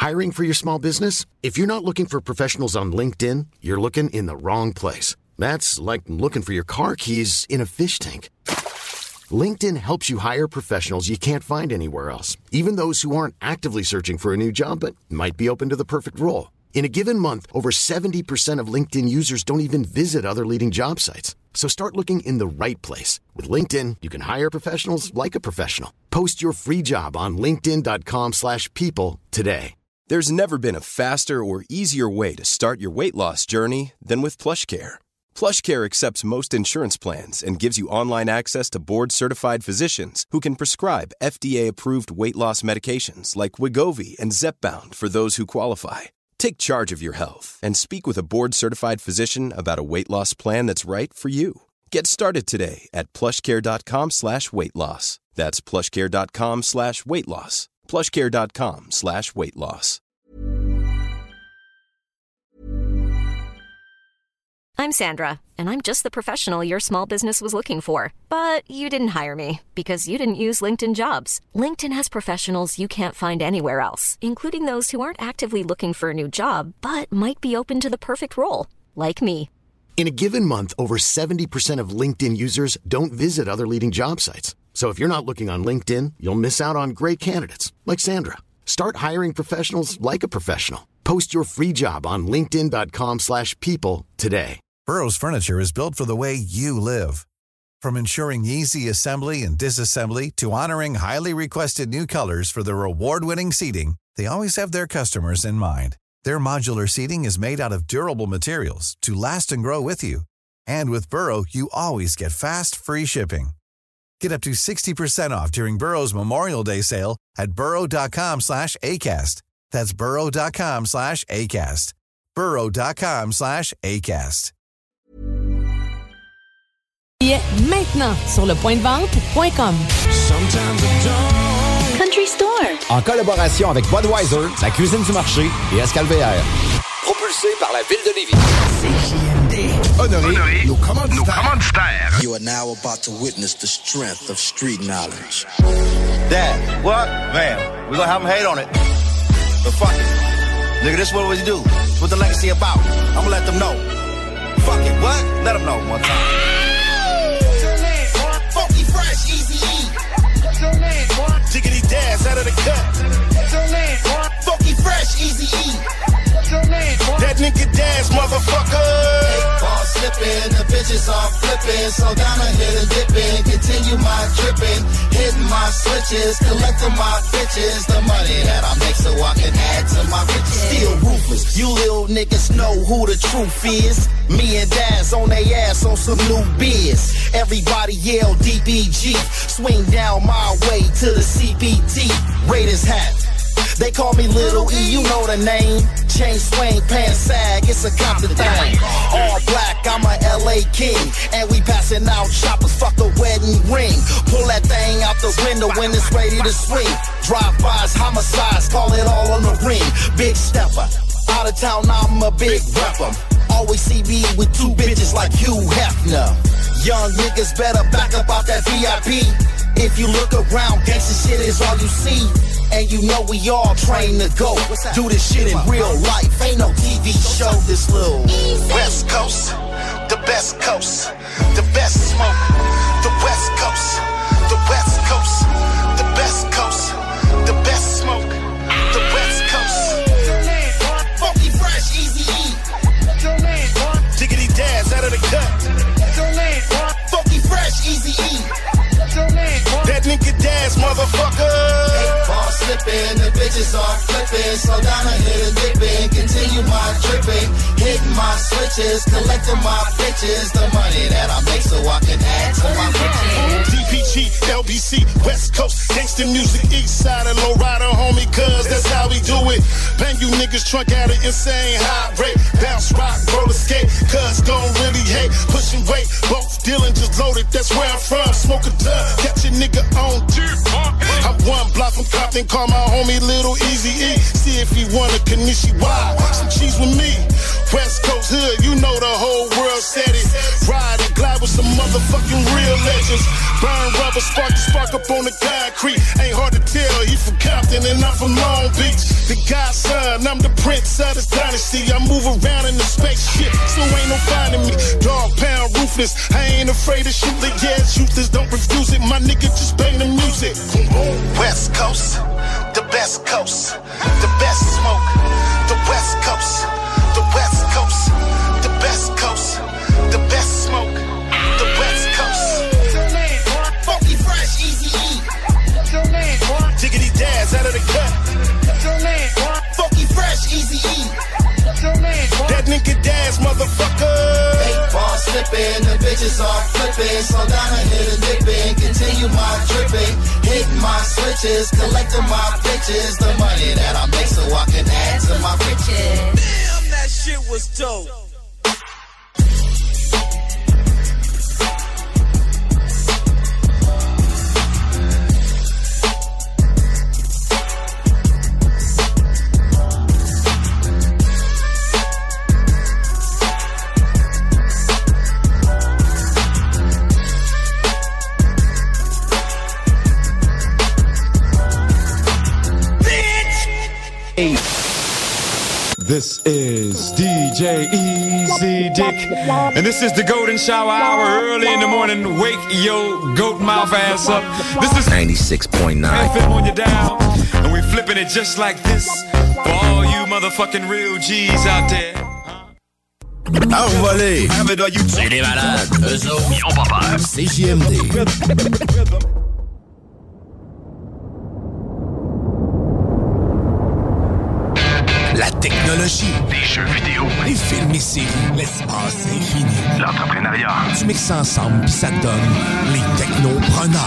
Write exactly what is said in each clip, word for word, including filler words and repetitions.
Hiring for your small business? If you're not looking for professionals on LinkedIn, you're looking in the wrong place. That's like looking for your car keys in a fish tank. LinkedIn helps you hire professionals you can't find anywhere else, even those who aren't actively searching for a new job but might be open to the perfect role. In a given month, over seventy percent of LinkedIn users don't even visit other leading job sites. So start looking in the right place. With LinkedIn, you can hire professionals like a professional. Post your free job on linkedin.com slash people today. There's never been a faster or easier way to start your weight loss journey than with PlushCare. PlushCare accepts most insurance plans and gives you online access to board-certified physicians who can prescribe F D A-approved weight loss medications like Wegovy and Zepbound for those who qualify. Take charge of your health and speak with a board-certified physician about a weight loss plan that's right for you. Get started today at plushcare.com slash weight loss. That's plushcare.com slash weight loss. plushcare.com slash weight loss. I'm Sandra, and I'm just the professional your small business was looking for. But you didn't hire me because you didn't use LinkedIn Jobs. LinkedIn has professionals you can't find anywhere else, including those who aren't actively looking for a new job, but might be open to the perfect role, like me. In a given month, over seventy percent of LinkedIn users don't visit other leading job sites. So if you're not looking on LinkedIn, you'll miss out on great candidates like Sandra. Start hiring professionals like a professional. Post your free job on linkedin.com slash people today. Burrow's furniture is built for the way you live. From ensuring easy assembly and disassembly to honoring highly requested new colors for their award-winning seating, they always have their customers in mind. Their modular seating is made out of durable materials to last and grow with you. And with Burrow, you always get fast, free shipping. Get up to sixty percent off during Burrow's Memorial Day sale at burrow.com slash ACAST. That's burrow.com slash ACAST. burrow.com slash ACAST. Maintenant sur le point de vente point com. Country Store. En collaboration avec Budweiser, la cuisine du marché et Escalvéaire. Propulsé par la ville de Lévis. C J M D. Honoré, Honoré nos commanditaires. Nos commanditaires. You are now about to witness the strength of street knowledge. Dad, what? Man, we're gonna have them hate on it. But fuck it. Nigga, this is what we do. It's what the legacy about. I'm gonna let them know. Fuck it, what? Let them know one time. Funky Fresh, Eazy-E. Jiggity Daz out of the cut. Funky Fresh, Eazy-E. That nigga Daz, motherfucker. Ball slipping, the bitches are flipping. So down a hit and dipping. Continue my dripping. Hitting my switches. Collecting my bitches. The money that I make so I can add to my riches. Still ruthless. You little niggas know who the truth is. Me and Daz on they ass on some new biz. Everybody yell D B G. Swing down my way to the C B T. Raiders hat. They call me Little E, you know the name. Chain swing, pants sag, it's a Compton thing. All black, I'm a L A king. And we passing out choppers, fuck a wedding ring. Pull that thing out the window when it's ready to swing. Drive-bys, homicides, call it all on the ring. Big stepper, out of town, I'm a big rapper. Always see me with two bitches like Hugh Hefner. Young niggas better back up off that V I P. If you look around, gangsta shit is all you see. And you know we all trained to go. Do this shit in real life. Ain't no T V show. This little West Coast, the best coast, the best smoke. The West Coast, the West Coast, the best coast, the best smoke. The West Coast. Funky Fresh, Eazy-E. Jiggity Daz out of the cut. Funky Fresh, Eazy-E. That nigga Daz, motherfucker. Ball slipping, the bitches are flipping. So down a hit and dipping. Continue my dripping. Hitting my switches. Collecting my bitches. The money that I make so I can add to my riches. D P G, L B C, West Coast. Gangsta music, East Side and Low Rider, homie, cuz that's how we do it. Bang you niggas trunk at an insane high rate. Bounce, rock, roller skate. Cuz gon' really hate. Pushing weight, both dealing just loaded. That's where I'm from. Smoke a dub, catch a nigga on deep. I'm one block from Compton, call my homie Little Eazy-E. See if he wanna Kanishiwa. Some cheese with me. West Coast hood, you know the whole world said it. Ride and glide with some motherfucking real legends. Burn rubber, spark the spark up on the concrete. Ain't hard to tell, he from Compton and I'm from Long Beach. The godson, I'm the prince of this dynasty. I move around in the spaceship, so ain't no finding me. Dog pound ruthless, I ain't afraid to shoot the yeah, shooters don't refuse it. My nigga just bang the music. West Coast, the best coast, the best smoke, the West Coast, the West Coast, the best coast, the best smoke, the West Coast. Funky fresh, easy E. Jiggity jazz out of the cut. Funky fresh, easy E. That nigga dance, motherfucker. Eight ball slipping, the bitches all flipping. Slow down and hit a dipping. Continue my dripping. Hitting my switches. Collecting my bitches. The money that I make so I can add to my riches. Damn, that shit was dope. This is D J Easy Dick, and this is the Golden Shower Hour. Early in the morning, wake your goat mouth ass up. This is ninety-six point nine F M on your dial, and we flipping it just like this for all you motherfucking real G's out there. Envolé! C'est des malades! Eux autres, ils ont pas peur! C J M D! La technologie, les jeux vidéo, les films et séries, l'espace infini, l'entrepreneuriat. Tu mixes ça ensemble pis ça te donne les technopreneurs.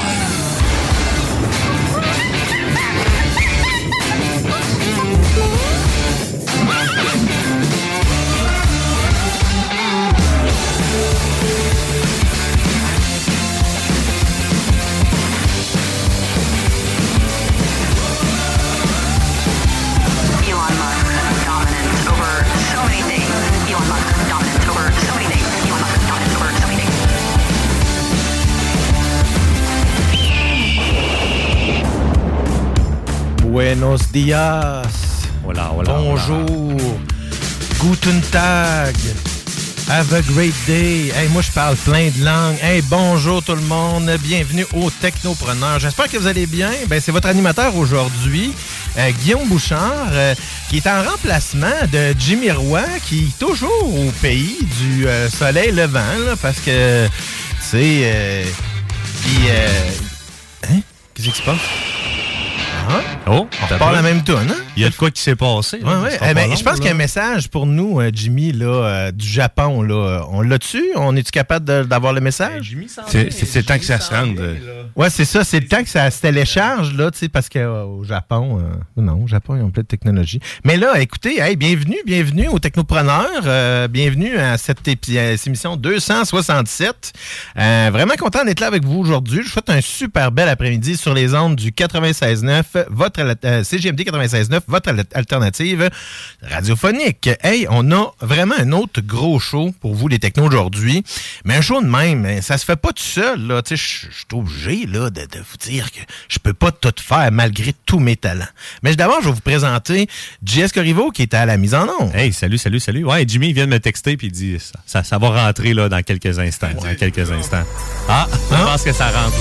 Buenos dias. Hola, hola, bonjour. Hola. Guten Tag. Have a great day. Hey, moi, je parle plein de langues. Hey, bonjour tout le monde. Bienvenue au Technopreneur. J'espère que vous allez bien. Ben, c'est votre animateur aujourd'hui, euh, Guillaume Bouchard, euh, qui est en remplacement de Jimmy Roy, qui est toujours au pays du euh, soleil levant, là, parce que, c'est... Euh, puis, euh, hein? Qu'est-ce qui se passe? Hein? Oh, on repart la même toune, hein? Il y a de quoi qui s'est passé. Ouais, ouais. Eh ben, je pense qu'il y a un message pour nous, euh, Jimmy, là, euh, du Japon. Là. On l'a-tu? On est-tu capable de, d'avoir le message? Jimmy s'en c'est, c'est, c'est le temps que ça se rende. Ouais, c'est ça. C'est le temps que ça se télécharge, là, tu sais, parce qu'au euh, Japon, euh, non, au Japon, ils ont plein de technologie. Mais là, écoutez, hey, bienvenue, bienvenue aux Technopreneurs. Euh, bienvenue à cette, épi- à cette émission deux cent soixante-sept. Euh, vraiment content d'être là avec vous aujourd'hui. Je vous souhaite un super bel après-midi sur les ondes du quatre-vingt-seize neuf, votre euh, C G M D quatre-vingt-seize neuf, votre alternative radiophonique. Hey, on a vraiment un autre gros show pour vous, les technos, aujourd'hui. Mais un show de même, ça se fait pas tout seul, là. Tu sais, je suis obligé, là, de, de vous dire que je peux pas tout faire malgré tous mes talents. Mais d'abord, je vais vous présenter J S Corriveau, qui est à la mise en onde. Hey, salut, salut, salut. Ouais, Jimmy, il vient de me texter puis il dit ça, ça, ça va rentrer, là, dans quelques instants. Ouais. Dans quelques instants. Ah, je pense que ça rentre,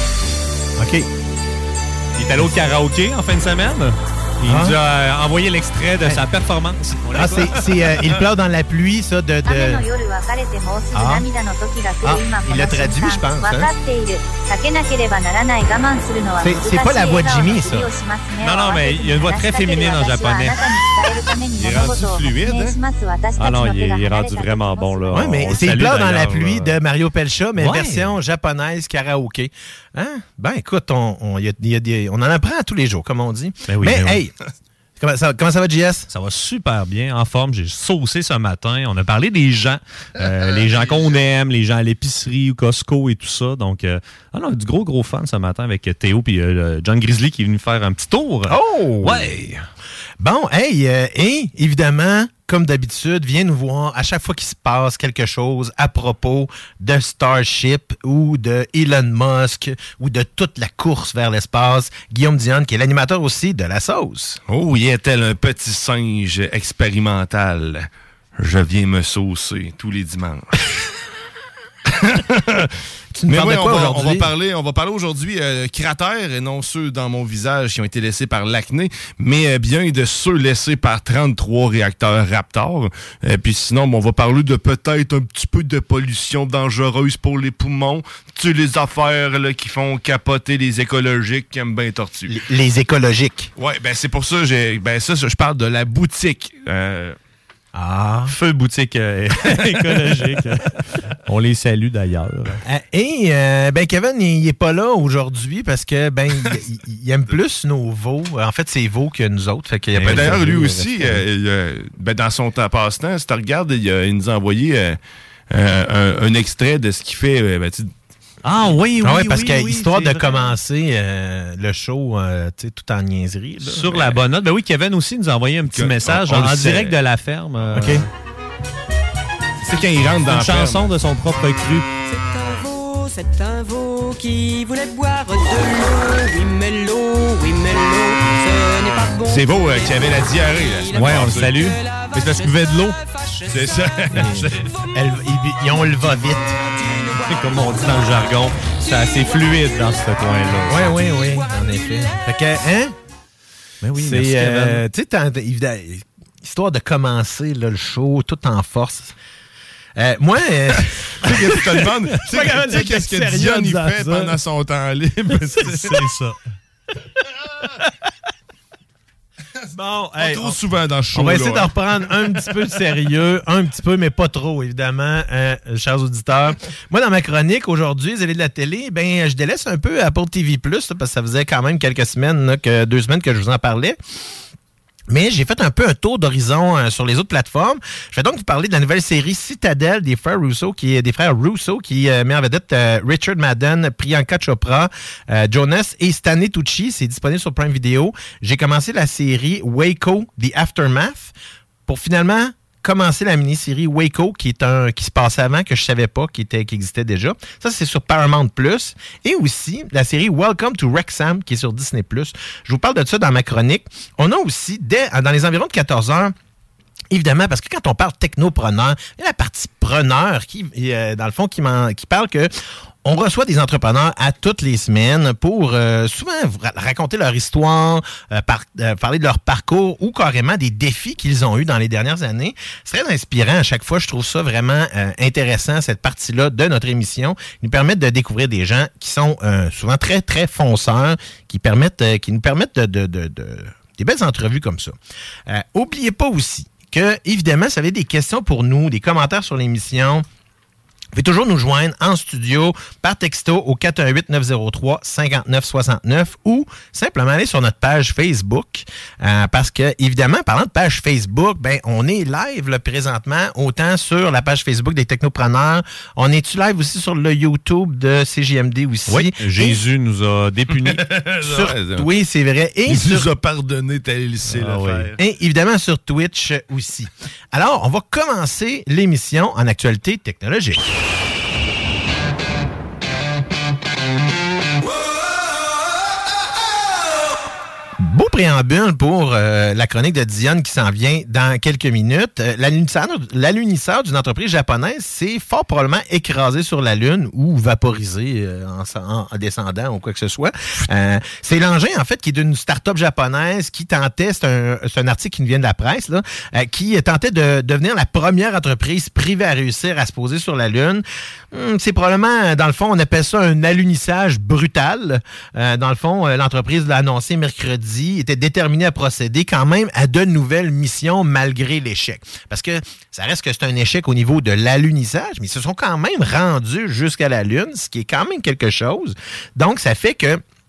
là. OK. Il est allé au karaoké en fin de semaine. Il ah. nous a euh, envoyé l'extrait de hey. sa performance. Ah, c'est, c'est euh, Il pleure dans la pluie, ça, de... de... Ah. ah, il l'a traduit, je pense. Hein? C'est, c'est pas la voix de Jimmy, ça. Non, non, mais il y a une voix très féminine en japonais. Il est rendu fluide, hein? Ah non, il est, il est rendu vraiment bon, là. Oui, mais on c'est Il pleure dans la pluie là. de Mario Pelcha, mais ouais. version japonaise karaoké. Hein? Ben, écoute, on, on, y a, y a des, on en apprend tous les jours, comme on dit. Ben oui, mais, ben hey, oui. Comment ça, comment ça va, J S? Ça va super bien, en forme. J'ai saucé ce matin. On a parlé des gens, euh, les gens qu'on aime, les gens à l'épicerie ou Costco et tout ça. Donc, euh, ah non, du gros, gros fun ce matin avec Théo et euh, John Grizzly qui est venu faire un petit tour. Oh! Ouais! Bon, hey, euh, et évidemment, comme d'habitude, vient nous voir à chaque fois qu'il se passe quelque chose à propos de Starship ou de Elon Musk ou de toute la course vers l'espace. Guillaume Dionne, qui est l'animateur aussi de La Sauce. Oh, il est tel un petit singe expérimental. Je viens me saucer tous les dimanches. Tu nous Mais parles oui, de quoi on, va, aujourd'hui? on va parler, on va parler aujourd'hui euh, cratères et non ceux dans mon visage qui ont été laissés par l'acné, mais euh, bien de ceux laissés par trente-trois réacteurs Raptor. Euh, puis sinon, bon, on va parler de peut-être un petit peu de pollution dangereuse pour les poumons. Tu sais, les affaires là, qui font capoter les écologiques qui aiment bien tortues. Les, les écologiques. Oui, ben c'est pour ça, j'ai, ben ça, je parle de la boutique. Euh, Ah. Feu boutique euh, écologique. On les salue d'ailleurs. Euh, et euh, ben Kevin, il n'est pas là aujourd'hui parce que ben il, il, il aime plus nos veaux. En fait, c'est veaux que nous autres. Fait qu'il y a ben, pas d'ailleurs, de lui veaux, aussi, euh, euh, euh, ben, dans son temps passe-temps, si tu regardes, il, euh, il nous a envoyé euh, euh, un, un extrait de ce qu'il fait. Euh, ben, Ah oui, oui, ah ouais, parce oui, que oui, histoire de c'est vrai. commencer euh, le show euh, tu sais, tout en niaiserie. Là. Sur la bonne note. Ben oui, Kevin aussi nous a envoyé un petit Que- message on- on en, le en sait. direct de la ferme. euh, OK. C'est quand il rentre C'est dans une la ferme. chanson de son propre cru. C'est un veau, c'est un veau qui voulait boire de l'eau. Oui, mais l'eau, oui, mais l'eau, ce n'est pas bon. C'est beau euh, qui avait la diarrhée. La semaine Ouais, on le passée. salue. Mais c'est parce qu'il buvait de l'eau. C'est ça. Elle, ils, ils ont le va vite. C'est comme on dit dans le jargon. C'est assez fluide dans ce coin-là. Oui, oui, oui, en effet. Fait que, hein? Ben oui, c'est, merci, euh, Kevin. tu sais, t'en- évidemment, histoire de commencer là, le show tout en force. Euh, moi, euh, Tu sais, qu'est-ce que tu te demandes? Tu sais, Pas capable tu sais d'être qu'est-ce que sérieux Dion en il disant fait ça. pendant son temps libre? C'est ça. bon, Pas hey, trop on- souvent dans le show. On va là, essayer hein. d'en reprendre un petit peu de sérieux, un petit peu, mais pas trop, évidemment, euh, chers auditeurs. Moi, dans ma chronique aujourd'hui, les allées de la télé, ben, je délaisse un peu Apple T V plus, là, parce que ça faisait quand même quelques semaines, là, que, deux semaines que je vous en parlais. Mais j'ai fait un peu un tour d'horizon euh, sur les autres plateformes. Je vais donc vous parler de la nouvelle série Citadel des frères Russo, qui est des frères Russo, qui euh, met en vedette euh, Richard Madden, Priyanka Chopra, euh, Jonas et Stanley Tucci. C'est disponible sur Prime Video. J'ai commencé la série Waco, The Aftermath, pour finalement commencer la mini-série Waco, qui est un qui se passait avant, que je savais pas, qui était qui existait déjà. Ça, c'est sur Paramount plus. Et aussi la série Welcome to Wrexham, qui est sur Disney plus. Je vous parle de ça dans ma chronique. On a aussi, dès, dans les environs de quatorze heures, évidemment, parce que quand on parle technopreneur, il y a la partie preneur qui, euh, dans le fond, qui, m'en, qui parle que on reçoit des entrepreneurs à toutes les semaines pour euh, souvent ra- raconter leur histoire, euh, par, euh, parler de leur parcours ou carrément des défis qu'ils ont eus dans les dernières années. C'est très inspirant à chaque fois. Je trouve ça vraiment euh, intéressant, cette partie-là de notre émission. Ils nous permettent de découvrir des gens qui sont euh, souvent très, très fonceurs, qui, permettent, euh, qui nous permettent de, de, de, de, des belles entrevues comme ça. Euh, oubliez pas aussi que, évidemment, si vous avez des questions pour nous, des commentaires sur l'émission, vous pouvez toujours nous joindre en studio par texto au quatre un huit neuf zéro trois cinq neuf six neuf ou simplement aller sur notre page Facebook. Euh, parce que, évidemment, parlant de page Facebook, ben, on est live là, présentement, autant sur la page Facebook des Technopreneurs. On est-tu live aussi sur le YouTube de C J M D aussi? Oui, Jésus Et... nous a dépunis. sur... Oui, c'est vrai. Et Il sur... nous a pardonné tel lycée ah, l'affaire. Oui. Et évidemment sur Twitch aussi. Alors, on va commencer l'émission en actualité technologique. Beau préambule pour euh, la chronique de Dionne qui s'en vient dans quelques minutes. Euh, l'alunisseur, l'alunisseur d'une entreprise japonaise s'est fort probablement écrasé sur la Lune ou vaporisé euh, en, en, en descendant ou quoi que ce soit. Euh, c'est l'engin, en fait, qui est d'une start-up japonaise qui tentait, c'est un, c'est un article qui nous vient de la presse, là, euh, qui tentait de devenir la première entreprise privée à réussir à se poser sur la Lune. Hum, c'est probablement, dans le fond, on appelle ça un alunissage brutal. Euh, dans le fond, euh, l'entreprise l'a annoncé mercredi, était déterminée à procéder quand même à de nouvelles missions malgré l'échec. Parce que ça reste que c'est un échec au niveau de l'alunissage, mais ils se sont quand même rendus jusqu'à la Lune, ce qui est quand même quelque chose. Donc, ça fait que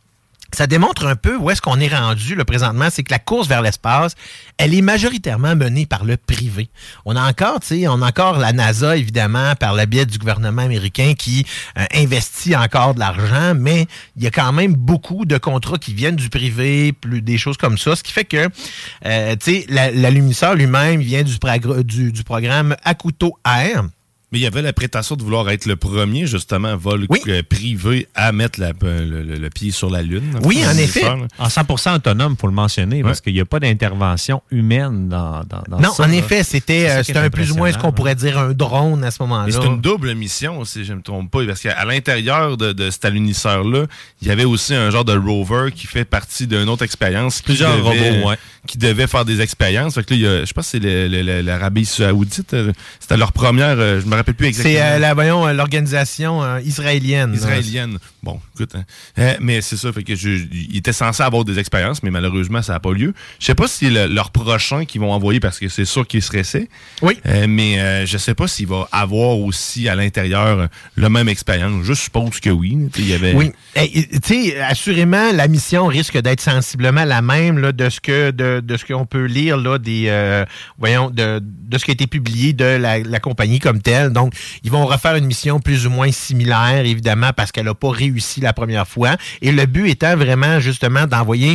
ça démontre un peu où est-ce qu'on est rendu là, présentement. C'est que la course vers l'espace, elle est majoritairement menée par le privé. On a encore, tu sais, on a encore la NASA, évidemment, par le biais du gouvernement américain qui euh, investit encore de l'argent, mais il y a quand même beaucoup de contrats qui viennent du privé, plus des choses comme ça, ce qui fait que, euh, tu sais, la, l'alunisseur lui-même vient du, pragr- du, du programme Hakuto Air. Mais il y avait la prétention de vouloir être le premier, justement, vol oui. privé à mettre la, le, le, le pied sur la Lune. Oui, en effet. Faire, en cent pour cent autonome, il faut le mentionner, ouais. parce qu'il n'y a pas d'intervention humaine dans, dans, dans non, ça. Non, en là. effet, c'était, euh, c'était un plus ou moins ce qu'on pourrait dire un drone à ce moment-là. Mais c'est une double mission, si je ne me trompe pas, parce qu'à l'intérieur de, de cet alunisseur-là, il y avait aussi un genre de rover qui fait partie d'une autre expérience. Plusieurs qui devait, robots, ouais. Qui devaient faire des expériences. Fait que là, il y a, je pense que c'est le, le, le, l'Arabie saoudite. C'était leur première, je me rappelle plus exactement. C'est euh, la, voyons, l'organisation euh, israélienne. Israélienne. Là. Bon, écoute. Hein. Euh, mais c'est ça, fait que je, ils étaient censés avoir des expériences, mais malheureusement, ça n'a pas lieu. Je sais pas si c'est le, leur prochain qu'ils vont envoyer, parce que c'est sûr qu'ils se restent. Oui. Euh, mais euh, je sais pas s'il va avoir aussi à l'intérieur la même expérience. Je suppose que oui. Il y avait... Oui. Tu sais, assurément, la mission risque d'être sensiblement la même là, de ce que de, de ce qu'on peut lire là, des euh, voyons, de, de ce qui a été publié de la, la compagnie comme telle. Donc, ils vont refaire une mission plus ou moins similaire, évidemment, parce qu'elle n'a pas réussi la première fois. Et le but étant vraiment, justement, d'envoyer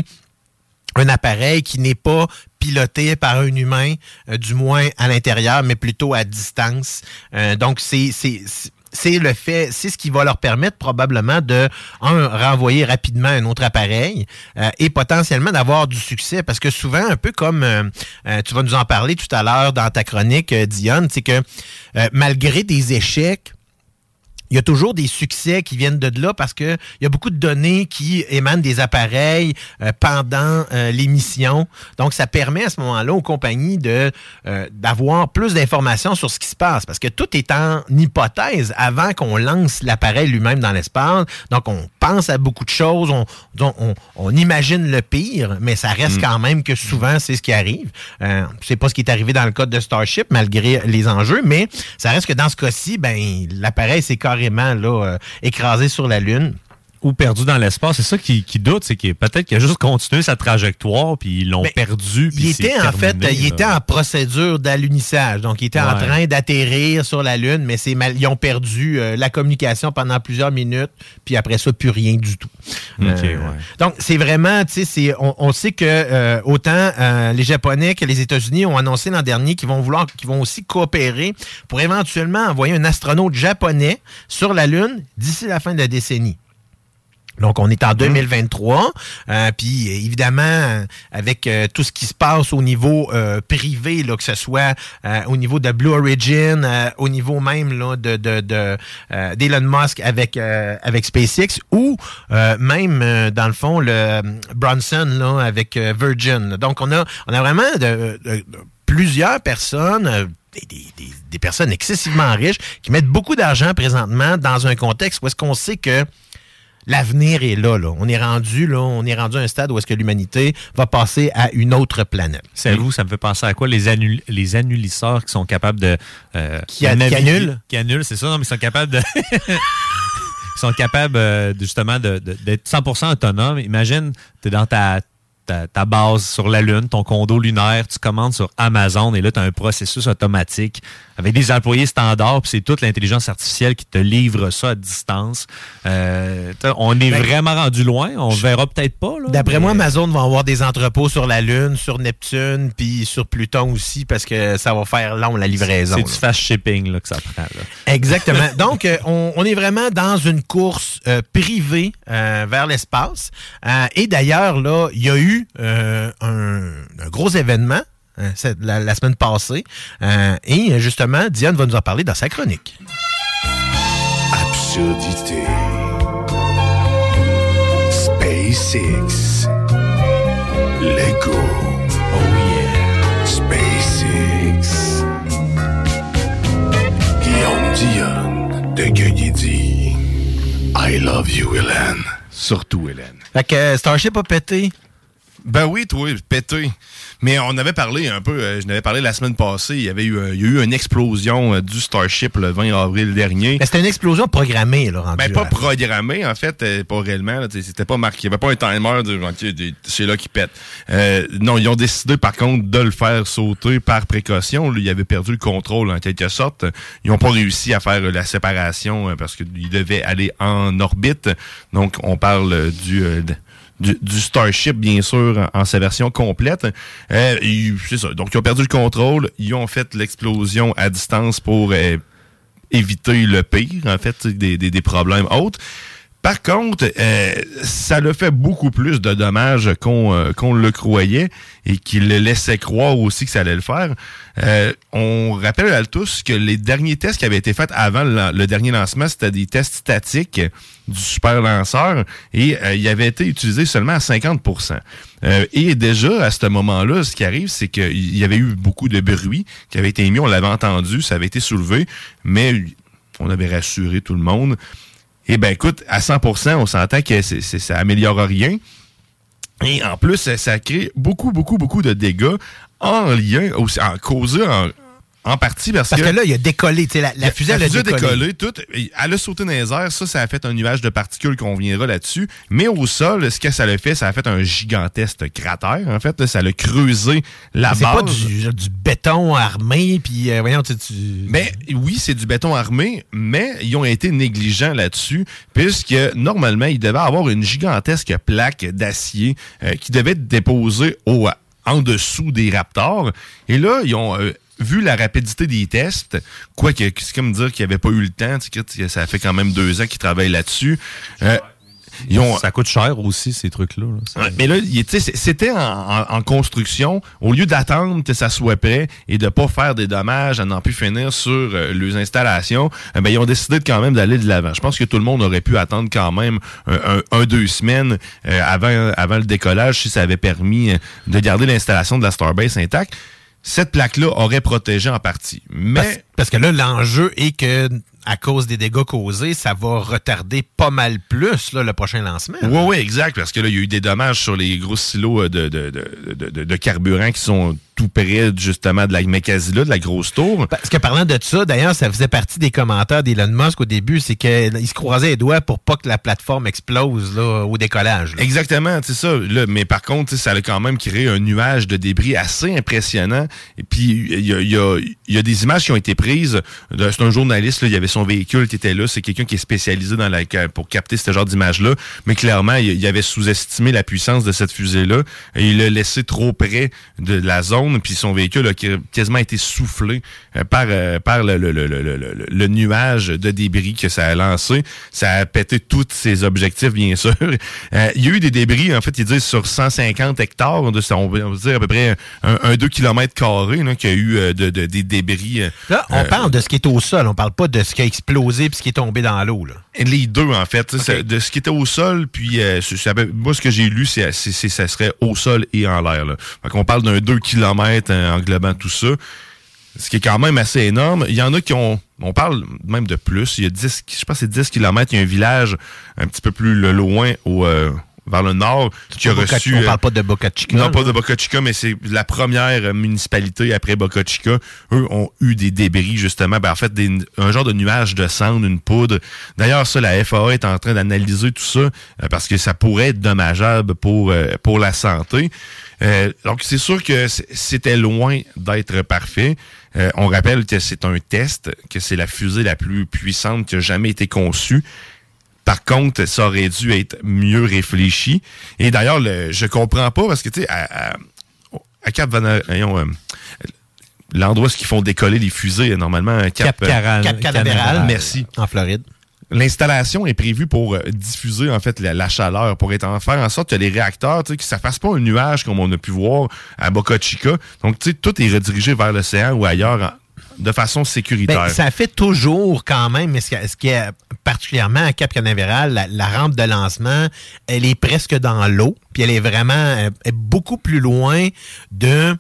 un appareil qui n'est pas piloté par un humain, euh, du moins à l'intérieur, mais plutôt à distance. Euh, donc, c'est... c'est, c'est c'est le fait, c'est ce qui va leur permettre probablement de, un, renvoyer rapidement un autre appareil euh, et potentiellement d'avoir du succès. Parce que souvent, un peu comme euh, euh, tu vas nous en parler tout à l'heure dans ta chronique, euh, Dionne, c'est que euh, malgré des échecs, il y a toujours des succès qui viennent de là parce que il y a beaucoup de données qui émanent des appareils euh, pendant euh, l'émission. Donc, ça permet à ce moment-là aux compagnies de euh, d'avoir plus d'informations sur ce qui se passe parce que tout est en hypothèse avant qu'on lance l'appareil lui-même dans l'espace. Donc, on pense à beaucoup de choses, on, on, on imagine le pire, mais ça reste mmh. quand même que souvent, c'est ce qui arrive. Euh, c'est pas ce qui est arrivé dans le cas de Starship, malgré les enjeux, mais ça reste que dans ce cas-ci, ben l'appareil, c'est carrément là, euh, écrasé sur la Lune. Ou perdu dans l'espace. C'est ça qui, qui doute, c'est qu'il peut-être qu'il a juste continué sa trajectoire, puis ils l'ont ben, perdu. Puis il était c'est en terminé, fait, il était en procédure d'alunissage. Donc, il était ouais. en train d'atterrir sur la Lune, mais c'est mal, ils ont perdu euh, la communication pendant plusieurs minutes, puis après ça, plus rien du tout. Okay, euh, ouais. Donc, c'est vraiment, tu sais, on, on sait que euh, autant euh, les Japonais que les États-Unis ont annoncé l'an dernier qu'ils vont vouloir, qu'ils vont aussi coopérer pour éventuellement envoyer un astronaute japonais sur la Lune d'ici la fin de la décennie. Donc, on est en deux mille vingt-trois, euh, puis évidemment, avec euh, tout ce qui se passe au niveau euh, privé, là, que ce soit euh, au niveau de Blue Origin, euh, au niveau même là, de, de, de euh, d'Elon Musk avec euh, avec SpaceX, ou euh, même, euh, dans le fond, le Branson là, avec euh, Virgin. Donc, on a, on a vraiment de, de, de plusieurs personnes... Euh, Des, des, des personnes excessivement riches qui mettent beaucoup d'argent présentement dans un contexte où est-ce qu'on sait que l'avenir est là, là. On est rendu, là, on est rendu à un stade où est-ce que l'humanité va passer à une autre planète. C'est vous, ça me fait penser à quoi? Les, annul- les annulisseurs qui sont capables de... Euh, qui, a, qui annulent? Qui annulent, c'est ça, non, mais ils sont capables de... ils sont capables, euh, de, justement, de, de, d'être cent pour cent autonomes. Imagine, t'es dans ta... Ta, ta base sur la Lune, ton condo lunaire, tu commandes sur Amazon et là, tu as un processus automatique avec des employés standards, puis c'est toute l'intelligence artificielle qui te livre ça à distance. Euh, on est ben, vraiment rendu loin, on je, verra peut-être pas. Là, d'après mais... moi, Amazon va avoir des entrepôts sur la Lune, sur Neptune, puis sur Pluton aussi, parce que ça va faire long, la livraison. C'est, c'est du fast shipping là, que ça prend. Là. Exactement. Donc, euh, on, on est vraiment dans une course euh, privée euh, vers l'espace. Euh, et d'ailleurs, là, il y a eu Euh, un, un gros événement euh, la, la semaine passée. Euh, et justement, Diane va nous en parler dans sa chronique. Absurdité. SpaceX. Lego. Oh yeah. SpaceX. Guillaume Dion de Gueugui dit I love you, Hélène. Surtout Hélène. Fait que Starship a pété. Ben oui, toi, pété. Mais on avait parlé un peu, euh, je n'avais parlé la semaine passée, il y avait eu, euh, il y a eu une explosion euh, du Starship le vingt avril dernier. Mais c'était une explosion programmée, là, rendu. Ben pas programmée, en fait, euh, pas réellement. Là, c'était pas marqué, il n'y avait pas un timer de okay, c'est là qui pète. Euh, non, ils ont décidé par contre de le faire sauter par précaution. Là, ils avaient perdu le contrôle en quelque sorte. Ils n'ont pas réussi à faire euh, la séparation euh, parce qu'ils devaient aller en orbite. Donc on parle euh, du... Euh, Du, du Starship, bien sûr, en, en sa version complète. Euh, et, c'est ça. Donc, ils ont perdu le contrôle. Ils ont fait l'explosion à distance pour euh, éviter le pire, en fait, des, des, des problèmes autres. Par contre, euh, ça le fait beaucoup plus de dommages qu'on euh, qu'on le croyait et qu'il le laissait croire aussi que ça allait le faire. Euh, on rappelle à tous que les derniers tests qui avaient été faits avant le, le dernier lancement, c'était des tests statiques du super lanceur et euh, il avait été utilisé seulement à cinquante pour cent. Euh, et déjà, à ce moment-là, ce qui arrive, c'est qu'il y avait eu beaucoup de bruit qui avait été émis, on l'avait entendu, ça avait été soulevé, mais on avait rassuré tout le monde. Eh bien, écoute, à cent pour cent, on s'entend que c'est, c'est, ça améliore rien. Et en plus, ça, ça crée beaucoup, beaucoup, beaucoup de dégâts en lien, aussi, en causé en, en partie parce, parce que... Parce que là, il a décollé. La, la fusée, la elle a fusée décollé. a décollé. Tout, elle a sauté dans les airs. Ça, ça a fait un nuage de particules qu'on reviendra là-dessus. Mais au sol, ce que ça a fait, ça a fait un gigantesque cratère. En fait, là, ça a creusé la c'est base. C'est pas du, du béton armé, puis euh, voyons, tu... tu... Mais oui, c'est du béton armé, mais ils ont été négligents là-dessus, puisque normalement, il devait avoir une gigantesque plaque d'acier euh, qui devait être déposée au, en dessous des Raptors. Et là, ils ont... Euh, vu la rapidité des tests, quoi que c'est comme dire qu'il n'y avait pas eu le temps, ça fait quand même deux ans qu'ils travaillent là-dessus. Euh, ils ont, ça coûte cher aussi, ces trucs-là. Là. Ouais, mais là, c'était en, en, en construction. Au lieu d'attendre que ça soit prêt et de ne pas faire des dommages à n'en plus finir sur euh, leurs installations, euh, ben, ils ont décidé de quand même d'aller de l'avant. Je pense que tout le monde aurait pu attendre quand même un, un, un deux semaines euh, avant, avant le décollage si ça avait permis de garder l'installation de la Starbase intacte. Cette plaque-là aurait protégé en partie. Mais parce, parce que là, l'enjeu est que, à cause des dégâts causés, ça va retarder pas mal plus là, le prochain lancement. Oui, oui, exact. Parce que là, il y a eu des dommages sur les gros silos de, de, de, de, de, de carburant qui sont tout près, justement, de la Mécasila, de la grosse tour. Parce que parlant de ça, d'ailleurs, ça faisait partie des commentaires d'Elon Musk au début, c'est qu'il se croisait les doigts pour pas que la plateforme explose là, au décollage. Là. Exactement, c'est ça. Là, mais par contre, ça a quand même créé un nuage de débris assez impressionnant. Et puis, il y a, y, a, y a des images qui ont été prises. C'est un journaliste, là, il y avait son véhicule qui était là. C'est quelqu'un qui est spécialisé dans la, pour capter ce genre d'images-là. Mais clairement, il, il avait sous-estimé la puissance de cette fusée-là. Et il l'a laissé trop près de la zone. Puis son véhicule a quasiment été soufflé euh, par, euh, par le, le, le, le, le, le nuage de débris que ça a lancé. Ça a pété tous ses objectifs, bien sûr. Euh, il y a eu des débris, en fait, ils disent sur cent cinquante hectares, on va dire à peu près un, un deux kilomètres carrés, là, qu'il y a eu euh, de, de, des débris. Euh, là, on euh, parle de ce qui est au sol, on parle pas de ce qui a explosé puis ce qui est tombé dans l'eau. Là. Les deux, en fait. Okay. De ce qui était au sol, puis euh, moi, ce que j'ai lu, c'est, c'est, c'est ça serait au sol et en l'air. Là. Fait qu'on parle d'un deux kilomètres englobant tout ça, ce qui est quand même assez énorme. Il y en a qui ont, on parle même de plus, il y a dix, je pense que c'est dix kilomètres, il y a un village un petit peu plus loin au... Euh, vers le nord, qui a Boca, reçu... On parle pas de Boca Chica. Non, là. Pas de Boca Chica, mais c'est la première municipalité après Boca Chica. Eux ont eu des débris, justement. Ben, en fait, des, un genre de nuage de cendre, une poudre. D'ailleurs, ça, la F A A est en train d'analyser tout ça, euh, parce que ça pourrait être dommageable pour, euh, pour la santé. Euh, donc, c'est sûr que c'était loin d'être parfait. Euh, on rappelle que c'est un test, que c'est la fusée la plus puissante qui a jamais été conçue. Par contre, ça aurait dû être mieux réfléchi. Et d'ailleurs, le, je comprends pas parce que, tu sais, à, à, à Cap Canaveral, euh, l'endroit où ils font décoller les fusées, normalement, Cap, Cap, Caral, Cap Canaveral, merci. En Floride. L'installation est prévue pour diffuser en fait la, la chaleur, pour être en faire en sorte que les réacteurs, tu sais, que ça fasse pas un nuage comme on a pu voir à Boca Chica. Donc, tu sais, tout est redirigé vers l'océan ou ailleurs en, de façon sécuritaire. Ben, ça fait toujours quand même, mais ce, ce qui est particulièrement à Cap Canaveral, la, la rampe de lancement, elle est presque dans l'eau, puis elle est vraiment elle est beaucoup plus loin de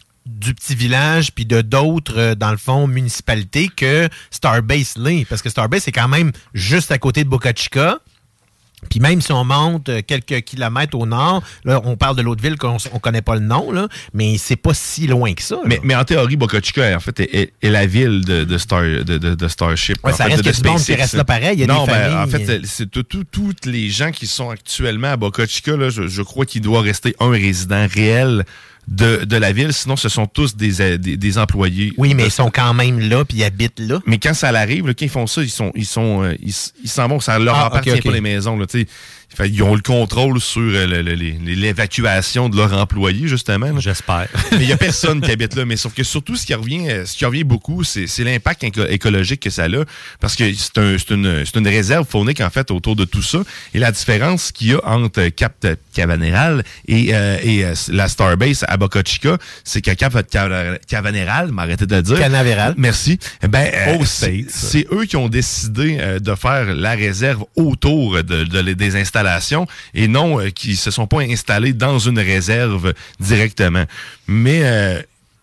du petit village puis de d'autres, euh, dans le fond, municipalités que Starbase l'est. Parce que Starbase, c'est quand même juste à côté de Boca Chica. Puis même si on monte quelques kilomètres au nord, là, on parle de l'autre ville qu'on ne connaît pas le nom, là, mais c'est pas si loin que ça. Mais, mais en théorie, Boca Chica, en fait, est, est, est la ville de, de, Star, de, de, de Starship. Ouais, ça en reste fait, que du monde qui reste là pareil. Il y a non, des ben, familles. En fait, c'est tous tout, tout, les gens qui sont actuellement à Boca Chica, là, je, je crois qu'il doit rester un résident réel de, de la ville, sinon ce sont tous des, des, des employés. Oui, mais de... ils sont quand même là, puis ils habitent là. Mais quand ça arrive, là, quand ils font ça, ils sont, ils sont, euh, ils, ils s'en vont, ça leur ah, appartient okay, okay. pas les maisons, là, tu sais. Fait, ils ont le contrôle sur euh, le, le, le, l'évacuation de leurs employés, justement. Là. J'espère. Mais il n'y a personne qui habite là. Mais sauf que surtout, ce qui revient, ce qui revient beaucoup, c'est, c'est l'impact éco- écologique que ça a. Parce que c'est, un, c'est, une, c'est une réserve faunique, en fait, autour de tout ça. Et la différence qu'il y a entre Cap Canaveral et, euh, et euh, la Starbase à Boca Chica, c'est que Cap Canaveral, m'arrêtez de le dire. Canaveral. Merci. Ben, euh, oh, c'est, c'est eux qui ont décidé euh, de faire la réserve autour de, de, des installations et non euh, qui se sont pas installés dans une réserve directement. Mais euh,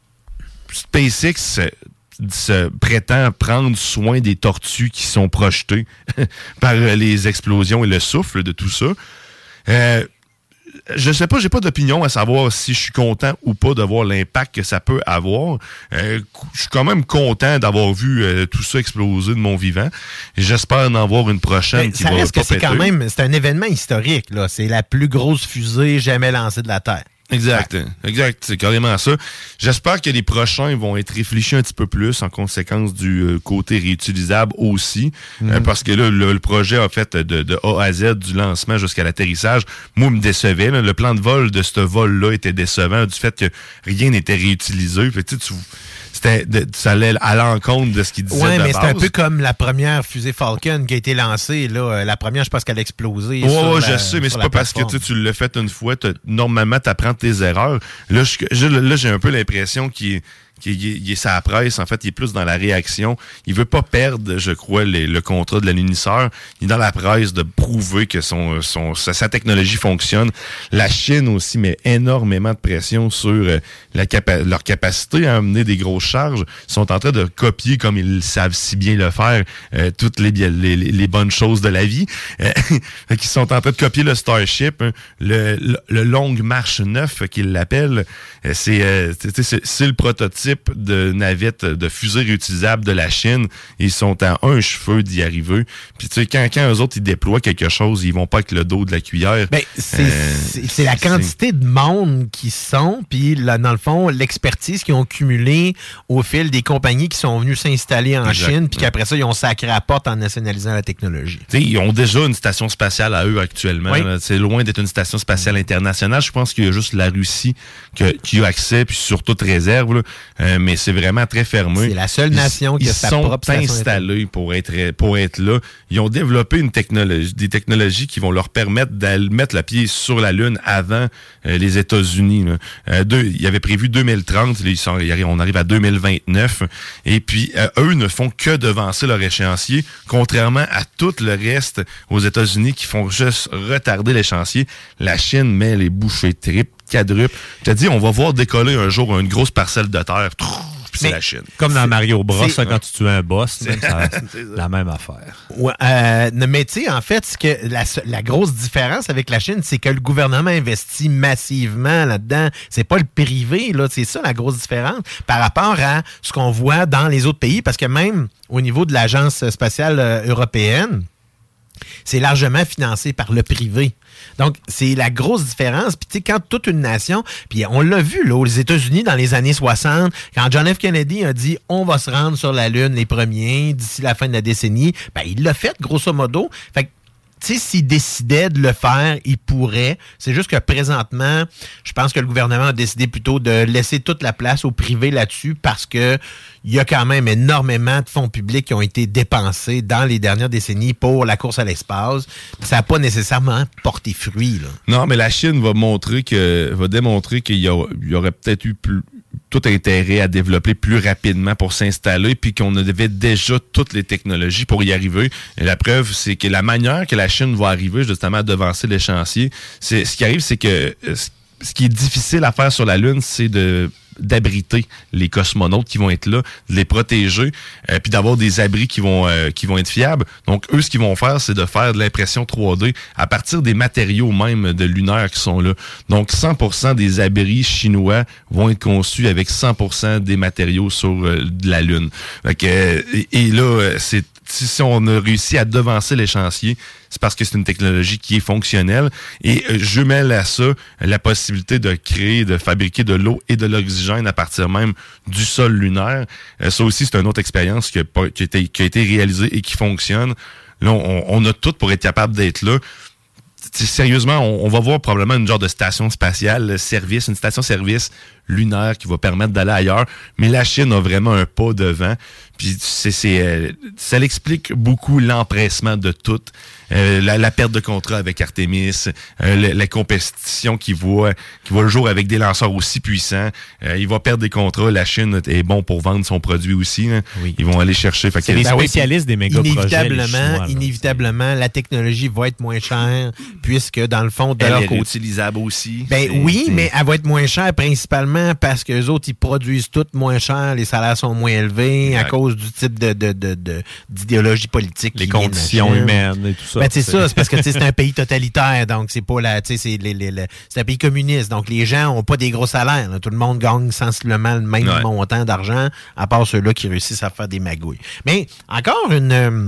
SpaceX euh, se prétend prendre soin des tortues qui sont projetées par les explosions et le souffle de tout ça. Euh, je sais pas, j'ai pas d'opinion à savoir si je suis content ou pas de voir l'impact que ça peut avoir. Euh, je suis quand même content d'avoir vu euh, tout ça exploser de mon vivant. J'espère en avoir une prochaine Mais qui ça va reste pas que c'est péter. quand même, c'est un événement historique, là. C'est la plus grosse fusée jamais lancée de la Terre. Exact, ouais. exact, c'est carrément ça. J'espère que les prochains vont être réfléchis un petit peu plus en conséquence du euh, côté réutilisable aussi, mm-hmm. euh, parce que là, le, le projet a fait de, de A à Z, du lancement jusqu'à l'atterrissage, moi, me décevait. Là. Le plan de vol de ce vol-là était décevant du fait que rien n'était réutilisé. Fait que, tu C'était de, ça allait à l'encontre de ce qu'il disait. Oui, mais base. c'est un peu comme la première fusée Falcon qui a été lancée. Là. La première, je pense qu'elle a explosé. Oui, ouais, je sais, mais c'est pas parce que tu, tu l'as fait une fois. Normalement, tu apprends tes erreurs. Là, je, je, là, j'ai un peu l'impression qu'il qu'il il est sa presse, en fait, il est plus dans la réaction. Il veut pas perdre, je crois, les, le contrat de l'anunisseur. Il est dans la presse de prouver que son, son, sa, sa technologie fonctionne. La Chine aussi met énormément de pression sur euh, la capa- leur capacité à amener des grosses charges. Ils sont en train de copier, comme ils savent si bien le faire, euh, toutes les, les, les bonnes choses de la vie. Euh, ils sont en train de copier le Starship, hein, le, le, le Longue Marche neuf qu'ils l'appellent. Euh, c'est, euh, c'est, c'est le prototype de navette, de fusée réutilisable de la Chine. Ils sont à un cheveu d'y arriver. Puis tu sais, quand, quand eux autres, ils déploient quelque chose, ils vont pas avec le dos de la cuillère. Ben, c'est, euh, c'est, c'est la quantité de monde qui sont, puis là, dans le fond, l'expertise qu'ils ont cumulée au fil des compagnies qui sont venues s'installer en exact. Chine, puis qu'après ça, ils ont sacré à la porte en nationalisant la technologie. Tu sais, ils ont déjà une station spatiale à eux actuellement. Oui. C'est loin d'être une station spatiale internationale. Je pense qu'il y a juste la Russie que, qui a accès, puis sur toute réserve, là. Euh, mais c'est vraiment très fermé. C'est la seule nation qui ils, a sa sont propre station installés pour être pour être là. Ils ont développé une technologie, des technologies qui vont leur permettre de mettre le pied sur la Lune avant euh, les États-Unis. Là. Euh, deux, ils avaient prévu deux mille trente, là, ils sont, on arrive à deux mille vingt-neuf, et puis euh, eux ne font que devancer leur échéancier, contrairement à tout le reste aux États-Unis qui font juste retarder l'échéancier. La Chine met les bouchées triples, quadruple. Je te dis, on va voir décoller un jour une grosse parcelle de terre. Puis c'est la Chine. Comme dans Mario Bros, c'est, là, quand tu tues un boss, même, ça, c'est la même affaire. Ouais, euh, mais tu sais, en fait, ce que la, la grosse différence avec la Chine, c'est que le gouvernement investit massivement là-dedans. C'est pas le privé, là. C'est ça la grosse différence par rapport à ce qu'on voit dans les autres pays. Parce que même au niveau de l'Agence spatiale euh, européenne, c'est largement financé par le privé. Donc, c'est la grosse différence. Puis, tu sais, quand toute une nation... Puis, on l'a vu, là, aux États-Unis, dans les années soixante, quand John F. Kennedy a dit « On va se rendre sur la Lune les premiers d'ici la fin de la décennie », ben il l'a fait, grosso modo. Fait que, tu sais, s'il décidait de le faire, il pourrait. C'est juste que présentement, je pense que le gouvernement a décidé plutôt de laisser toute la place au privé là-dessus parce que il y a quand même énormément de fonds publics qui ont été dépensés dans les dernières décennies pour la course à l'espace. Ça n'a pas nécessairement porté fruit, là. Non, mais la Chine va montrer que, va démontrer qu'il y, a, il y aurait peut-être eu plus, tout intérêt à développer plus rapidement pour s'installer, puis qu'on avait déjà toutes les technologies pour y arriver. Et la preuve, c'est que la manière que la Chine va arriver justement à devancer l'échéancier, c'est, ce qui arrive, c'est que ce qui est difficile à faire sur la Lune, c'est de d'abriter les cosmonautes qui vont être là, de les protéger, euh, puis d'avoir des abris qui vont euh, qui vont être fiables. Donc, eux, ce qu'ils vont faire, c'est de faire de l'impression trois D à partir des matériaux même de lunaire qui sont là. Donc, cent pour cent des abris chinois vont être conçus avec cent pour cent des matériaux sur euh, de la Lune. Fait que, euh, et, et là, c'est si on a réussi à devancer l'échéancier, c'est parce que c'est une technologie qui est fonctionnelle. Et euh, je mêle à ça la possibilité de créer, de fabriquer de l'eau et de l'oxygène à partir même du sol lunaire. Euh, ça aussi, c'est une autre expérience qui a, qui, a été, qui a été réalisée et qui fonctionne. Là, on, on a tout pour être capable d'être là. T'sais, sérieusement, on, on va voir probablement une genre de station spatiale, service, une station-service lunaire qui va permettre d'aller ailleurs. Mais la Chine a vraiment un pas devant. Puis c'est, c'est, euh, ça l'explique beaucoup l'empressement de tout. Euh, la, la perte de contrat avec Artemis, euh, la, la compétition qui voit, qui voit le jour avec des lanceurs aussi puissants. Euh, il va perdre des contrats. La Chine est bon pour vendre son produit aussi. Hein. Oui. Ils vont aller chercher. Fait c'est que, les spécialistes des méga inévitablement, projets. Chinois, inévitablement, la technologie va être moins chère puisque dans le fond, de elle leur est côté, réutilisable aussi. Ben c'est, oui, c'est... mais elle va être moins chère principalement parce que les autres ils produisent tout moins cher, les salaires sont moins élevés exact. À cause du type de, de, de, de d'idéologie politique, les conditions humaines et tout ça. Ben c'est ça, c'est parce que c'est un pays totalitaire, donc c'est pas la, tu sais, c'est les, les, les, c'est un pays communiste, donc les gens ont pas des gros salaires. Là. Tout le monde gagne sensiblement le même ouais. montant d'argent, à part ceux-là qui réussissent à faire des magouilles. Mais encore une euh,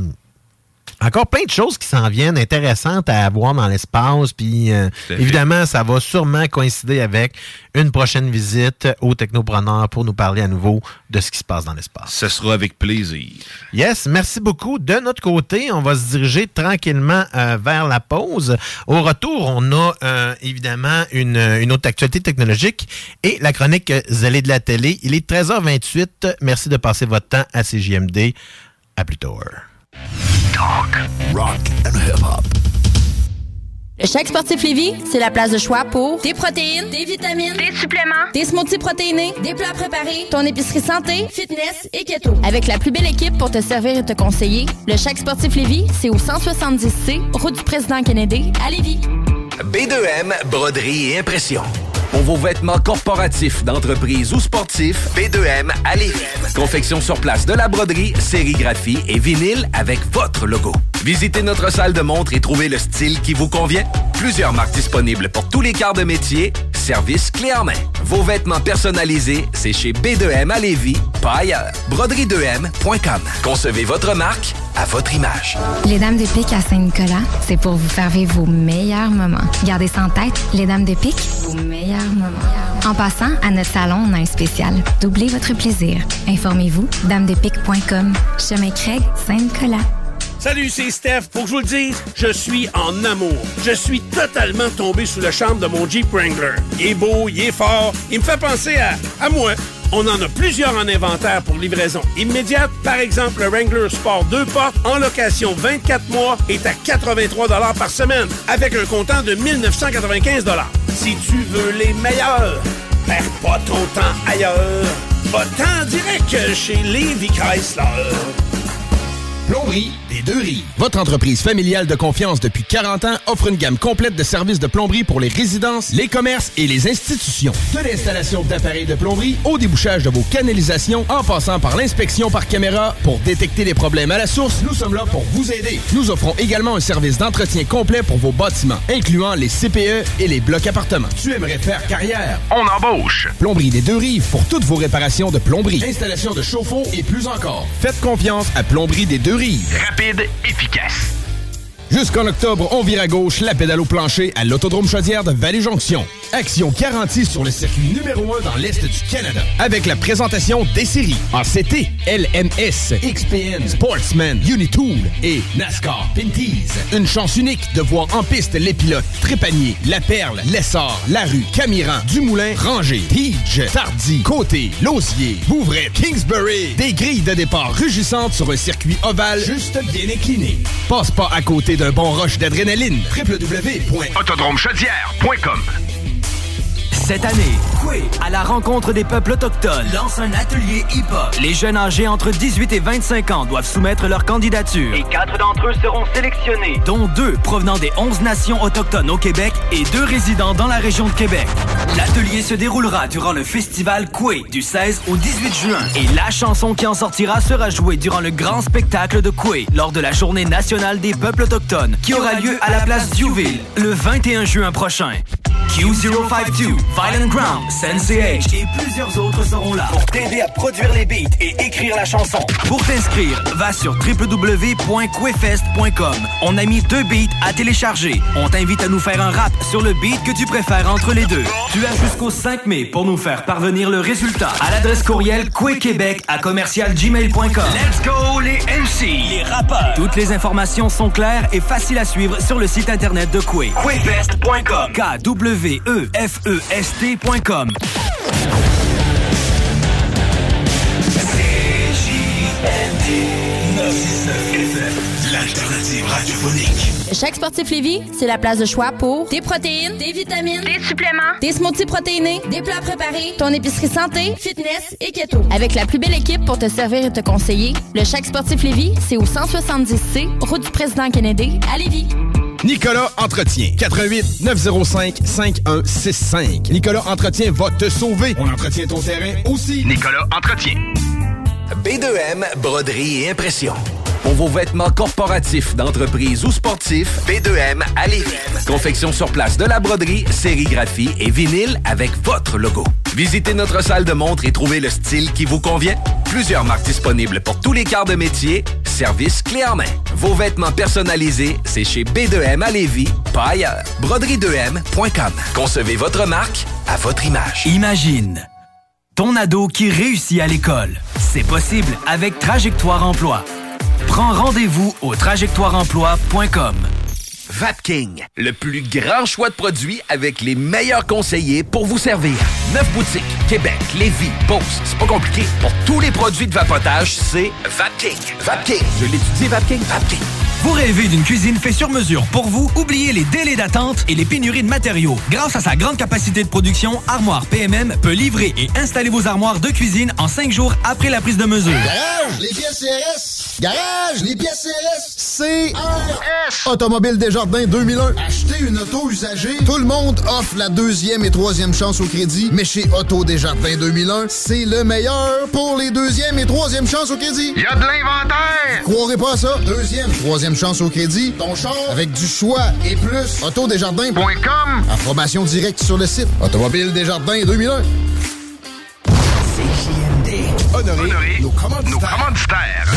Encore plein de choses qui s'en viennent intéressantes à avoir dans l'espace. Puis euh, évidemment, ça va sûrement coïncider avec une prochaine visite au Technopreneur pour nous parler à nouveau de ce qui se passe dans l'espace. Ce sera avec plaisir. Yes, merci beaucoup. De notre côté, on va se diriger tranquillement euh, vers la pause. Au retour, on a euh, évidemment une, une autre actualité technologique et la chronique Zélé de la télé. Il est treize heures vingt-huit. Merci de passer votre temps à C J M D. À plus tard. Talk, rock and hip-hop. Le Chèque Sportif Lévis, c'est la place de choix pour des protéines, des vitamines, des suppléments, des smoothies protéinés, des plats préparés, ton épicerie santé, fitness et keto. Avec la plus belle équipe pour te servir et te conseiller, le Chèque Sportif Lévis, c'est au cent soixante-dix C, route du président Kennedy, à Lévis. B deux M, broderie et impression. Pour vos vêtements corporatifs, d'entreprise ou sportifs, B deux M à Lévis. Confection sur place de la broderie, sérigraphie et vinyle avec votre logo. Visitez notre salle de montre et trouvez le style qui vous convient. Plusieurs marques disponibles pour tous les quarts de métier. Service clé en main. Vos vêtements personnalisés, c'est chez B deux M à Lévis, pas ailleurs. broderie deux M point com. Concevez votre marque à votre image. Les Dames de Pique à Saint-Nicolas, c'est pour vous faire vivre vos meilleurs moments. Gardez ça en tête, les Dames de Pique, vos meilleurs moments. En passant, à notre salon, on a un spécial. Doublez votre plaisir. Informez-vous, dames de pique point com. Chemin Craig, Saint-Nicolas. Salut, c'est Steph. Pour que je vous le dise, je suis en amour. Je suis totalement tombé sous le charme de mon Jeep Wrangler. Il est beau, il est fort, il me fait penser à, à moi. On en a plusieurs en inventaire pour livraison immédiate. Par exemple, le Wrangler Sport deux portes en location vingt-quatre mois est à quatre-vingt-trois dollars par semaine avec un comptant de mille neuf cent quatre-vingt-quinze dollars. Si tu veux les meilleurs, perds pas ton temps ailleurs. Va-t'en direct chez Lévi Chrysler. Plomberie des Deux-Rives. Votre entreprise familiale de confiance depuis quarante ans offre une gamme complète de services de plomberie pour les résidences, les commerces et les institutions. De l'installation d'appareils de plomberie au débouchage de vos canalisations, en passant par l'inspection par caméra pour détecter les problèmes à la source, nous sommes là pour vous aider. Nous offrons également un service d'entretien complet pour vos bâtiments, incluant les C P E et les blocs appartements. Tu aimerais faire carrière? On embauche. Plomberie des Deux-Rives pour toutes vos réparations de plomberie, installation de chauffe-eau et plus encore. Faites confiance à Plomberie des Deux-Rives. Rapide, efficace. Jusqu'en octobre, on vire à gauche la pédale au plancher à l'Autodrome Chaudière de Vallée-Jonction. Action garantie sur le circuit numéro un dans l'Est du Canada. Avec la présentation des séries A C T, L M S, X P N, Sportsman, Unitool et NASCAR Pinties. Une chance unique de voir en piste les pilotes Trépanier, La Perle, Lessard, Larue, Camiran, Dumoulin, Ranger, Tige, Tardy, Côté, Lausier, Bouvret, Kingsbury. Des grilles de départ rugissantes sur un circuit ovale juste bien incliné. Passe pas à côté d'un bon rush d'adrénaline. w w w point autodrome chaudière point com. Cette année, Coué, à la rencontre des peuples autochtones, lance un atelier hip-hop. Les jeunes âgés entre dix-huit et vingt-cinq ans doivent soumettre leur candidature. Et quatre d'entre eux seront sélectionnés, dont deux provenant des onze nations autochtones au Québec et deux résidents dans la région de Québec. L'atelier se déroulera durant le festival Coué du seize au dix-huit juin. Et la chanson qui en sortira sera jouée durant le grand spectacle de Coué lors de la Journée nationale des peuples autochtones qui aura lieu à la place Diouville le vingt et un juin prochain. Q zéro cinquante-deux, Violent Ground, Sensei H et plusieurs autres seront là pour t'aider à produire les beats et écrire la chanson. Pour t'inscrire, va sur w w w point couefest point com. On a mis deux beats à télécharger. On t'invite à nous faire un rap sur le beat que tu préfères entre les deux. Tu as jusqu'au cinq mai pour nous faire parvenir le résultat à l'adresse courriel couequebec à commercial gmail point com. Let's go les M C, les rappeurs. Toutes les informations sont claires et faciles à suivre sur le site internet de Coué. couefest point com. K W E F E S T point com. L'alternative radiophonique. Chaque Sportif Lévis, c'est la place de choix pour des protéines, des vitamines, des suppléments, des smoothies protéinés, des plats préparés, ton épicerie santé, fitness et keto. Avec la plus belle équipe pour te servir et te conseiller, le Chaque Sportif Lévis, c'est au cent soixante-dix C, route du président Kennedy, à Lévis. Nicolas Entretien. quatre un huit neuf zéro cinq cinq un six cinq. Nicolas Entretien va te sauver. On entretient ton terrain aussi. Nicolas Entretien. B deux M, broderie et impression. Pour vos vêtements corporatifs, d'entreprise ou sportifs, B deux M à Lévis. Confection sur place de la broderie, sérigraphie et vinyle avec votre logo. Visitez notre salle de montre et trouvez le style qui vous convient. Plusieurs marques disponibles pour tous les quarts de métier. Service clé en main. Vos vêtements personnalisés, c'est chez B deux M à Lévis, pas ailleurs. broderie deux M point com. Concevez votre marque à votre image. Imagine ton ado qui réussit à l'école. C'est possible avec Trajectoire Emploi. Prends rendez-vous au trajectoire emploi point com. Vapking, le plus grand choix de produits avec les meilleurs conseillers pour vous servir. Neuf boutiques, Québec, Lévis, Beauce. C'est pas compliqué. Pour tous les produits de vapotage, c'est Vapking. Vapking. Je l'étudie, Vapking. Vapking. Vous rêvez d'une cuisine faite sur mesure pour vous? Oubliez les délais d'attente et les pénuries de matériaux. Grâce à sa grande capacité de production, Armoire P M M peut livrer et installer vos armoires de cuisine en cinq jours après la prise de mesure. Garage, les pièces C R S. Garage, les pièces C R S. C R S. Automobile Desjardins deux mille un. Acheter une auto usagée. Tout le monde offre la deuxième et troisième chance au crédit. Mais chez Auto Desjardins deux mille un, c'est le meilleur pour les deuxième et troisième chances au crédit. Il y a de l'inventaire. Croirez pas à ça. Deuxième, troisième chance au crédit. Ton char avec du choix et plus. Autodesjardins point com. Information directe sur le site. Automobile Desjardins deux mille un. C J M D. Honoré, Honoré nos commanditaires. Nos commanditaires.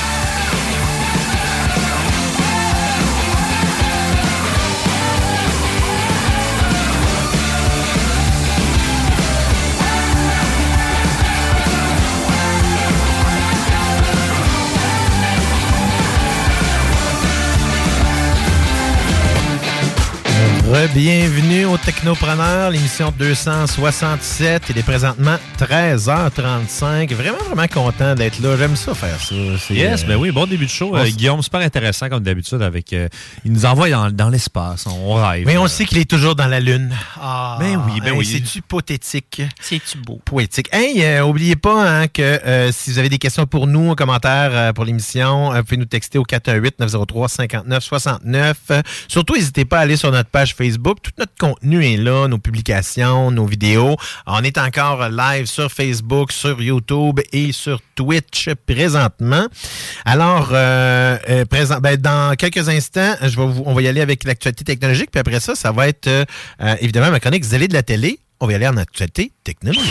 Bienvenue au Technopreneur, l'émission deux cent soixante-sept. Il est présentement treize heures trente-cinq. Vraiment, vraiment content d'être là. J'aime ça faire ça. C'est, yes, euh, ben oui, bon début de show. Euh, Guillaume, super intéressant comme d'habitude. Avec, euh, il nous envoie dans, dans l'espace. On rêve. Mais on euh... sait qu'il est toujours dans la Lune. Ah, ben oui, ben hey, oui. C'est-tu pothétique? C'est-tu beau? Poétique. Hey, euh, oubliez pas hein, que euh, si vous avez des questions pour nous, en commentaire euh, pour l'émission, euh, vous pouvez nous texter au quatre un huit neuf zéro trois cinquante-neuf soixante-neuf. Euh, surtout, n'hésitez pas à aller sur notre page Facebook. Tout notre contenu est là, nos publications, nos vidéos. On est encore live sur Facebook, sur YouTube et sur Twitch présentement. Alors, euh, euh, présent, ben, dans quelques instants, je vais vous, on va y aller avec l'actualité technologique. Puis après ça, ça va être euh, euh, évidemment ma chronique Zélé de la télé. On va y aller en actualité technologique.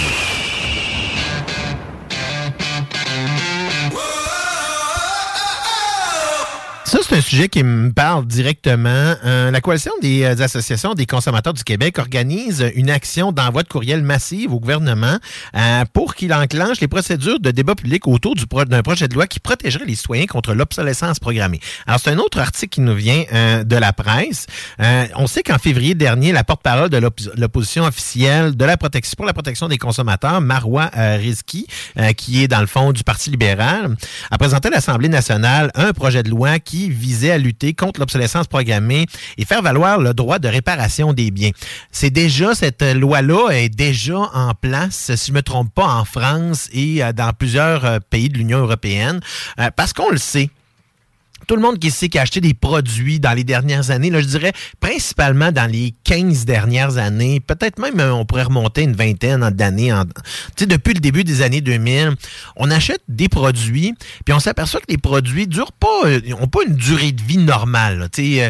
Ça, c'est un sujet qui me parle directement. Euh, la Coalition des euh, associations des consommateurs du Québec organise une action d'envoi de courriel massive au gouvernement euh, pour qu'il enclenche les procédures de débat public autour du pro- d'un projet de loi qui protégerait les citoyens contre l'obsolescence programmée. Alors, c'est un autre article qui nous vient euh, de la presse. Euh, on sait qu'en février dernier, la porte-parole de l'op- l'opposition officielle de la protection pour la protection des consommateurs, Marois euh, Rizki, euh, qui est dans le fond du Parti libéral, a présenté à l'Assemblée nationale un projet de loi qui qui visait à lutter contre l'obsolescence programmée et faire valoir le droit de réparation des biens. C'est déjà, cette loi-là est déjà en place, si je ne me trompe pas, en France et dans plusieurs pays de l'Union européenne, parce qu'on le sait. Tout le monde qui sait qui a acheté des produits dans les dernières années, là, je dirais principalement dans les quinze dernières années, peut-être même on pourrait remonter une vingtaine d'années. En, depuis le début des années deux mille, on achète des produits, puis on s'aperçoit que les produits durent pas, n'ont pas une durée de vie normale. Euh,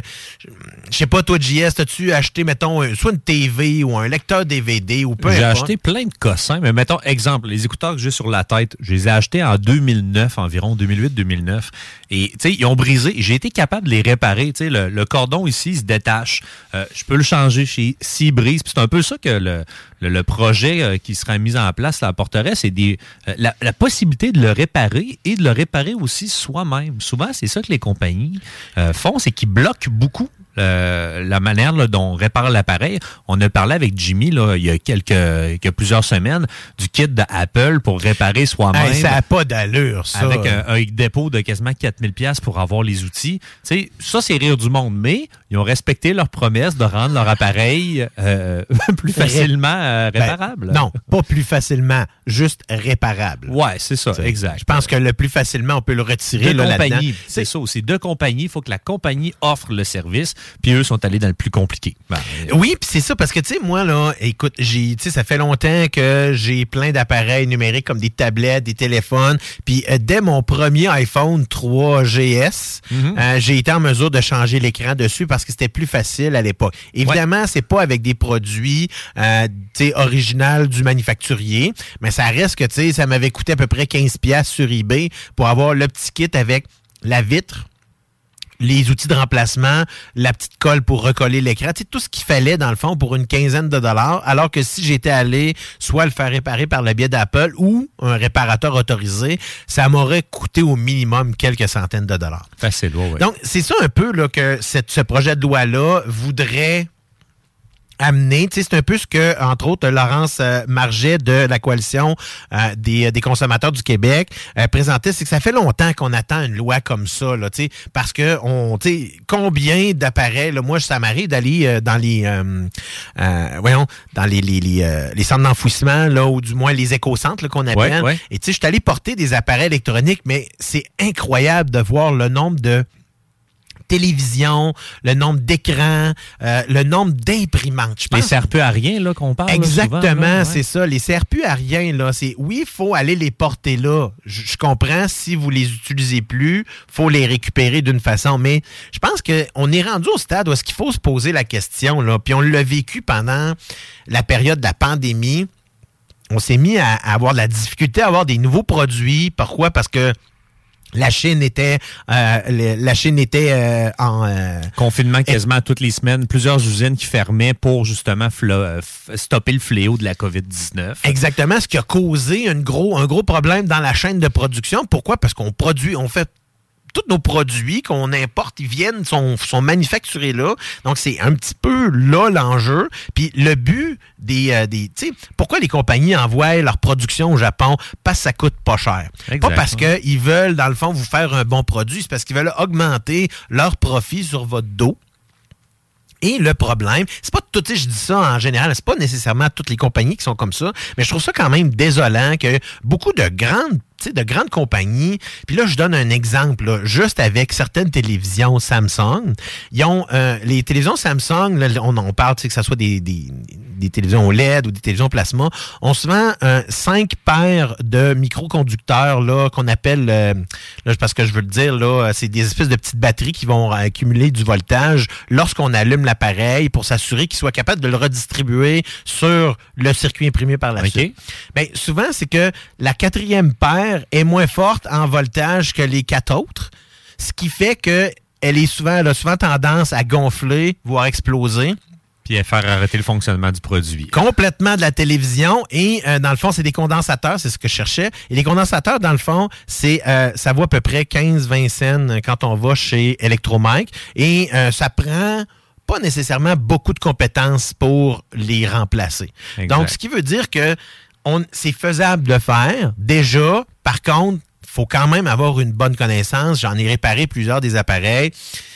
je sais pas, toi, J S, as-tu acheté, mettons, soit une T V ou un lecteur D V D ou peu importe? J'ai acheté plein de cossins, mais mettons, exemple, les écouteurs que j'ai sur la tête, je les ai achetés en deux mille neuf environ, deux mille huit deux mille neuf, et tu sais, ils ont brisé. J'ai été capable de les réparer. Tu sais, le, le cordon ici il se détache. Euh, je peux le changer chez s'il brise. C'est un peu ça que le, le, le projet euh, qui sera mis en place là, apporterait. C'est des, euh, la, la possibilité de le réparer et de le réparer aussi soi-même. Souvent, c'est ça que les compagnies euh, font, c'est qu'ils bloquent beaucoup Euh, la manière là, dont on répare l'appareil. On a parlé avec Jimmy là, il y a quelques il y a plusieurs semaines du kit d'Apple pour réparer soi-même. Hey, ça n'a pas d'allure, ça. Avec un, un dépôt de quasiment quatre mille dollars pour avoir les outils. T'sais, ça, c'est rire du monde, mais ils ont respecté leur promesse de rendre leur appareil euh, plus facilement euh, réparable. Ben, non, pas plus facilement, juste réparable. Ouais, c'est ça, t'sais, exact. Je pense que le plus facilement, on peut le retirer de là, compagnie, là-dedans. C'est ça aussi. Deux compagnies, il faut que la compagnie offre le service. Puis eux sont allés dans le plus compliqué. Ben, oui, puis c'est ça, parce que, tu sais, moi, là, écoute, j'ai, tu sais, ça fait longtemps que j'ai plein d'appareils numériques comme des tablettes, des téléphones. Puis euh, dès mon premier iPhone trois G S, mm-hmm. euh, j'ai été en mesure de changer l'écran dessus parce que c'était plus facile à l'époque. Évidemment, ouais. c'est pas avec des produits, euh, tu sais, originaux du manufacturier, mais ça reste que, tu sais, ça m'avait coûté à peu près quinze dollars sur eBay pour avoir le petit kit avec la vitre, les outils de remplacement, la petite colle pour recoller l'écran, tu sais, tout ce qu'il fallait, dans le fond, pour une quinzaine de dollars, alors que si j'étais allé soit le faire réparer par le biais d'Apple ou un réparateur autorisé, ça m'aurait coûté au minimum quelques centaines de dollars. Facile, ouais, ouais. Donc, c'est ça un peu là, que cette, ce projet de loi-là voudrait amener. Tu sais, c'est un peu ce que, entre autres, Laurence euh, Marget de la Coalition euh, des, des consommateurs du Québec euh, présentait, c'est que ça fait longtemps qu'on attend une loi comme ça, là, tu sais, parce que, on, tu sais, combien d'appareils, là, moi, ça m'arrive d'aller euh, dans les, euh, euh, voyons, dans les, les, les, euh, les centres d'enfouissement, là, ou du moins les éco-centres, là, qu'on appelle. Ouais, ouais. Et tu sais, je suis allé porter des appareils électroniques, mais c'est incroyable de voir le nombre de télévision, le nombre d'écrans, euh, le nombre d'imprimantes. Je pense. Les sert plus à rien là qu'on parle. Exactement, là, souvent, là, ouais. c'est ça. Les sert plus à rien là. C'est oui, il faut aller les porter là. Je, je comprends si vous les utilisez plus, faut les récupérer d'une façon. Mais je pense que on est rendu au stade où est-ce qu'il faut se poser la question là. Puis on l'a vécu pendant la période de la pandémie. On s'est mis à, à avoir de la difficulté à avoir des nouveaux produits. Pourquoi? Parce que La Chine était, euh, la Chine était euh, en... Euh, confinement quasiment toutes les semaines. Plusieurs usines qui fermaient pour justement fla- stopper le fléau de la covid dix-neuf. Exactement, ce qui a causé un gros, un gros problème dans la chaîne de production. Pourquoi? Parce qu'on produit, on fait... Tous nos produits qu'on importe, ils viennent, sont, sont manufacturés là. Donc, c'est un petit peu là l'enjeu. Puis le but des... Euh, des tu sais, pourquoi les compagnies envoient leur production au Japon? Parce que ça coûte pas cher. Exact. Pas parce qu'ils veulent, dans le fond, vous faire un bon produit. C'est parce qu'ils veulent augmenter leur profit sur votre dos. Et le problème, c'est pas tout, tu sais, je dis ça en général, c'est pas nécessairement toutes les compagnies qui sont comme ça, mais je trouve ça quand même désolant que beaucoup de grandes, tu sais, de grandes compagnies, puis là, je donne un exemple, là, juste avec certaines télévisions Samsung, ils ont, euh, les télévisions Samsung, là, on, on parle, tu sais, que ça soit des, des, des télévisions O L E D ou des télévisions plasma, ont souvent euh, cinq paires de microconducteurs, là, qu'on appelle, euh, là, parce que je veux le dire, là, c'est des espèces de petites batteries qui vont accumuler du voltage lorsqu'on allume la l'appareil pour s'assurer qu'il soit capable de le redistribuer sur le circuit imprimé par la okay. suite. Bien, souvent, c'est que la quatrième paire est moins forte en voltage que les quatre autres, ce qui fait qu'elle est souvent, elle a souvent tendance à gonfler, voire exploser. Puis à faire arrêter le fonctionnement du produit. Complètement de la télévision. Et euh, dans le fond, c'est des condensateurs, c'est ce que je cherchais. Et les condensateurs, dans le fond, c'est euh, ça vaut à peu près quinze à vingt cents quand on va chez Electromike. Et euh, ça prend... pas nécessairement beaucoup de compétences pour les remplacer. Exact. Donc, ce qui veut dire que on, c'est faisable de faire. Déjà, par contre, faut quand même avoir une bonne connaissance. J'en ai réparé plusieurs des appareils.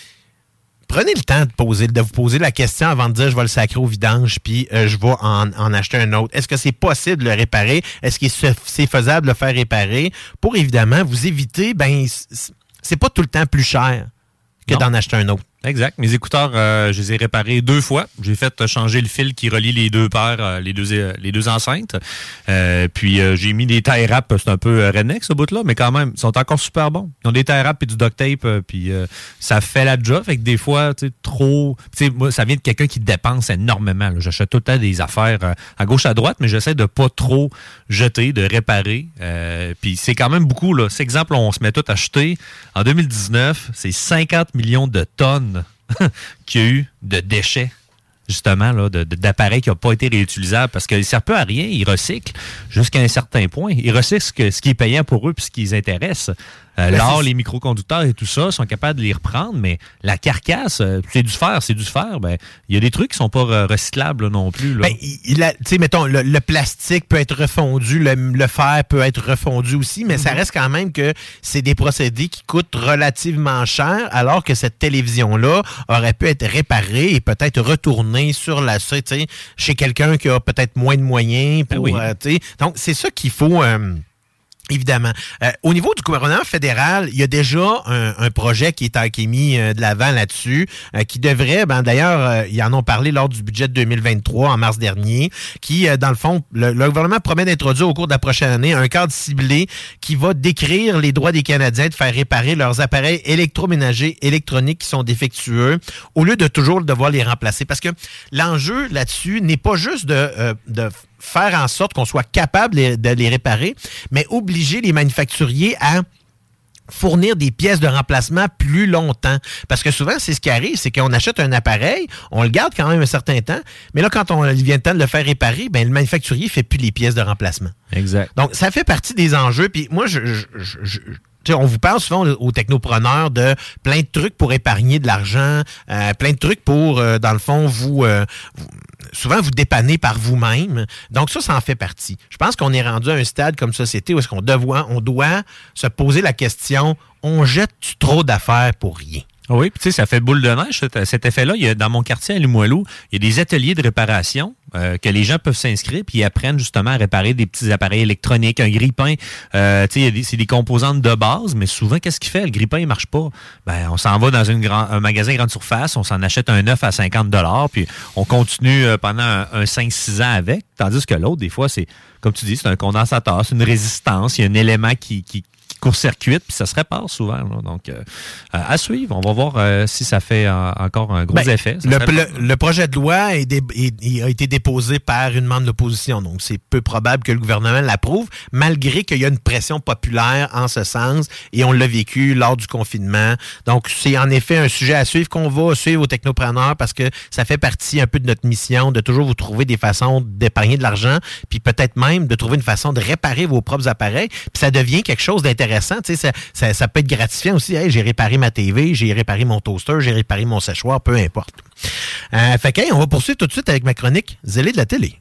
Prenez le temps de poser, de vous poser la question avant de dire je vais le sacrer au vidange puis euh, je vais en, en acheter un autre. Est-ce que c'est possible de le réparer? Est-ce que c'est faisable de le faire réparer? Pour évidemment vous éviter, ben c'est pas tout le temps plus cher que non. d'en acheter un autre. Exact. Mes écouteurs, euh, je les ai réparés deux fois. J'ai fait changer le fil qui relie les deux paires, euh, les deux euh, les deux enceintes. Euh, puis euh, j'ai mis des tie wraps, c'est un peu euh, redneck ce bout-là, mais quand même, ils sont encore super bons. Ils ont des tie wraps et du duct tape, euh, puis euh, ça fait la job. Fait que des fois, tu sais, trop... Tu sais, moi, ça vient de quelqu'un qui dépense énormément. Là. J'achète tout le temps des affaires euh, à gauche, à droite, mais j'essaie de pas trop jeter, de réparer. Euh, puis c'est quand même beaucoup, là. C'est exemple, on se met tout à acheter. En deux mille dix-neuf, c'est cinquante millions de tonnes qu'il y a eu de déchets, justement, là, de, de, d'appareils qui n'ont pas été réutilisables parce qu'ils ne servent pas à rien, ils recyclent jusqu'à un certain point. Ils recyclent ce, que, ce qui est payant pour eux et ce qui les intéresse. Euh, l'or, les microconducteurs et tout ça sont capables de les reprendre, mais la carcasse, euh, c'est du fer, c'est du fer. Ben, il y a des trucs qui sont pas euh, recyclables là, non plus. Ben, tu sais, mettons, le, le plastique peut être refondu, le, le fer peut être refondu aussi, mais mm-hmm. ça reste quand même que c'est des procédés qui coûtent relativement cher, alors que cette télévision-là aurait pu être réparée et peut-être retournée sur la chez quelqu'un qui a peut-être moins de moyens. Pour, oui. euh, donc, c'est ça qu'il faut... Euh, Évidemment. Euh, au niveau du gouvernement fédéral, il y a déjà un, un projet qui est, qui est mis euh, de l'avant là-dessus, euh, qui devrait, ben d'ailleurs, euh, ils en ont parlé lors du budget de deux mille vingt-trois, en mars dernier, qui, euh, dans le fond, le, le gouvernement promet d'introduire au cours de la prochaine année un cadre ciblé qui va décrire les droits des Canadiens de faire réparer leurs appareils électroménagers électroniques qui sont défectueux, au lieu de toujours devoir les remplacer. Parce que l'enjeu là-dessus n'est pas juste de, euh, de faire en sorte qu'on soit capable de les réparer, mais obliger les manufacturiers à fournir des pièces de remplacement plus longtemps. Parce que souvent, c'est ce qui arrive, c'est qu'on achète un appareil, on le garde quand même un certain temps, mais là, quand on il vient le temps de le faire réparer, ben le manufacturier ne fait plus les pièces de remplacement. Exact. Donc, ça fait partie des enjeux. Puis moi, je... je, je, je on vous parle souvent aux technopreneurs de plein de trucs pour épargner de l'argent, euh, plein de trucs pour, euh, dans le fond, vous, euh, vous souvent vous dépanner par vous-même. Donc ça, ça en fait partie. Je pense qu'on est rendu à un stade comme société où est-ce qu'on doit, on doit se poser la question, on jette trop d'affaires pour rien? Oui, puis tu sais, ça fait boule de neige, cet, cet effet-là. Il y a, dans mon quartier à Limoilou, il y a des ateliers de réparation euh, que les gens peuvent s'inscrire puis ils apprennent justement à réparer des petits appareils électroniques, un grille-pain. Euh, tu sais, c'est des composantes de base, mais souvent, qu'est-ce qu'il fait? Le grille-pain, il marche pas. Ben, on s'en va dans une grand, un magasin grande surface, on s'en achète un neuf à cinquante dollars, puis on continue euh, pendant un, un cinq six ans avec, tandis que l'autre, des fois, c'est, comme tu dis, c'est un condensateur, c'est une résistance, il y a un élément qui... qui court-circuit, puis ça se répare souvent. Là. Donc, euh, à suivre. On va voir euh, si ça fait euh, encore un gros ben, effet. Le, le, le projet de loi est dé, est, a été déposé par une membre de l'opposition. Donc, c'est peu probable que le gouvernement l'approuve, malgré qu'il y a une pression populaire en ce sens, et on l'a vécu lors du confinement. Donc, c'est en effet un sujet à suivre qu'on va suivre aux technopreneurs parce que ça fait partie un peu de notre mission de toujours vous trouver des façons d'épargner de l'argent, puis peut-être même de trouver une façon de réparer vos propres appareils. Puis ça devient quelque chose d'intéressant. Tu sais, ça, ça, ça peut être gratifiant aussi. Hey, j'ai réparé ma T V, j'ai réparé mon toaster, j'ai réparé mon séchoir, peu importe. Euh, fait que, hey, on va poursuivre tout de suite avec ma chronique Zélé de la télé.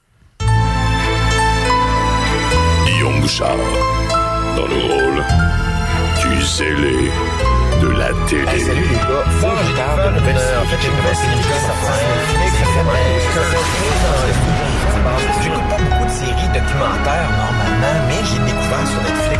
Guillaume Bouchard, dans le rôle du Zélé de la télé. Hey, salut les gars. Ça, je parle de nouvelle série. En fait, j'ai une nouvelle série qui s'appelle J'écoute pas beaucoup de séries documentaires normalement, mais j'ai découvert sur Netflix.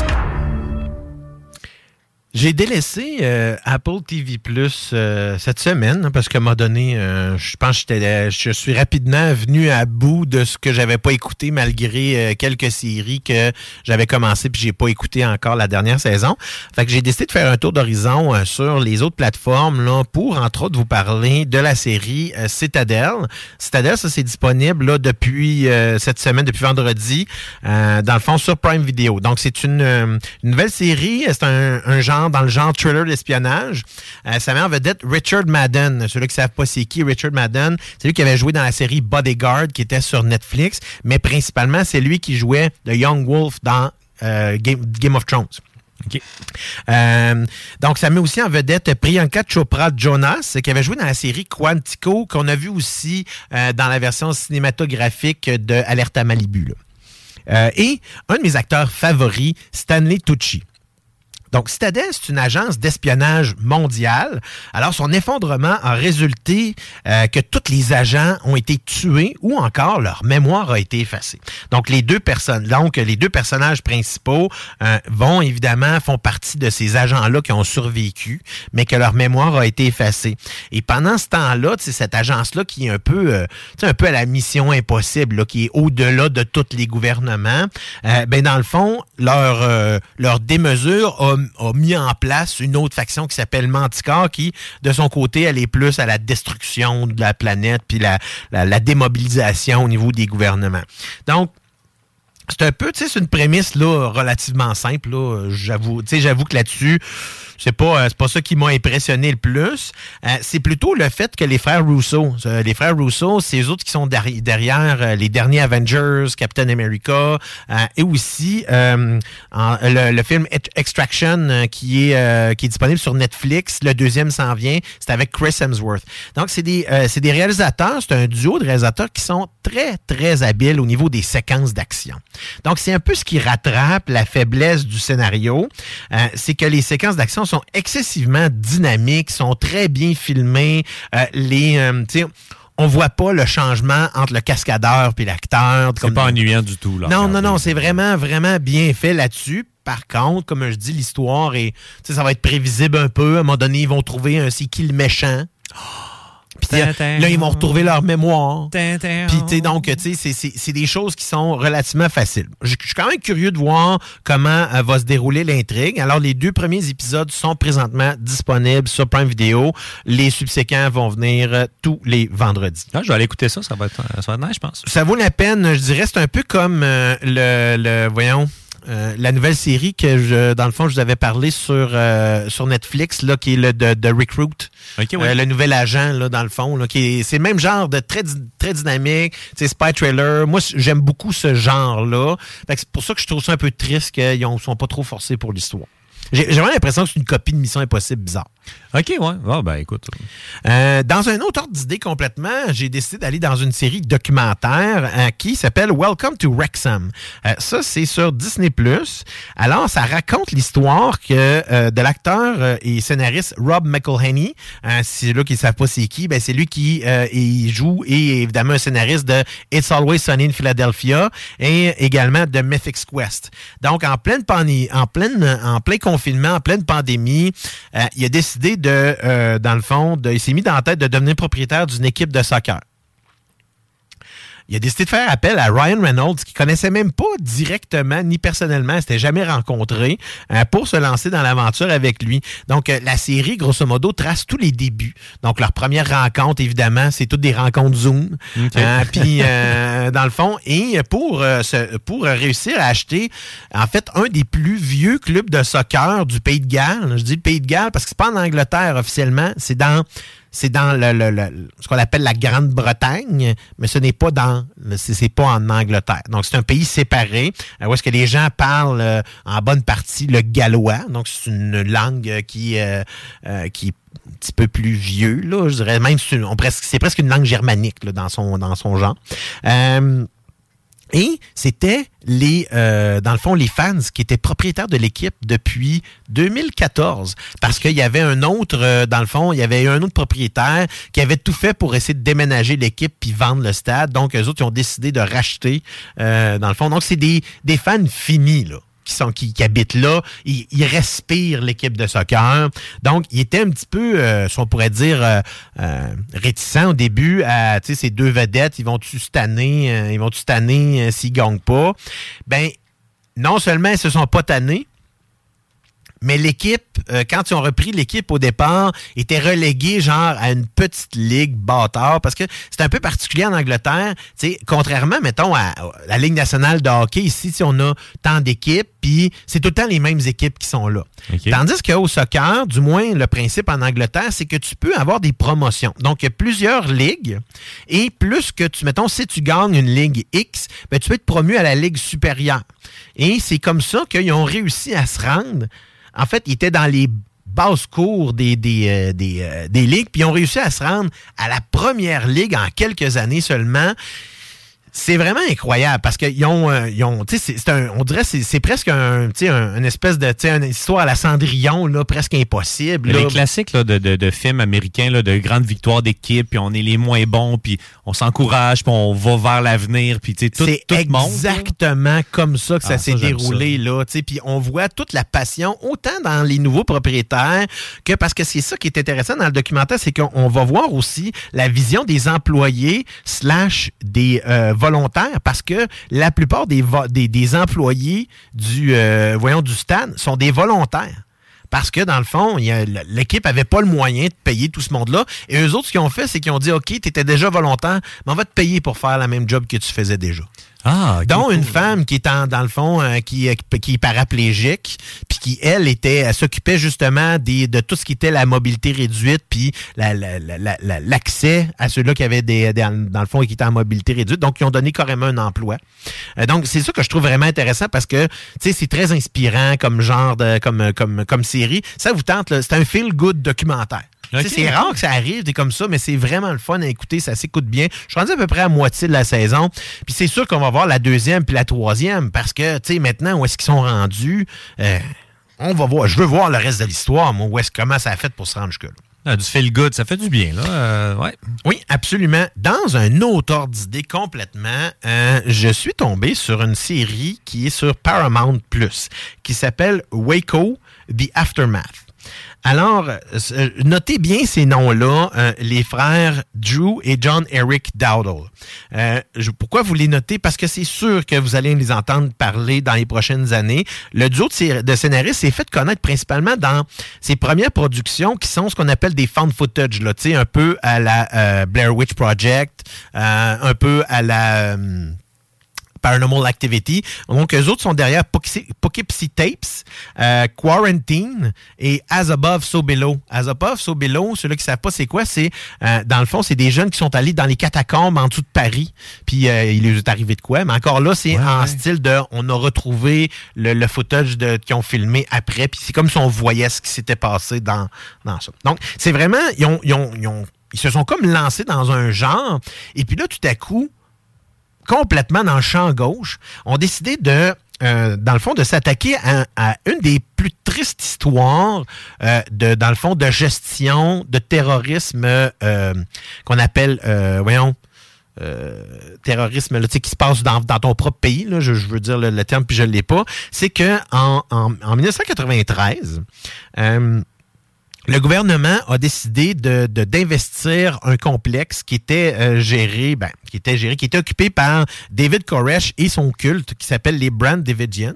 J'ai délaissé euh, Apple T V Plus euh, cette semaine parce que m'a donné, euh, je pense que j'étais, je suis rapidement venu à bout de ce que j'avais pas écouté malgré euh, quelques séries que j'avais commencé puis j'ai pas écouté encore la dernière saison. Fait que j'ai décidé de faire un tour d'horizon euh, sur les autres plateformes là pour entre autres vous parler de la série euh, Citadel. Citadel, ça c'est disponible là depuis euh, cette semaine, depuis vendredi, euh, dans le fond sur Prime Video. Donc c'est une, euh, une nouvelle série, c'est un, un genre dans le genre thriller d'espionnage. Euh, ça met en vedette Richard Madden. Ceux-là qui ne savent pas c'est qui, Richard Madden, c'est lui qui avait joué dans la série Bodyguard qui était sur Netflix, mais principalement, c'est lui qui jouait The Young Wolf dans euh, Game, Game of Thrones. Okay. Euh, donc, ça met aussi en vedette Priyanka Chopra Jonas, qui avait joué dans la série Quantico, qu'on a vu aussi euh, dans la version cinématographique de Alerta Malibu. Là. Euh, et un de mes acteurs favoris, Stanley Tucci. Donc, Citadel, c'est une agence d'espionnage mondiale. Alors, son effondrement a résulté euh, que tous les agents ont été tués ou encore leur mémoire a été effacée. Donc, les deux personnes, donc les deux personnages principaux euh, vont évidemment font partie de ces agents-là qui ont survécu, mais que leur mémoire a été effacée. Et pendant ce temps-là, cette agence-là qui est un peu, euh, un peu à la mission impossible, là, qui est au-delà de tous les gouvernements, euh, ben dans le fond, leur euh, leur démesure a, a mis en place une autre faction qui s'appelle Manticore, qui, de son côté, elle est plus à la destruction de la planète puis la, la, la démobilisation au niveau des gouvernements. Donc, c'est un peu, tu sais, c'est une prémisse là relativement simple, là, j'avoue, tu sais, j'avoue que là-dessus, c'est pas, c'est pas ça qui m'a impressionné le plus. Euh, c'est plutôt le fait que les frères Russo, euh, les frères Russo, c'est eux autres qui sont derrière, derrière euh, les derniers Avengers, Captain America, euh, et aussi euh, en, le, le film Extraction euh, qui est euh, qui est disponible sur Netflix. Le deuxième s'en vient, c'est avec Chris Hemsworth. Donc c'est des euh, c'est des réalisateurs, c'est un duo de réalisateurs qui sont très très habiles au niveau des séquences d'action. Donc c'est un peu ce qui rattrape la faiblesse du scénario, euh, c'est que les séquences d'action sont excessivement dynamiques, sont très bien filmées. Euh, les, euh, tu sais, on voit pas le changement entre le cascadeur puis l'acteur. C'est pas ennuyant du tout, là. Non, non, non, c'est vraiment, vraiment bien fait là-dessus. Par contre, comme je dis, l'histoire est, tu sais, ça va être prévisible un peu. À un moment donné, ils vont trouver un c'est qui le méchant. Puis là, ils vont retrouver leur mémoire. Puis, tu sais, donc, tu sais, c'est, c'est des choses qui sont relativement faciles. Je suis quand même curieux de voir comment euh, va se dérouler l'intrigue. Alors, les deux premiers épisodes sont présentement disponibles sur Prime Video. Les subséquents vont venir euh, tous les vendredis. Ah, je vais aller écouter ça. Ça va être, ça va être nice, je pense. Ça vaut la peine, je dirais. C'est un peu comme euh, le, le, voyons... Euh, la nouvelle série que, je, dans le fond, je vous avais parlé sur, euh, sur Netflix, là, qui est le de, de Recruit. Okay, ouais. euh, le nouvel agent, là, dans le fond. Là, qui est, c'est le même genre de très, très dynamique. C'est spy trailer. Moi, j'aime beaucoup ce genre-là. Fait que c'est pour ça que je trouve ça un peu triste qu'ils ne sont pas trop forcés pour l'histoire. J'ai, j'ai vraiment l'impression que c'est une copie de Mission Impossible bizarre. OK, ouais. Ah, ben écoute. Euh, dans un autre ordre d'idée complètement, j'ai décidé d'aller dans une série documentaire euh, qui s'appelle Welcome to Wrexham. Euh, ça, c'est sur Disney plus. Alors, ça raconte l'histoire que euh, de l'acteur euh, et scénariste Rob McElhenney. Euh, c'est là qu'ils ne savent pas c'est qui. Ben, c'est lui qui euh, il joue et évidemment un scénariste de It's Always Sunny in Philadelphia et également de Mythic's Quest. Donc, en pleine pandémie, en pleine, en plein confinement, en pleine pandémie, euh, il a décidé de, euh, dans le fond, de, il s'est mis dans la tête de devenir propriétaire d'une équipe de soccer. Il a décidé de faire appel à Ryan Reynolds, qui connaissait même pas directement ni personnellement, s'était jamais rencontré, euh, pour se lancer dans l'aventure avec lui. Donc, euh, la série, grosso modo, trace tous les débuts. Donc, leur première rencontre, évidemment, c'est toutes des rencontres Zoom. Okay. Euh, puis, euh, dans le fond, et pour, euh, ce, pour réussir à acheter, en fait, un des plus vieux clubs de soccer du Pays de Galles. Je dis le Pays de Galles parce que c'est pas en Angleterre officiellement, c'est dans... C'est dans le, le, le, ce qu'on appelle la Grande-Bretagne, mais ce n'est pas dans, c'est, c'est pas en Angleterre. Donc, c'est un pays séparé, où est-ce que les gens parlent euh, en bonne partie le gallois. Donc, c'est une langue qui, euh, euh, qui est un petit peu plus vieux, là, je dirais. Même, c'est, on presque, c'est presque une langue germanique là, dans son, dans son genre. Euh, Et c'était les, euh, dans le fond, les fans qui étaient propriétaires de l'équipe depuis deux mille quatorze. Parce qu'il y avait un autre, euh, dans le fond, il y avait un autre propriétaire qui avait tout fait pour essayer de déménager l'équipe puis vendre le stade. Donc, eux autres, ils ont décidé de racheter, euh, dans le fond. Donc, c'est des, des fans finis, là. Qui, sont, qui, qui habitent là, ils, ils respirent l'équipe de soccer. Donc, ils étaient un petit peu, euh, si on pourrait dire, euh, euh, réticents au début à, tu sais, ces deux vedettes, ils vont-tu se tanner, euh, ils vont-tu se tanner euh, s'ils gagnent pas? Ben, non seulement ils se sont pas tannés, mais l'équipe, euh, quand ils ont repris l'équipe au départ, était reléguée genre à une petite ligue bâtard parce que c'est un peu particulier en Angleterre. T'sais, contrairement, mettons, à, à la Ligue nationale de hockey, ici, on a tant d'équipes, puis c'est tout le temps les mêmes équipes qui sont là. Okay. Tandis qu'au soccer, du moins, le principe en Angleterre, c'est que tu peux avoir des promotions. Donc, il y a plusieurs ligues et plus que tu, mettons, si tu gagnes une ligue X, ben, tu peux être promu à la ligue supérieure. Et c'est comme ça qu'ils ont réussi à se rendre. En fait, ils étaient dans les basses cours des, des, euh, des, euh, des ligues, puis ils ont réussi à se rendre à la première ligue en quelques années seulement. C'est vraiment incroyable parce qu'ils ont, euh, ils ont tu sais, c'est, c'est un, on dirait c'est, c'est presque un, tu sais, un, une espèce de, tu sais, une histoire à la Cendrillon là, presque impossible. Là. Les classiques là, de, de, de films américains là, de grandes victoires d'équipe, puis on est les moins bons, puis on s'encourage, puis on va vers l'avenir, puis tu sais tout, c'est tout le monde. C'est exactement comme ça que ça ah, s'est ça, déroulé ça. là, tu sais, puis on voit toute la passion autant dans les nouveaux propriétaires que parce que c'est ça qui est intéressant dans le documentaire, c'est qu'on va voir aussi la vision des employés slash des euh, volontaires parce que la plupart des, vo- des, des employés du, euh, voyons, du stade sont des volontaires. Parce que, dans le fond, il y a, l'équipe n'avait pas le moyen de payer tout ce monde-là. Et eux autres, ce qu'ils ont fait, c'est qu'ils ont dit, OK, tu étais déjà volontaire, mais on va te payer pour faire la même job que tu faisais déjà. Ah, okay, dont cool. Une femme qui est en, dans le fond euh, qui, qui est paraplégique puis qui elle était elle s'occupait justement des, de tout ce qui était la mobilité réduite puis la, la, la, la, l'accès à ceux-là qui avaient des, des dans le fond qui étaient en mobilité réduite, donc ils ont donné carrément un emploi. Euh, donc c'est ça que je trouve vraiment intéressant parce que tu sais c'est très inspirant comme genre de comme comme comme série. Ça vous tente là, c'est un feel good documentaire. Okay. C'est rare que ça arrive, des comme ça, mais c'est vraiment le fun à écouter, ça s'écoute bien. Je suis rendu à peu près à moitié de la saison. Puis c'est sûr qu'on va voir la deuxième puis la troisième, parce que, tu sais, maintenant, où est-ce qu'ils sont rendus, euh, on va voir. Je veux voir le reste de l'histoire, moi, où est-ce, comment ça a fait pour se rendre jusque-là. Ah, du feel good, ça fait du bien, là. Euh, ouais. Oui, absolument. Dans un autre ordre d'idée complètement, euh, je suis tombé sur une série qui est sur Paramount plus, qui s'appelle Waco, The Aftermath. Alors, euh, notez bien ces noms-là, euh, les frères Drew et John Eric Dowdle. Euh, je, pourquoi vous les notez? Parce que c'est sûr que vous allez les entendre parler dans les prochaines années. Le duo de, de scénaristes s'est fait connaître principalement dans ses premières productions qui sont ce qu'on appelle des found footage, là, un peu à la euh, Blair Witch Project, euh, un peu à la... Euh, Paranormal Activity. Donc, eux autres sont derrière Poughkeepsie Tapes, euh, Quarantine et As Above, So Below. As Above, So Below, ceux-là qui ne savent pas c'est quoi, c'est, euh, dans le fond, c'est des jeunes qui sont allés dans les catacombes en dessous de Paris, puis euh, il leur est arrivé de quoi. Mais encore là, c'est ouais, en ouais. style de, on a retrouvé le, le footage de, qu'ils ont filmé après, puis c'est comme si on voyait ce qui s'était passé dans, dans ça. Donc, c'est vraiment, ils ont, ils ont, ils ont, ils se sont comme lancés dans un genre, et puis là, tout à coup, complètement dans le champ gauche, ont décidé de, euh, dans le fond, de s'attaquer à, à une des plus tristes histoires euh, de, dans le fond, de gestion, de terrorisme euh, qu'on appelle, euh, voyons, euh, terrorisme là, qui se passe dans, dans ton propre pays, là, je, je veux dire le, le terme, puis je ne l'ai pas. C'est qu'en en, en dix-neuf cent quatre-vingt-treize, euh, le gouvernement a décidé de, de, d'investir un complexe qui était euh, géré, ben, qui était géré, qui était occupé par David Koresh et son culte qui s'appelle les Brand Davidians.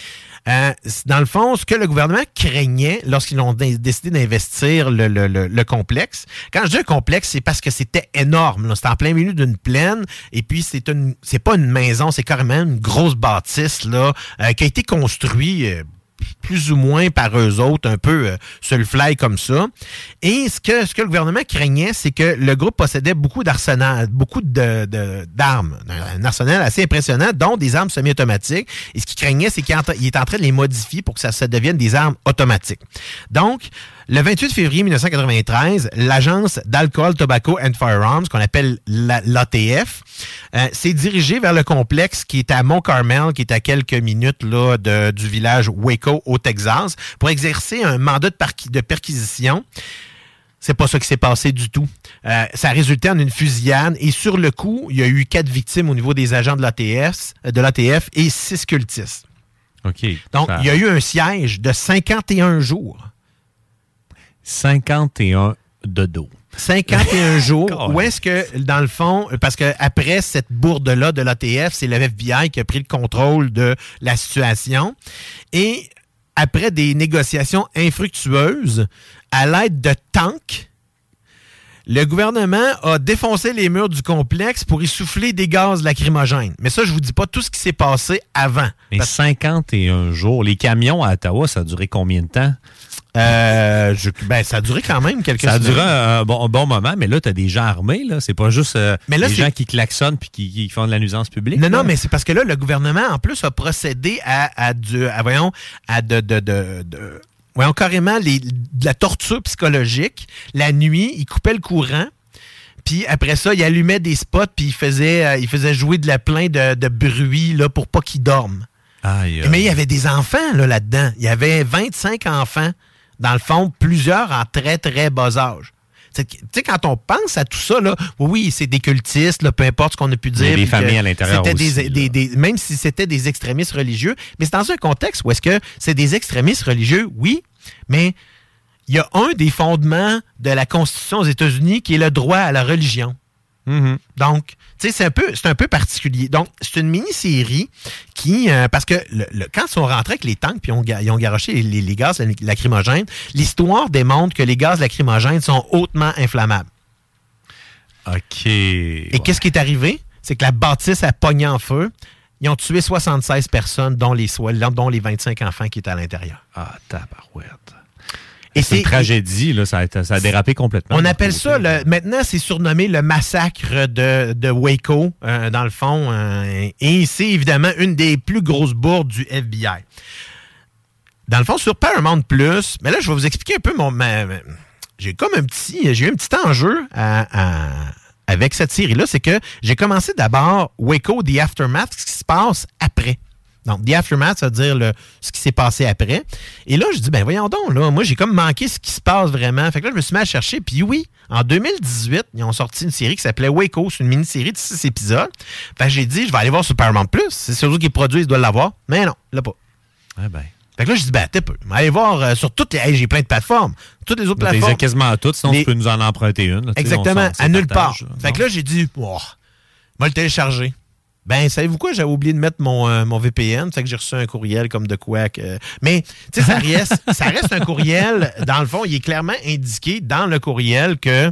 Euh, dans le fond, ce que le gouvernement craignait lorsqu'ils ont d- décidé d'investir le, le, le, le complexe, quand je dis un complexe, c'est parce que c'était énorme. Là. C'était en plein milieu d'une plaine, et puis c'est une, c'est pas une maison, c'est carrément une grosse bâtisse là, euh, qui a été construite euh, plus ou moins par eux autres, un peu euh, sur le fly comme ça. Et ce que, ce que le gouvernement craignait, c'est que le groupe possédait beaucoup d'arsenal, beaucoup de, de, d'armes, un arsenal assez impressionnant, dont des armes semi-automatiques. Et ce qu'il craignait, c'est qu'il est en train de les modifier pour que ça, ça devienne des armes automatiques. Donc, le vingt-huit février dix-neuf cent quatre-vingt-treize, l'Agence d'Alcool, Tobacco and Firearms, qu'on appelle l'A T F, euh, s'est dirigée vers le complexe qui est à Mont Carmel, qui est à quelques minutes là, de, du village Waco, au Texas, pour exercer un mandat de, par- de perquisition. C'est pas ça qui s'est passé du tout. Euh, ça a résulté en une fusillade et sur le coup, il y a eu quatre victimes au niveau des agents de l'A T F, de l'A T F et six cultistes. OK. Donc, ça... il y a eu un siège de cinquante et un jours. cinquante et un de dos. cinquante et un jours. Où est-ce que, dans le fond, parce qu'après cette bourde-là de l'A T F, c'est le F B I qui a pris le contrôle de la situation. Et après des négociations infructueuses, à l'aide de tanks, le gouvernement a défoncé les murs du complexe pour y souffler des gaz lacrymogènes. Mais ça, je vous dis pas tout ce qui s'est passé avant. Mais parce... cinquante et un jours. Les camions à Ottawa, ça a duré combien de temps? Euh, je, ben, ça a duré quand même quelques ça semaines. Ça a duré un bon, un bon moment, mais là, tu as des gens armés. Là. C'est pas juste euh, mais là, des c'est... gens qui klaxonnent puis qui, qui font de la nuisance publique. Non, là. non, mais c'est parce que là, le gouvernement, en plus, a procédé à, à, du, à voyons, à de... de, de, de voyons, carrément les, de la torture psychologique. La nuit, il coupait le courant. puis après ça, il allumait des spots, puis il faisait, euh, il faisait jouer de la plein de, de bruit là, pour pas qu'ils dorment. Aïe, aïe. Mais il y avait des enfants là, là-dedans. Il y avait vingt-cinq enfants, dans le fond, plusieurs en très, très bas âge. Tu sais, quand on pense à tout ça, là, oui, c'est des cultistes, là, peu importe ce qu'on a pu dire. Il y a des familles à l'intérieur c'était aussi. Des, des, des, même si c'était des extrémistes religieux, mais c'est dans un contexte où est-ce que c'est des extrémistes religieux, oui, mais il y a un des fondements de la Constitution aux États-Unis qui est le droit à la religion. Mm-hmm. Donc, tu sais, c'est un peu, c'est un peu particulier. Donc, c'est une mini-série qui, euh, parce que le, le, quand ils sont rentrés avec les tanks puis ils, ils ont garoché les, les, les gaz lacrymogènes, l'histoire démontre que les gaz lacrymogènes sont hautement inflammables. OK. Et ouais. qu'est-ce qui est arrivé? C'est que la bâtisse a pogné en feu. Ils ont tué soixante-seize personnes, dont les, dont les vingt-cinq enfants qui étaient à l'intérieur. Ah, tabarouette. Et c'est une tragédie, là, ça, a, ça a dérapé complètement. On appelle ça, le, maintenant, c'est surnommé le massacre de, de Waco, euh, dans le fond. Euh, et c'est évidemment une des plus grosses bourdes du F B I. Dans le fond, sur Paramount Plus, mais là, je vais vous expliquer un peu mon... Ma, ma, j'ai comme un petit... J'ai eu un petit enjeu à, à, avec cette série-là, c'est que j'ai commencé d'abord Waco, The Aftermath, ce qui se passe après. Donc, The Aftermath, ça veut dire le, ce qui s'est passé après. Et là, je dis, ben voyons donc, là, moi, j'ai comme manqué ce qui se passe vraiment. Fait que là, je me suis mis à chercher. Puis oui, en deux mille dix-huit, ils ont sorti une série qui s'appelait Waco. C'est une mini-série de six épisodes. Fait que j'ai dit, je vais aller voir sur Paramount Plus. C'est sur eux qui produisent, ils doivent l'avoir. Mais non, là pas. Ah ben. Fait que là, je dis, ben, t'es peu. Je vais aller voir euh, sur toutes les... Hey, j'ai plein de plateformes. Toutes les autres ben, plateformes. T'es quasiment à toutes, sinon les... tu peux nous en emprunter une. Là, exactement, à nulle part. Là, fait que là, j'ai dit, oh, je vais le télécharger. Ben, savez-vous quoi? J'avais oublié de mettre mon, euh, mon V P N. Fait que j'ai reçu un courriel comme de quoi que... Mais, tu sais, ça reste, ça reste un courriel. Dans le fond, il est clairement indiqué dans le courriel que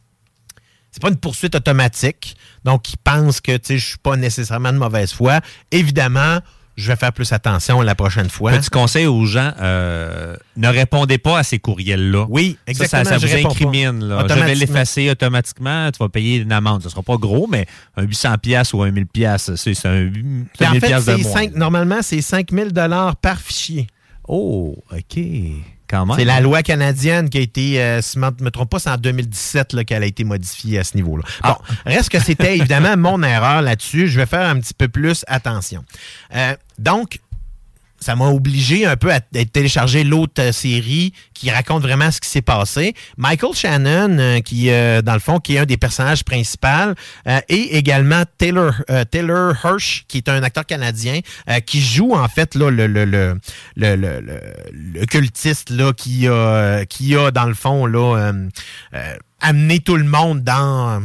c'est pas une poursuite automatique. Donc, ils pensent que, tu sais, je suis pas nécessairement de mauvaise foi. Évidemment, je vais faire plus attention la prochaine fois. Petit conseil aux gens, euh, ne répondez pas à ces courriels-là. Oui, exactement. Ça, ça, ça je vous incrimine. Là. Je vais l'effacer automatiquement. Tu vas payer une amende. Ce ne sera pas gros, mais un huit cents dollars ou un mille dollars, c'est, c'est un mille dollars en fait, de c'est moins. cinq, normalement, c'est cinq mille dollars par fichier. Oh, OK. Quand même. C'est la loi canadienne qui a été, euh, si je ne me trompe pas, c'est en deux mille dix-sept là, qu'elle a été modifiée à ce niveau-là. Bon, ah. Reste que c'était évidemment mon erreur là-dessus. Je vais faire un petit peu plus attention. Euh, donc, ça m'a obligé un peu à, à télécharger l'autre euh, série qui raconte vraiment ce qui s'est passé. Michael Shannon, euh, qui, euh, dans le fond, qui est un des personnages principaux, euh, et également Taylor, euh, Taylor Hirsch, qui est un acteur canadien, euh, qui joue, en fait, là, le, le, le, le, le, le, le cultiste là, qui, a, qui a, dans le fond, là, euh, euh, amené tout le monde dans...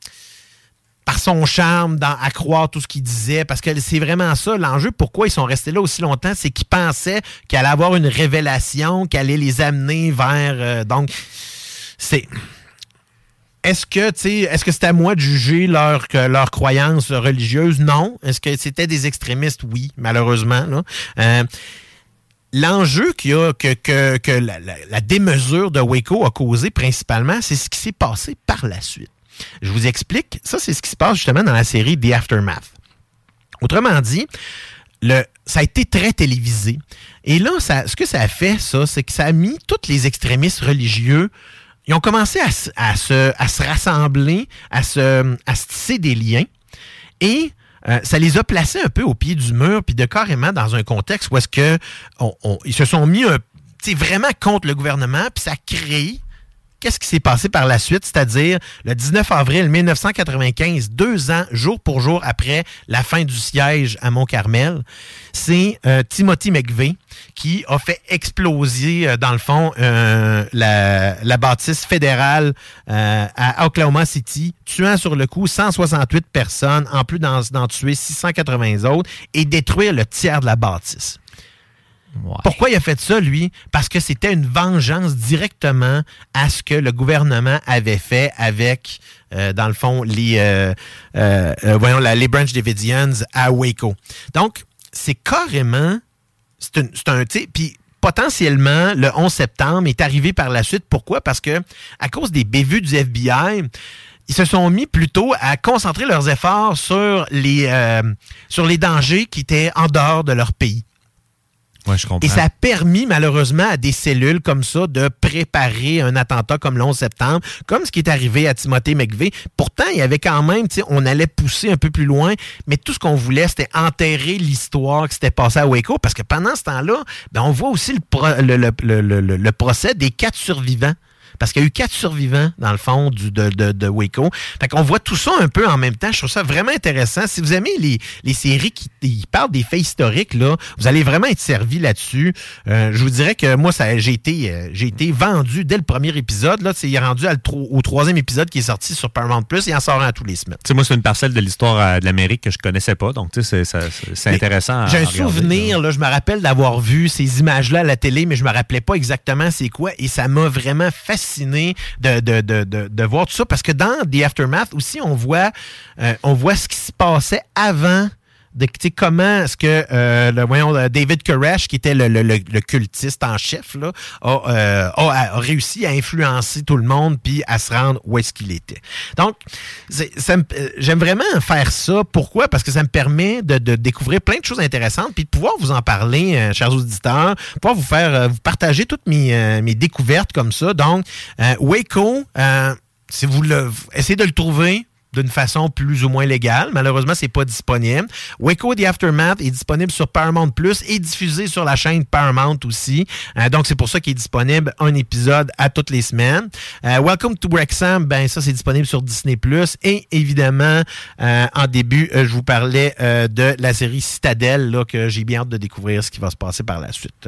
par son charme, dans, à croire tout ce qu'il disait, parce que c'est vraiment ça, l'enjeu, pourquoi ils sont restés là aussi longtemps, c'est qu'ils pensaient qu'il allait avoir une révélation, qu'elle allait les amener vers... Euh, donc, c'est... Est-ce que, tu sais, est-ce que c'était à moi de juger leur, que, leur croyance religieuse? Non. Est-ce que c'était des extrémistes? Oui, malheureusement. Là. Euh, L'enjeu qu'il y a, que, que, que la, la, la démesure de Waco a causé principalement, c'est ce qui s'est passé par la suite. Je vous explique. Ça, c'est ce qui se passe justement dans la série The Aftermath. Autrement dit, le, ça a été très télévisé. Et là, ça, ce que ça a fait, ça, c'est que ça a mis tous les extrémistes religieux, ils ont commencé à, à, se, à se rassembler, à se, à se tisser des liens. Et euh, ça les a placés un peu au pied du mur, puis de carrément dans un contexte où est-ce que on, on, ils se sont mis un, vraiment contre le gouvernement, puis ça a créé... Qu'est-ce qui s'est passé par la suite? C'est-à-dire, le dix-neuf avril mille neuf cent quatre-vingt-quinze, deux ans, jour pour jour après la fin du siège à Mont-Carmel, c'est euh, Timothy McVeigh qui a fait exploser, euh, dans le fond, euh, la, la bâtisse fédérale euh, à Oklahoma City, tuant sur le coup cent soixante-huit personnes, en plus d'en, d'en tuer six cent quatre-vingts autres, et détruire le tiers de la bâtisse. Ouais. Pourquoi il a fait ça, lui? Parce que c'était une vengeance directement à ce que le gouvernement avait fait avec, euh, dans le fond, les, euh, euh, euh, voyons, la, les Branch Davidians à Waco. Donc, c'est carrément, c'est, une, c'est un, tu sais, puis potentiellement, le onze septembre est arrivé par la suite. Pourquoi? Parce que, à cause des bévues du F B I, ils se sont mis plutôt à concentrer leurs efforts sur les, euh, sur les dangers qui étaient en dehors de leur pays. Ouais, je comprends. Et ça a permis, malheureusement, à des cellules comme ça de préparer un attentat comme le onze septembre, comme ce qui est arrivé à Timothy McVeigh. Pourtant, il y avait quand même, tu sais, on allait pousser un peu plus loin, mais tout ce qu'on voulait, c'était enterrer l'histoire qui s'était passée à Waco, parce que pendant ce temps-là, ben, on voit aussi le, pro, le, le, le, le, le procès des quatre survivants. Parce qu'il y a eu quatre survivants, dans le fond, du, de, de, de Waco. Fait qu'on voit tout ça un peu en même temps. Je trouve ça vraiment intéressant. Si vous aimez les, les séries qui, qui parlent des faits historiques, là, vous allez vraiment être servi là-dessus. Euh, je vous dirais que moi, ça, j'ai été, euh, j'ai été vendu dès le premier épisode. Là, il est rendu à le tro- au troisième épisode qui est sorti sur Paramount plus. Il en sort un à tous les semaines. Tu sais, moi, c'est une parcelle de l'histoire euh, de l'Amérique que je connaissais pas. Donc, tu sais, c'est, c'est, c'est intéressant à J'ai un regarder, souvenir, là, je me rappelle d'avoir vu ces images-là à la télé, mais je me rappelais pas exactement c'est quoi. Et ça m'a vraiment fasciné De, de, de, de, de voir tout ça, parce que dans The Aftermath aussi, on voit, euh, on voit ce qui se passait avant, de comment est-ce que euh, le, voyons, David Koresh, qui était le, le, le, le cultiste en chef, là, a, euh, a, a réussi à influencer tout le monde puis à se rendre où est-ce qu'il était. Donc, c'est, ça me, j'aime vraiment faire ça. Pourquoi? Parce que ça me permet de, de découvrir plein de choses intéressantes puis de pouvoir vous en parler, euh, chers auditeurs, pouvoir vous faire, euh, vous partager toutes mes, euh, mes découvertes comme ça. Donc, euh, Waco, euh, si vous le, essayez de le trouver d'une façon plus ou moins légale. Malheureusement, c'est pas disponible. Waco The Aftermath est disponible sur Paramount plus et diffusé sur la chaîne Paramount aussi. Euh, donc, c'est pour ça qu'il est disponible un épisode à toutes les semaines. Euh, Welcome to Wrexham, ben ça, c'est disponible sur Disney plus. Et évidemment, euh, en début, euh, je vous parlais euh, de la série Citadel, là, que j'ai bien hâte de découvrir ce qui va se passer par la suite.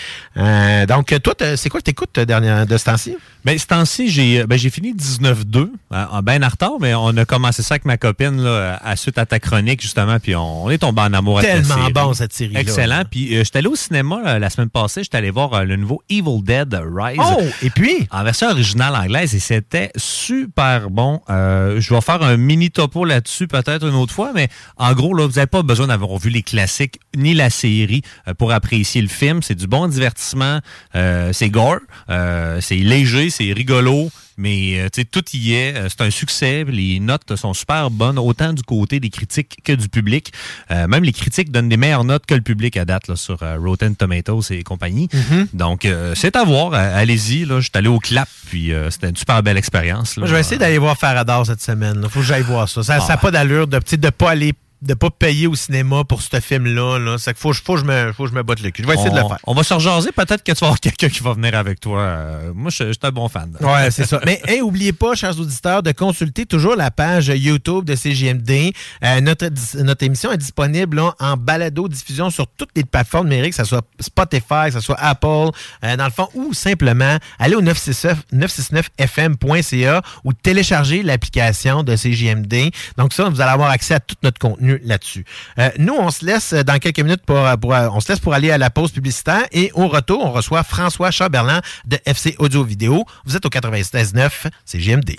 Euh, donc, toi, c'est quoi que t'écoutes dernière, de ce temps-ci? Ben, ce temps-ci, j'ai, ben, j'ai fini dix-neuf deux, en ben en retard, mais on a commencé ça avec ma copine là, à suite à ta chronique, justement, puis on, on est tombé en amour avec Tellement la série. bon, cette série-là. Excellent. Puis, euh, j'étais allé au cinéma là, la semaine passée, j'étais allé voir euh, le nouveau Evil Dead Rise. Oh, et puis? En version originale anglaise, et c'était super bon. Euh, je vais faire un mini topo là-dessus peut-être une autre fois, mais en gros, là, vous n'avez pas besoin d'avoir vu les classiques ni la série euh, pour apprécier le film. C'est du bon divertissement, euh, c'est gore, euh, c'est léger, c'est rigolo. Mais euh, tu sais, tout y est. C'est un succès. Les notes sont super bonnes, autant du côté des critiques que du public. Euh, même les critiques donnent des meilleures notes que le public à date là, sur euh, Rotten Tomatoes et compagnie. Mm-hmm. Donc, euh, c'est à voir. Allez-y. Là, j'étais allé au clap, puis euh, c'était une super belle expérience. Moi, je vais essayer d'aller voir Faradar cette semaine. Il faut que j'aille voir ça. Ça n'a ah. pas d'allure de ne pas aller de pas payer au cinéma pour ce film-là. Là. C'est qu'il faut, faut, que je me, faut que je me botte le cul. Je vais essayer on, de le faire. On va se rejaser. Peut-être que tu vas avoir quelqu'un qui va venir avec toi. Euh, moi, je, je suis un bon fan. Ouais, c'est ça. Mais hey, n'oubliez pas, chers auditeurs, de consulter toujours la page YouTube de C J M D. Euh, notre, notre émission est disponible là, en balado-diffusion sur toutes les plateformes numériques, que ce soit Spotify, que ce soit Apple, euh, dans le fond, ou simplement aller au neuf cent soixante-neuf F M point C A ou télécharger l'application de C J M D. Donc ça, vous allez avoir accès à tout notre contenu là-dessus. Euh, nous, on se laisse dans quelques minutes pour, pour, on se laisse pour aller à la pause publicitaire et au retour, on reçoit François Chamberlain de F C Audio Vidéo. Vous êtes au quatre-vingt-seize neuf, c'est J M D.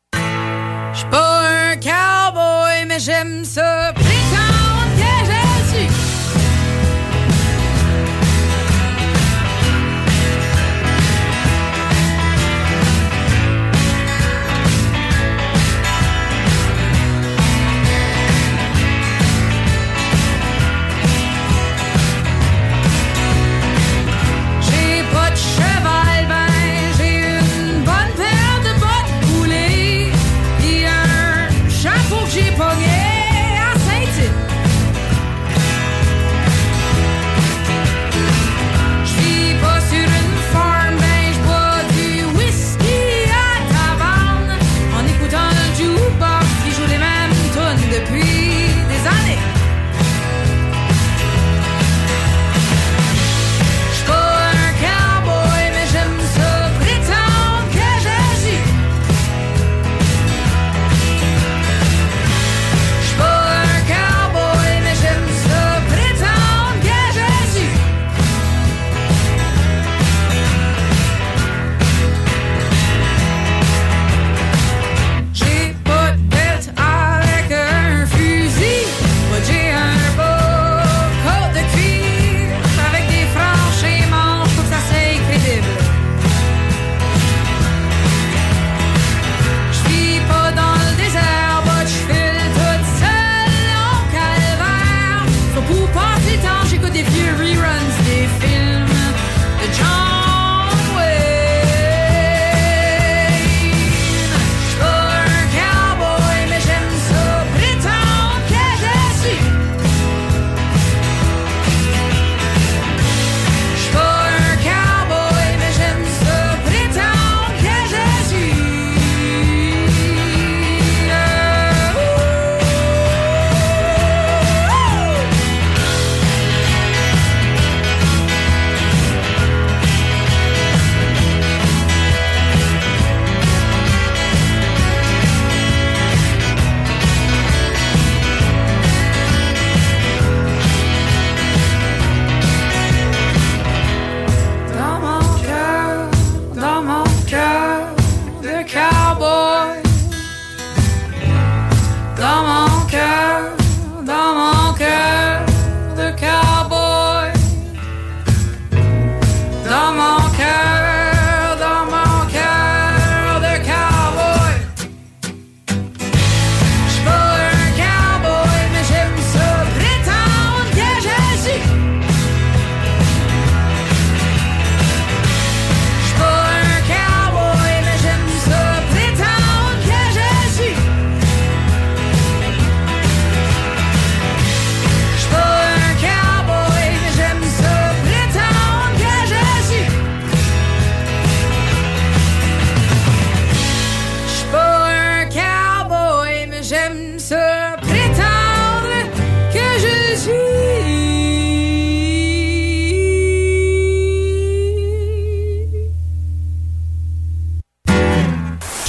Je suis pas un cowboy, mais j'aime ça prétendre que je suis. J'ai pogné à cinq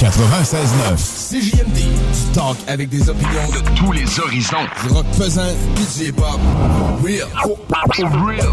quatre-vingt-seize neuf. C J M D, du talk avec des opinions de tous les horizons. Du rock pesant, pis du hip-hop. Real. Real.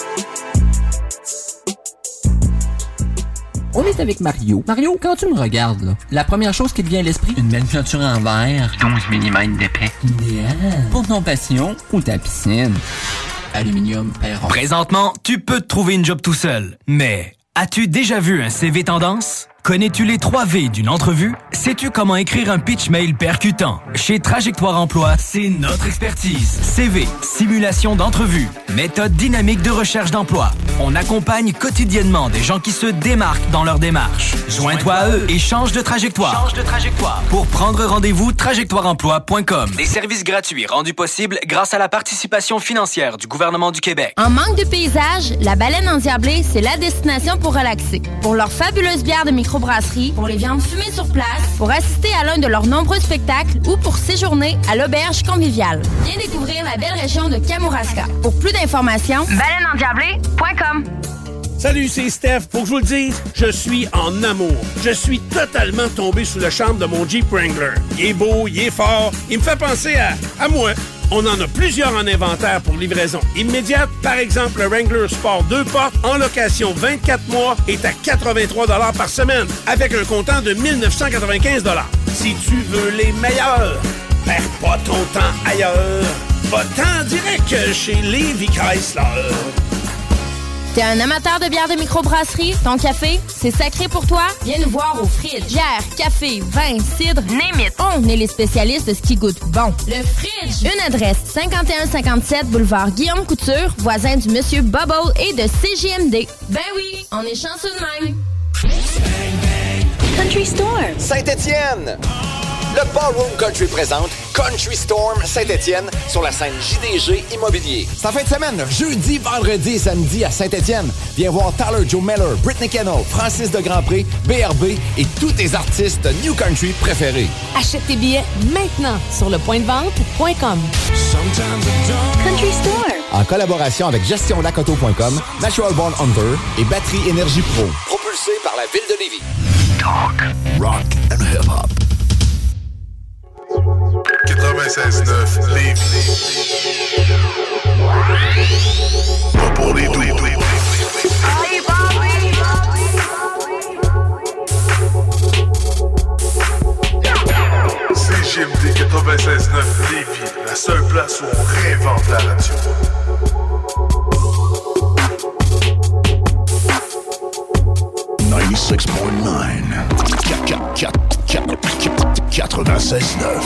On est avec Mario. Mario, quand tu me regardes, là, la première chose qui te vient à l'esprit, une belle peinture en verre, douze millimètres d'épais. Idéal pour ton passion ou ta piscine. Aluminium Perron. Présentement, tu peux te trouver une job tout seul, mais as-tu déjà vu un C V tendance? Connais-tu les trois V d'une entrevue? Sais-tu comment écrire un pitch mail percutant? Chez Trajectoire Emploi, c'est notre expertise. C V, simulation d'entrevue, méthode dynamique de recherche d'emploi. On accompagne quotidiennement des gens qui se démarquent dans leur démarche. Joins-toi à eux et change de trajectoire. Change de trajectoire. Pour prendre rendez-vous, trajectoire emploi point com. Des services gratuits rendus possibles grâce à la participation financière du gouvernement du Québec. En manque de paysage, la Baleine Endiablée, c'est la destination pour relaxer. Pour leurs fabuleuses bières de microbrasserie, pour les viandes fumées sur place, pour assister à l'un de leurs nombreux spectacles ou pour séjourner à l'auberge conviviale. Viens découvrir la belle région de Kamouraska. Pour plus d'informations, baleine endiablée point com. Salut, c'est Steph. Pour que je vous le dise, je suis en amour. Je suis totalement tombé sous le charme de mon Jeep Wrangler. Il est beau, il est fort, il me fait penser à, à moi. On en a plusieurs en inventaire pour livraison immédiate. Par exemple, le Wrangler Sport deux portes en location vingt-quatre mois est à quatre-vingt-trois dollars par semaine avec un comptant de mille neuf cent quatre-vingt-quinze dollars. Si tu veux les meilleurs, perds pas ton temps ailleurs. Va-t'en direct chez Lévi Chrysler. T'es un amateur de bière de microbrasserie? Ton café, c'est sacré pour toi? Viens nous voir au Fridge. Bière, café, vin, cidre, name it. On est les spécialistes de ce qui goûte bon. Le Fridge. Une adresse, cinquante et un cinquante-sept boulevard Guillaume Couture, voisin du Monsieur Bubble et de C J M D. Ben oui, on est chanceux de même. Country Storm. Saint-Étienne. Le Ballroom Country présente Country Storm Saint-Étienne sur la scène J D G Immobilier. C'est en fin de semaine, jeudi, vendredi et samedi à Saint-Étienne. Viens voir Tyler Joe Miller, Brittany Kennel, Francis de Grandpré, B R B et tous tes artistes New Country préférés. Achète tes billets maintenant sur le point de vente point com. Country Storm. En collaboration avec gestion lac auto point com, Natural Born Hunter et Batterie Énergie Pro. Propulsé par la ville de Lévis. Talk, rock and hip-hop. quatre-vingt-seize neuf Lévis. Pas pour les doux. C J M D quatre-vingt-seize neuf Lévis, la seule place où on réinvente la radio. ninety-six point nine. quatre-vingt-seize neuf.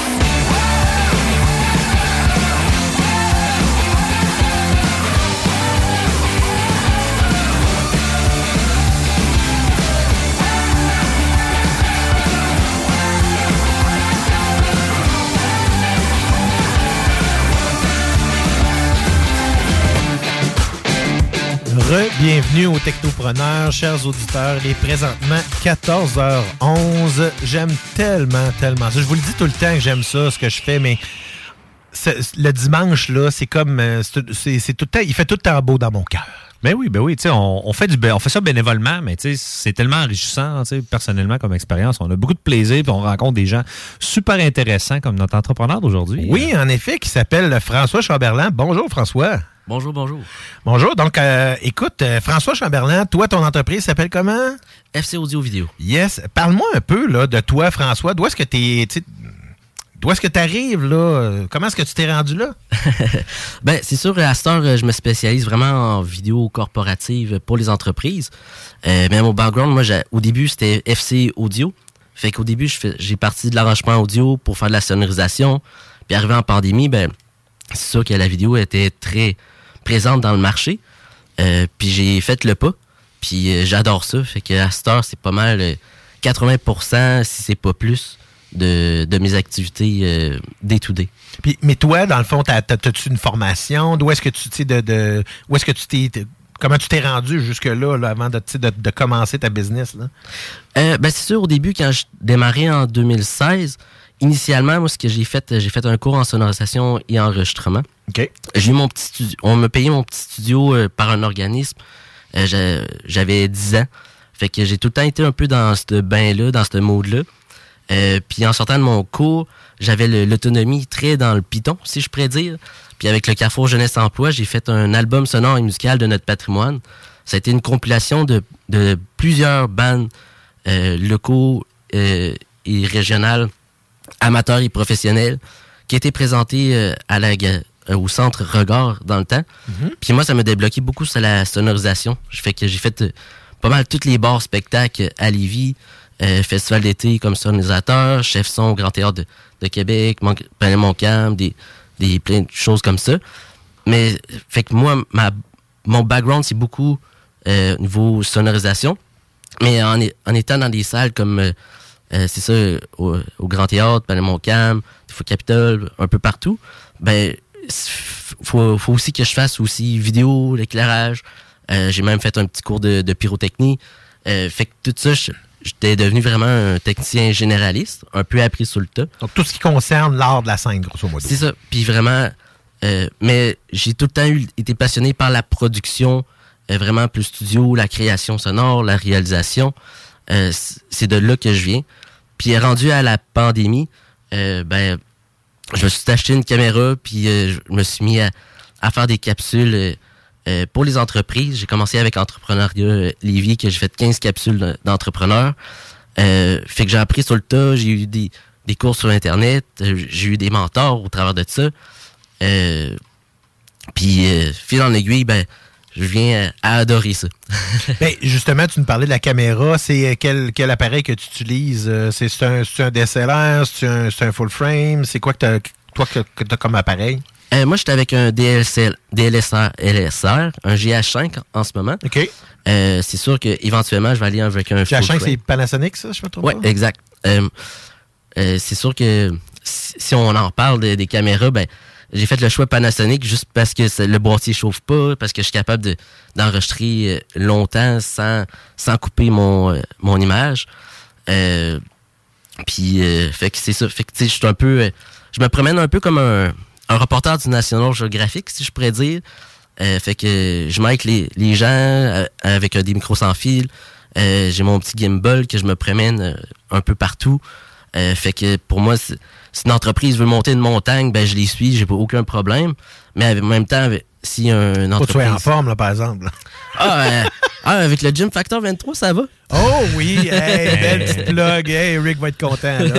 Re-bienvenue aux Technopreneurs, chers auditeurs. Il est présentement quatorze heures onze. J'aime tellement, tellement ça. Je vous le dis tout le temps que j'aime ça, ce que je fais, mais le dimanche, là, c'est comme... C'est, c'est tout le temps, il fait tout le temps beau dans mon cœur. Ben oui, ben oui, tu sais, on, on fait du, on fait ça bénévolement, mais tu sais, c'est tellement enrichissant, tu sais, personnellement comme expérience. On a beaucoup de plaisir, puis on rencontre des gens super intéressants comme notre entrepreneur d'aujourd'hui. Oui, en effet, qui s'appelle François Chamberlain. Bonjour, François. Bonjour, bonjour. Bonjour. Donc, euh, écoute, euh, François Chamberlain, toi, ton entreprise s'appelle comment? F C Audio Vidéo. Yes. Parle-moi un peu là, de toi, François. D'où est-ce que t'es... D'où est-ce que tu arrives, là? Comment est-ce que tu t'es rendu là? Ben, c'est sûr, à cette heure, je me spécialise vraiment en vidéo corporative pour les entreprises. Euh, mais mon background, moi, j'ai, au début, c'était F C Audio. Fait qu'au début, je fais, j'ai parti de l'arrangement audio pour faire de la sonorisation. Puis arrivé en pandémie, ben, c'est sûr que la vidéo était très présente dans le marché. Euh, puis j'ai fait le pas. Puis euh, j'adore ça. Fait qu'à cette heure, c'est pas mal euh, quatre-vingts pour cent, si c'est pas plus, de, de mes activités euh, day-to-day. Puis, mais toi, dans le fond, t'as, t'as, t'as-tu une formation? D'où est-ce que tu sais de, de où est-ce que tu t'es, t'es comment tu t'es rendu jusque-là là, avant de, de, de commencer ta business? Là? Euh, ben c'est sûr, au début, quand je démarrais en deux mille seize, initialement, moi, ce que j'ai fait, j'ai fait un cours en sonorisation et enregistrement. OK. J'ai eu mon petit studio. On m'a payé mon petit studio euh, par un organisme. Euh, j'avais dix ans. Fait que j'ai tout le temps été un peu dans ce bain-là, dans ce mode-là. Euh, puis en sortant de mon cours, j'avais le, l'autonomie très dans le Python, si je pourrais dire. Puis avec le Carrefour Jeunesse Emploi, j'ai fait un album sonore et musical de notre patrimoine. Ça a été une compilation de, de plusieurs bands euh, locaux euh, et régionales, amateurs et professionnels, qui étaient présentés euh, à la, euh, au Centre Regard dans le temps. Mm-hmm. Puis moi, ça m'a débloqué beaucoup sur la sonorisation. Fait que j'ai fait euh, pas mal tous les bars spectacles à Lévis, euh, Festival d'été comme sonorisateur, Chef Son au Grand Théâtre de, de Québec, Palais Montcalm, des, des plein de choses comme ça. Mais fait que moi, ma, mon background, c'est beaucoup euh, niveau sonorisation. Mais en, en étant dans des salles comme, euh, euh, c'est ça, au, au Grand Théâtre, Palais Montcalm, des fois Capitole, un peu partout, ben, faut, faut aussi que je fasse aussi vidéo, l'éclairage. Euh, j'ai même fait un petit cours de, de pyrotechnie. Euh, fait que tout ça, je, j'étais devenu vraiment un technicien généraliste, un peu appris sur le tas. Donc, tout ce qui concerne l'art de la scène, grosso modo. C'est ça. Puis vraiment, euh, mais j'ai tout le temps eu, été passionné par la production, euh, vraiment plus studio, la création sonore, la réalisation. Euh, c'est de là que je viens. Puis rendu à la pandémie, euh, ben, je me suis acheté une caméra, puis euh, je me suis mis à, à faire des capsules euh, euh, pour les entreprises. J'ai commencé avec Entrepreneuriat Lévis, que j'ai fait quinze capsules d'entrepreneurs. Euh, fait que j'ai appris sur le tas, j'ai eu des, des cours sur Internet, j'ai eu des mentors au travers de ça. Euh, puis, euh, fil en aiguille, ben, je viens à adorer ça. Ben, justement, tu nous parlais de la caméra. C'est quel, quel appareil que tu utilises? C'est, c'est, un, c'est un D S L R? C'est un, c'est un full frame? C'est quoi que t'as, toi que, que tu as comme appareil? Euh, moi, j'étais avec un D S L, D L S R, L S R, un G H cinq en ce moment. OK. Euh, c'est sûr qu'éventuellement, je vais aller avec un G H cinq, c'est Panasonic, ça, je me trompe ouais, pas? Oui, exact. Euh, euh, c'est sûr que si, si on en parle de, des caméras, ben, j'ai fait le choix Panasonic juste parce que le boîtier chauffe pas, parce que je suis capable de, d'enregistrer longtemps sans, sans couper mon, mon image. Euh, puis, euh, fait que c'est ça. Fait que, tu sais, je suis un peu... Euh, je me promène un peu comme un, un reporter du National Geographic, si je pourrais dire. Euh, fait que je m'aide les, les gens euh, avec euh, des micros sans fil. Euh, j'ai mon petit gimbal que je me promène euh, un peu partout. Euh, fait que pour moi, c'est, si une entreprise veut monter une montagne, ben je les suis, j'ai pas aucun problème. Mais en même temps, si un, une entreprise... Faut que tu sois en forme, là, par exemple. Ah, euh, ah, avec le Gym Factor vingt-trois, ça va. Oh oui, hey, belle petite plug. Hey, Rick va être content, là.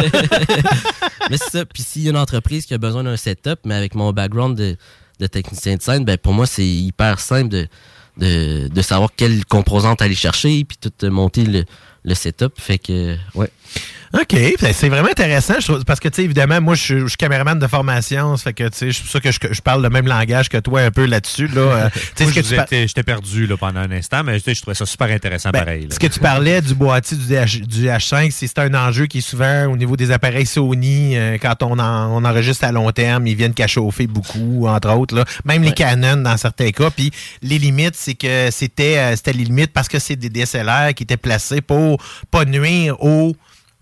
Mais c'est ça. Puis s'il y a une entreprise qui a besoin d'un setup, mais avec mon background de, de technicien de scène, ben pour moi, c'est hyper simple de, de, de savoir quelle composante aller chercher, puis tout monter le, le setup. Fait que, ouais. OK, c'est vraiment intéressant, je trouve, parce que, tu sais, évidemment, moi, je suis, je suis caméraman de formation, ça fait que, tu sais, c'est pour ça que je, je parle le même langage que toi un peu là-dessus, là. Euh, moi, ce que tu par... j'étais perdu, là, pendant un instant, mais je trouvais ça super intéressant, ben, pareil. Là. Ce que tu parlais du boîtier du, D H, du H cinq, c'est, c'est un enjeu qui est souvent au niveau des appareils Sony, euh, quand on, en, on enregistre à long terme, ils viennent qu'à chauffer beaucoup, entre autres, là. Même ouais. les Canon, dans certains cas, puis les limites, c'est que c'était, euh, c'était les limites parce que c'est des D S L R qui étaient placés pour pas nuire aux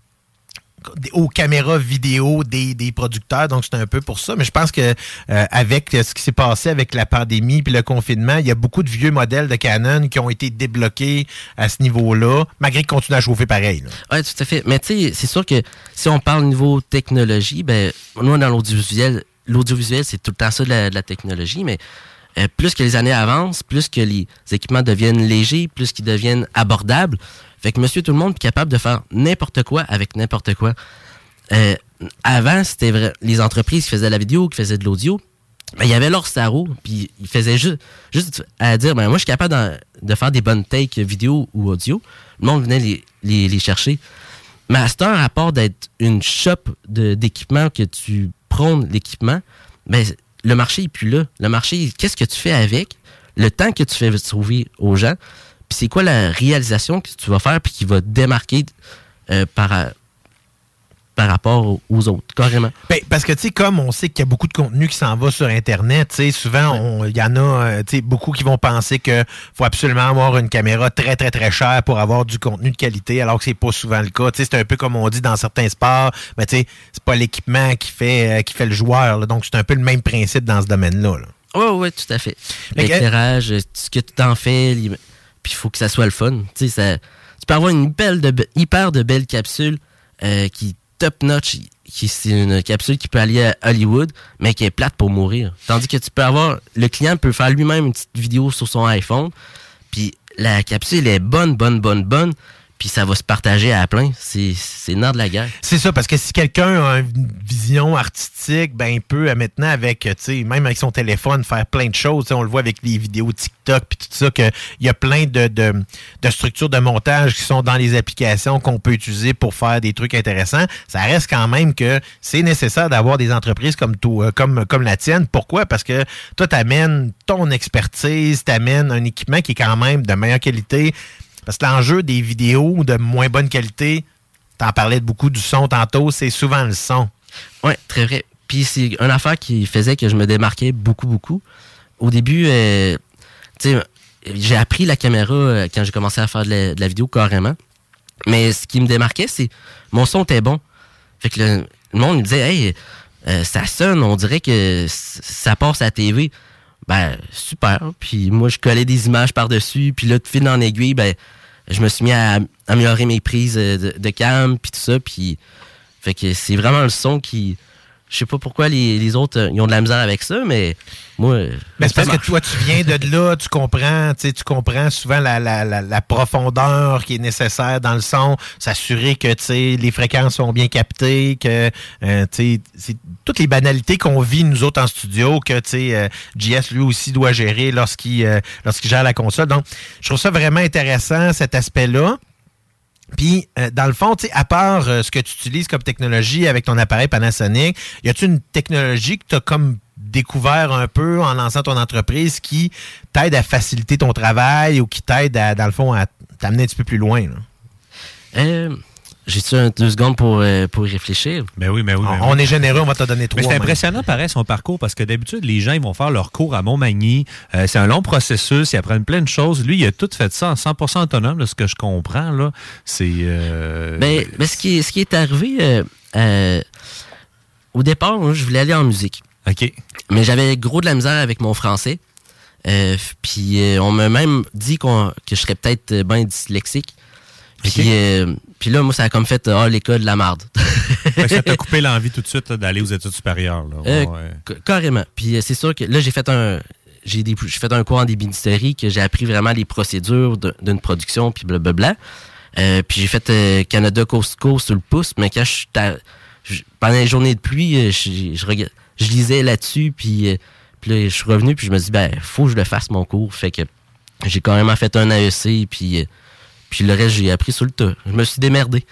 aux caméras vidéo des, des producteurs, donc c'est un peu pour ça. Mais je pense que euh, avec ce qui s'est passé avec la pandémie puis le confinement, il y a beaucoup de vieux modèles de Canon qui ont été débloqués à ce niveau-là, malgré qu'ils continuent à chauffer pareil. Oui, tout à fait. Mais tu sais, c'est sûr que si on parle niveau technologie, ben nous, dans l'audiovisuel, l'audiovisuel, c'est tout le temps ça de la, de la technologie, mais euh, plus que les années avancent, plus que les équipements deviennent légers, plus qu'ils deviennent abordables, fait que monsieur tout le monde est capable de faire n'importe quoi avec n'importe quoi. Euh, avant, c'était vrai, les entreprises qui faisaient de la vidéo, qui faisaient de l'audio, ben, il y avait leur sarreau, puis ils faisaient juste, juste à dire, ben moi, je suis capable de, de faire des bonnes takes vidéo ou audio. Le monde venait les, les, les chercher. Mais à cette heure, à part d'être une shop de, d'équipement, que tu prônes l'équipement, ben, le marché n'est plus là. Le marché, qu'est-ce que tu fais avec? Le temps que tu fais sauver aux gens, puis c'est quoi la réalisation que tu vas faire puis qui va te démarquer euh, par, par rapport aux autres, carrément. Ben, parce que, tu sais, comme on sait qu'il y a beaucoup de contenu qui s'en va sur Internet, tu sais, souvent, il y en a, tu sais, beaucoup qui vont penser qu'il faut absolument avoir une caméra très, très, très chère pour avoir du contenu de qualité, alors que c'est pas souvent le cas. Tu sais, c'est un peu comme on dit dans certains sports, mais tu sais, c'est pas l'équipement qui fait, euh, qui fait le joueur, là, donc c'est un peu le même principe dans ce domaine-là. Là. Oui, oui, tout à fait. L'éclairage, ce que tu t'en fais... Les... Puis il faut que ça soit le fun. Tu sais, ça, tu peux avoir une belle de, hyper de belles capsules euh, qui top-notch, qui, c'est une capsule qui peut aller à Hollywood, mais qui est plate pour mourir. Tandis que tu peux avoir... Le client peut faire lui-même une petite vidéo sur son iPhone, puis la capsule est bonne, bonne, bonne, bonne, puis ça va se partager à plein. C'est, c'est le nerf de la guerre. C'est ça, parce que si quelqu'un a une vision artistique, ben il peut euh, maintenant, avec, tu sais, même avec son téléphone, faire plein de choses. T'sais, on le voit avec les vidéos TikTok puis tout ça, qu'il y a plein de, de, de structures de montage qui sont dans les applications qu'on peut utiliser pour faire des trucs intéressants. Ça reste quand même que c'est nécessaire d'avoir des entreprises comme, tout, euh, comme, comme la tienne. Pourquoi? Parce que toi, t'amènes ton expertise, t'amènes un équipement qui est quand même de meilleure qualité. Parce que l'enjeu des vidéos de moins bonne qualité, t'en parlais beaucoup du son tantôt, c'est souvent le son. Oui, très vrai. Puis c'est une affaire qui faisait que je me démarquais beaucoup, beaucoup. Au début, euh, tu sais, j'ai appris la caméra euh, quand j'ai commencé à faire de la, de la vidéo carrément. Mais ce qui me démarquait, c'est mon son était bon. Fait que le, le monde me disait, hey, euh, ça sonne, on dirait que ça passe à la T V. Ben, super. Puis moi, je collais des images par-dessus. Puis là, de fil en aiguille, ben, je me suis mis à améliorer mes prises de, de cam, puis tout ça. Puis, fait que c'est vraiment le son qui... Je sais pas pourquoi les, les autres, ils ont de la misère avec ça, mais moi... Mais c'est parce que toi, tu viens de là, tu comprends, tu sais, tu comprends souvent la, la, la, la profondeur qui est nécessaire dans le son, s'assurer que, tu sais, les fréquences sont bien captées, que, euh, tu sais, c'est toutes les banalités qu'on vit, nous autres, en studio, que, tu sais, euh, J S, lui aussi, doit gérer lorsqu'il, euh, lorsqu'il gère la console. Donc, je trouve ça vraiment intéressant, cet aspect-là. Puis, euh, dans le fond, tu sais, à part euh, ce que tu utilises comme technologie avec ton appareil Panasonic, y a-tu une technologie que tu as comme découvert un peu en lançant ton entreprise qui t'aide à faciliter ton travail ou qui t'aide, à, dans le fond, à t'amener un petit peu plus loin, là? Euh, j'ai-tu un, deux secondes pour, euh, pour y réfléchir? Ben oui, ben oui. Ben on oui. est généreux, on va te donner trois. Mais c'est impressionnant, pareil, son parcours, parce que d'habitude, les gens, ils vont faire leur cours à Montmagny. Euh, c'est un long processus, ils apprennent plein de choses. Lui, il a tout fait ça en cent pour cent autonome, de ce que je comprends, là. C'est... Euh... Ben, ben, ce, qui est, ce qui est arrivé, euh, euh, au départ, moi, je voulais aller en musique. OK. Mais j'avais gros de la misère avec mon français. Euh, puis euh, on m'a même dit qu'on, que je serais peut-être bien dyslexique. Puis, okay. euh, puis là, moi, ça a comme fait ah, l'école de la marde. Ça t'a coupé l'envie tout de suite là, d'aller aux études supérieures. Là. Euh, ouais. c- carrément. Puis euh, c'est sûr que là, j'ai fait un j'ai, des, j'ai fait un cours en débinisterie que j'ai appris vraiment les procédures de, d'une production, puis blablabla. Euh, puis j'ai fait euh, Canada Coast to Coast sur le pouce, mais quand je, je pendant les journées de pluie, je, je, je, je lisais là-dessus, puis, euh, puis là, je suis revenu, puis je me dis, ben, faut que je le fasse, mon cours. Fait que j'ai carrément fait un A E C, puis... Euh, Puis le reste, j'ai appris sur le tas. Je me suis démerdé.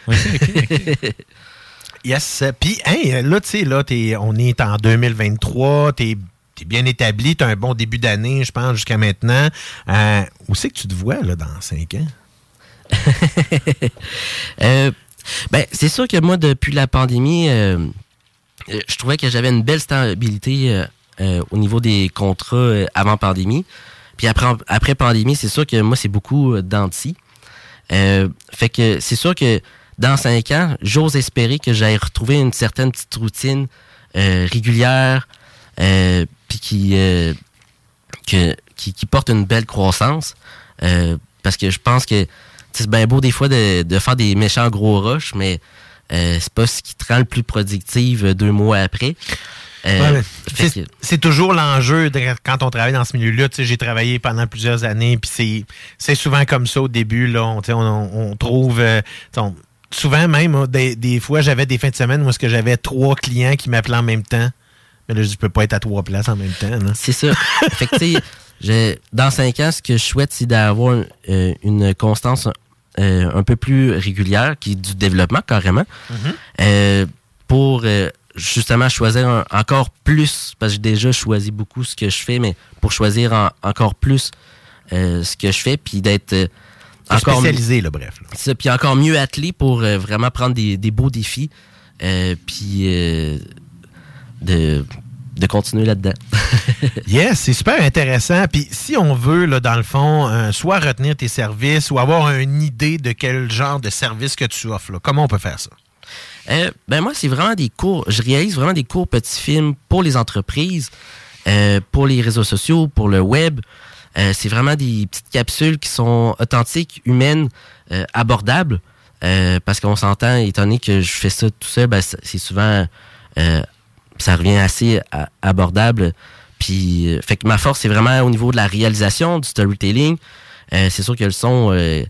Yes. Puis, hein, là, tu sais, là, t'es, on est en deux mille vingt-trois, t'es, t'es bien établi, t'as un bon début d'année, je pense, jusqu'à maintenant. Euh, où c'est que tu te vois, là, dans cinq ans? euh, ben, c'est sûr que moi, depuis la pandémie, euh, je trouvais que j'avais une belle stabilité euh, euh, au niveau des contrats euh, avant pandémie. Puis après, après pandémie, c'est sûr que moi, c'est beaucoup euh, d'anti. Euh, fait que c'est sûr que dans cinq ans, j'ose espérer que j'aille retrouver une certaine petite routine euh, régulière euh, puis qui, euh, que, qui qui porte une belle croissance. Euh, parce que je pense que c'est bien beau des fois de, de faire des méchants gros rushs, mais euh, c'est pas ce qui te rend le plus productive deux mois après. Euh, ouais, c'est, que... c'est toujours l'enjeu de, quand on travaille dans ce milieu-là. Tu sais, j'ai travaillé pendant plusieurs années, puis c'est, c'est souvent comme ça au début. Là, on, on, on trouve... Euh, on, souvent même, des, des fois, j'avais des fins de semaine où est-ce que j'avais trois clients qui m'appelaient en même temps. Mais là, je peux pas être à trois places en même temps. Là. C'est ça. Fait que, tu sais, dans cinq ans, ce que je souhaite, c'est d'avoir euh, une constance euh, un peu plus régulière, qui est du développement, carrément, mm-hmm. euh, pour... Euh, justement choisir un, encore plus, parce que j'ai déjà choisi beaucoup ce que je fais, mais pour choisir en, encore plus euh, ce que je fais, puis d'être euh, encore spécialisé, là, bref. Là. Ça, puis encore mieux attelé pour euh, vraiment prendre des, des beaux défis, euh, puis euh, de, de continuer là-dedans. Yes, c'est super intéressant. Puis si on veut, là, dans le fond, euh, soit retenir tes services ou avoir une idée de quel genre de service que tu offres, là, comment on peut faire ça? Euh, ben moi, c'est vraiment des cours. Je réalise vraiment des cours petits films pour les entreprises, euh, pour les réseaux sociaux, pour le web. Euh, c'est vraiment des petites capsules qui sont authentiques, humaines, euh, abordables, Euh, parce qu'on s'entend, étant donné que je fais ça tout seul, ben, c'est souvent... Euh, ça revient assez à, abordable. Puis, euh, fait que ma force, c'est vraiment au niveau de la réalisation, du storytelling. Euh, c'est sûr que le son, euh,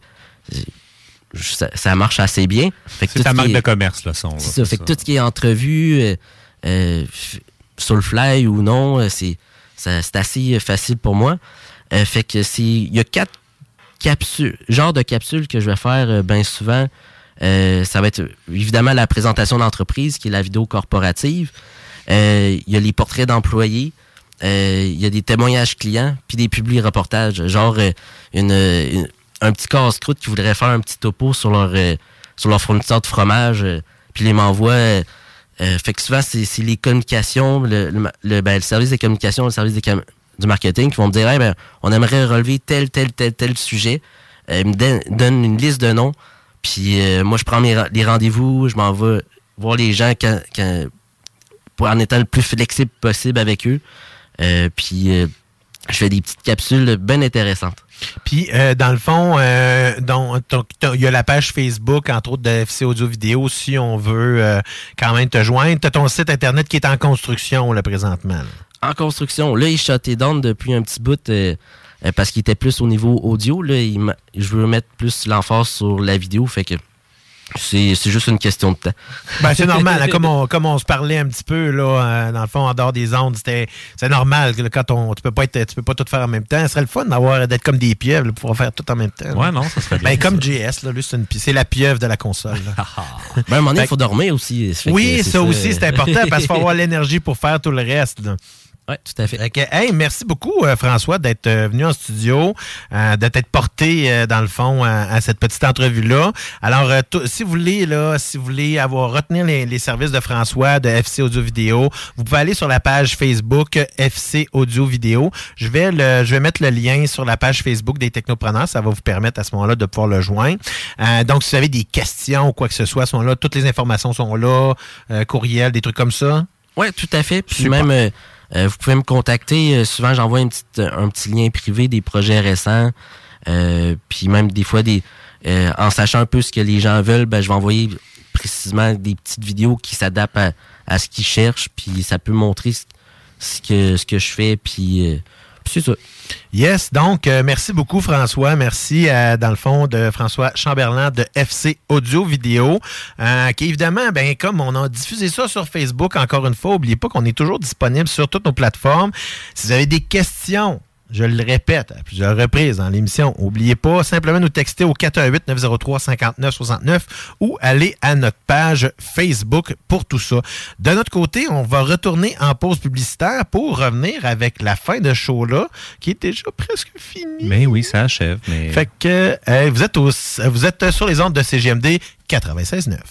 ça, ça marche assez bien. Fait que c'est ta marque est, de commerce, le son. Là, c'est ça. Fait ça. Que tout ce qui est entrevue, euh, euh, sur le fly ou non, c'est, ça, c'est assez facile pour moi. Euh, fait que c'est... Il y a quatre capsules, genre de capsules que je vais faire euh, bien souvent. Euh, ça va être évidemment la présentation d'entreprise, qui est la vidéo corporative. Euh, il y a les portraits d'employés. Euh, il y a des témoignages clients, puis des publi-reportages. Genre euh, une, une, un petit casse-croûte qui voudrait faire un petit topo sur leur, euh, sur leur fournisseur de fromage, euh, puis les m'envoie. Euh, euh, fait que souvent, c'est, c'est les communications, le, le, le, ben, le service des communications, le service des com- du marketing qui vont me dire hey, ben, on aimerait relever tel, tel, tel, tel sujet. Euh, ils me don- donnent une liste de noms. Puis euh, moi, je prends mes, les rendez-vous, je m'en vais voir les gens quand, quand, pour, en étant le plus flexible possible avec eux. Euh, puis euh, je fais des petites capsules bien intéressantes. Puis, euh, dans le fond, euh, il y a la page Facebook, entre autres, de F C Audio Vidéo, si on veut euh, quand même te joindre. Tu as ton site Internet qui est en construction, là, présentement. Là. En construction. Là, il shoté down depuis un petit bout euh, euh, parce qu'il était plus au niveau audio. Là, il je veux mettre plus l'emphase sur la vidéo, fait que c'est, c'est juste une question de temps. Ben, c'est normal. Hein, comme, on, comme on se parlait un petit peu, là, euh, dans le fond, en dehors des ondes, c'était, c'est normal que là, quand on, tu peux pas être, tu peux pas tout faire en même temps. Ce serait le fun d'avoir, d'être comme des pieuvres, là, pour pouvoir faire tout en même temps. Ouais, là. Non, ça serait bien. Ben, comme J S, là, lui, c'est, une, c'est la pieuvre de la console. Ben, à un moment donné, il faut dormir aussi. Oui, ça, ça aussi, c'est important parce qu'il faut avoir l'énergie pour faire tout le reste, là. Oui, tout à fait. Okay. Hey, merci beaucoup, euh, François, d'être euh, venu en studio, euh, de t'être porté, euh, dans le fond, à, à cette petite entrevue-là. Alors, euh, t- si vous voulez, là, si vous voulez avoir retenir les, les services de François, de F C Audio Vidéo, vous pouvez aller sur la page Facebook F C Audio Vidéo. Je vais le, je vais mettre le lien sur la page Facebook des Technopreneurs. Ça va vous permettre à ce moment-là de pouvoir le joindre. Euh, donc, si vous avez des questions ou quoi que ce soit, à ce moment-là, toutes les informations sont là, euh, courriel, des trucs comme ça. Oui, tout à fait. Puis Super. même... Euh, Euh, vous pouvez me contacter. Euh, souvent, j'envoie une petite, un petit lien privé des projets récents. Euh, puis même des fois, des euh, en sachant un peu ce que les gens veulent, ben, je vais envoyer précisément des petites vidéos qui s'adaptent à, à ce qu'ils cherchent. Puis ça peut montrer ce, ce, que, ce que je fais. Puis, euh, puis c'est ça. Yes, donc euh, merci beaucoup François, merci euh, dans le fond de François Chamberlain de F C Audio Vidéo, euh, qui évidemment, ben comme on a diffusé ça sur Facebook encore une fois, n'oubliez pas qu'on est toujours disponible sur toutes nos plateformes. Si vous avez des questions, je le répète à plusieurs reprises dans l'émission, n'oubliez pas, simplement nous texter au quatre un huit neuf zéro trois cinq neuf six neuf ou aller à notre page Facebook pour tout ça. De notre côté, on va retourner en pause publicitaire pour revenir avec la fin de show-là, qui est déjà presque finie. Mais oui, ça achève. Mais... Fait que euh, vous, êtes au, vous êtes sur les ondes de C G M D quatre-vingt-seize neuf.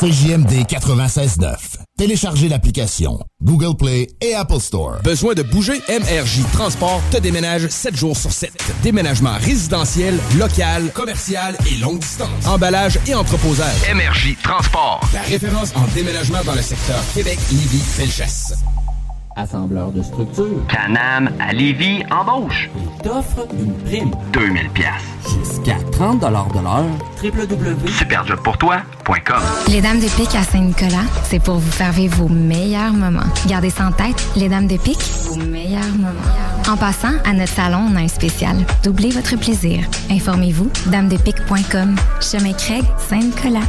C J M D quatre-vingt-seize neuf. Téléchargez l'application Google Play et Apple Store. Besoin de bouger? M R J Transport te déménage sept jours sur sept. Déménagement résidentiel, local, commercial et longue distance. Emballage et entreposage. M R J Transport. La référence en déménagement dans le secteur Québec, Lévis, Felchasse. Assembleur de structure. Canam à Lévis embauche. Il t'offre une prime. deux mille piastres. Jusqu'à trente dollars de l'heure. w w w point superjob pour toi point com. Les Dames de Pique à Saint-Nicolas, c'est pour vous faire vivre vos meilleurs moments. Gardez ça en tête, les Dames de Pique, vos meilleurs moments. En passant, à notre salon, on a un spécial. Doublez votre plaisir. Informez-vous, dames de pique point com. Chemin Craig, Saint-Nicolas.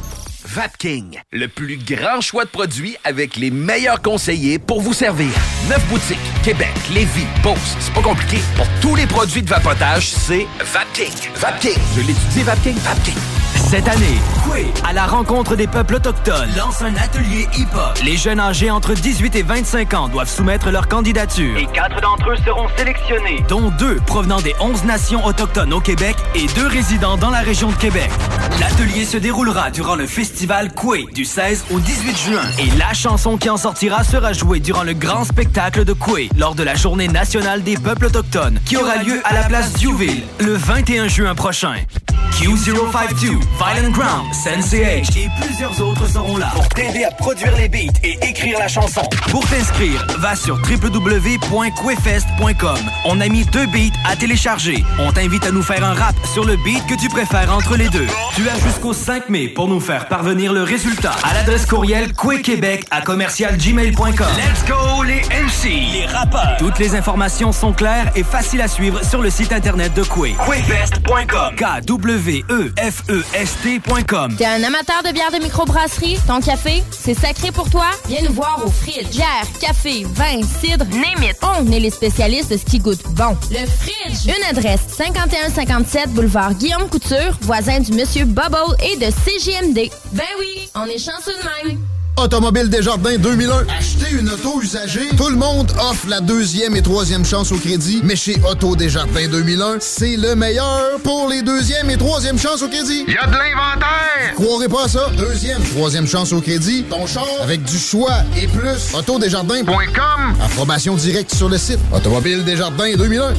Vapking, le plus grand choix de produits avec les meilleurs conseillers pour vous servir. Neuf boutiques, Québec, Lévis, Beauce, c'est pas compliqué. Pour tous les produits de vapotage, c'est Vapking. Vapking, je l'étudie, Vapking, Vapking. Cette année, Coué, à la rencontre des peuples autochtones, lance un atelier hip-hop. Les jeunes âgés entre dix-huit et vingt-cinq ans doivent soumettre leur candidature. Et quatre d'entre eux seront sélectionnés, dont deux provenant des onze nations autochtones au Québec et deux résidant dans la région de Québec. L'atelier se déroulera durant le festival Coué du seize au dix-huit juin. Et la chanson qui en sortira sera jouée durant le grand spectacle de Coué lors de la Journée nationale des peuples autochtones qui aura lieu à la place Diouville le vingt et un juin prochain. Q zéro cinquante-deux, Violent Ground, Sensei H et plusieurs autres seront là pour t'aider à produire les beats et écrire la chanson. Pour t'inscrire, va sur w w w point quefest point com. On a mis deux beats à télécharger. On t'invite à nous faire un rap sur le beat que tu préfères entre les deux. Tu as jusqu'au cinq mai pour nous faire parvenir le résultat à l'adresse courriel quequebec à commercial gmail point com. Let's go les M C, les rappeurs. Toutes les informations sont claires et faciles à suivre sur le site internet de Qué. quefest point com. K W E F E S T point com. T'es un amateur de bière de microbrasserie? Ton café, c'est sacré pour toi? Viens nous voir au Fridge. Bière, café, vin, cidre, name it. On est les spécialistes de ce qui goûte bon. Le Fridge. Une adresse, cinquante et un cinquante-sept boulevard Guillaume Couture, voisin du Monsieur Bubble et de C J M D. Ben oui, on est chanceux de même. Automobile Desjardins deux mille un. Achetez une auto usagée. Tout le monde offre la deuxième et troisième chance au crédit. Mais chez Auto Desjardins deux mille un, c'est le meilleur pour les deuxième et troisième chances au crédit. Il y a de l'inventaire! Croirez pas à ça. Deuxième, troisième chance au crédit. Ton char avec du choix et plus. Auto Desjardins point com. Approbation directe sur le site. Automobile Desjardins deux mille un.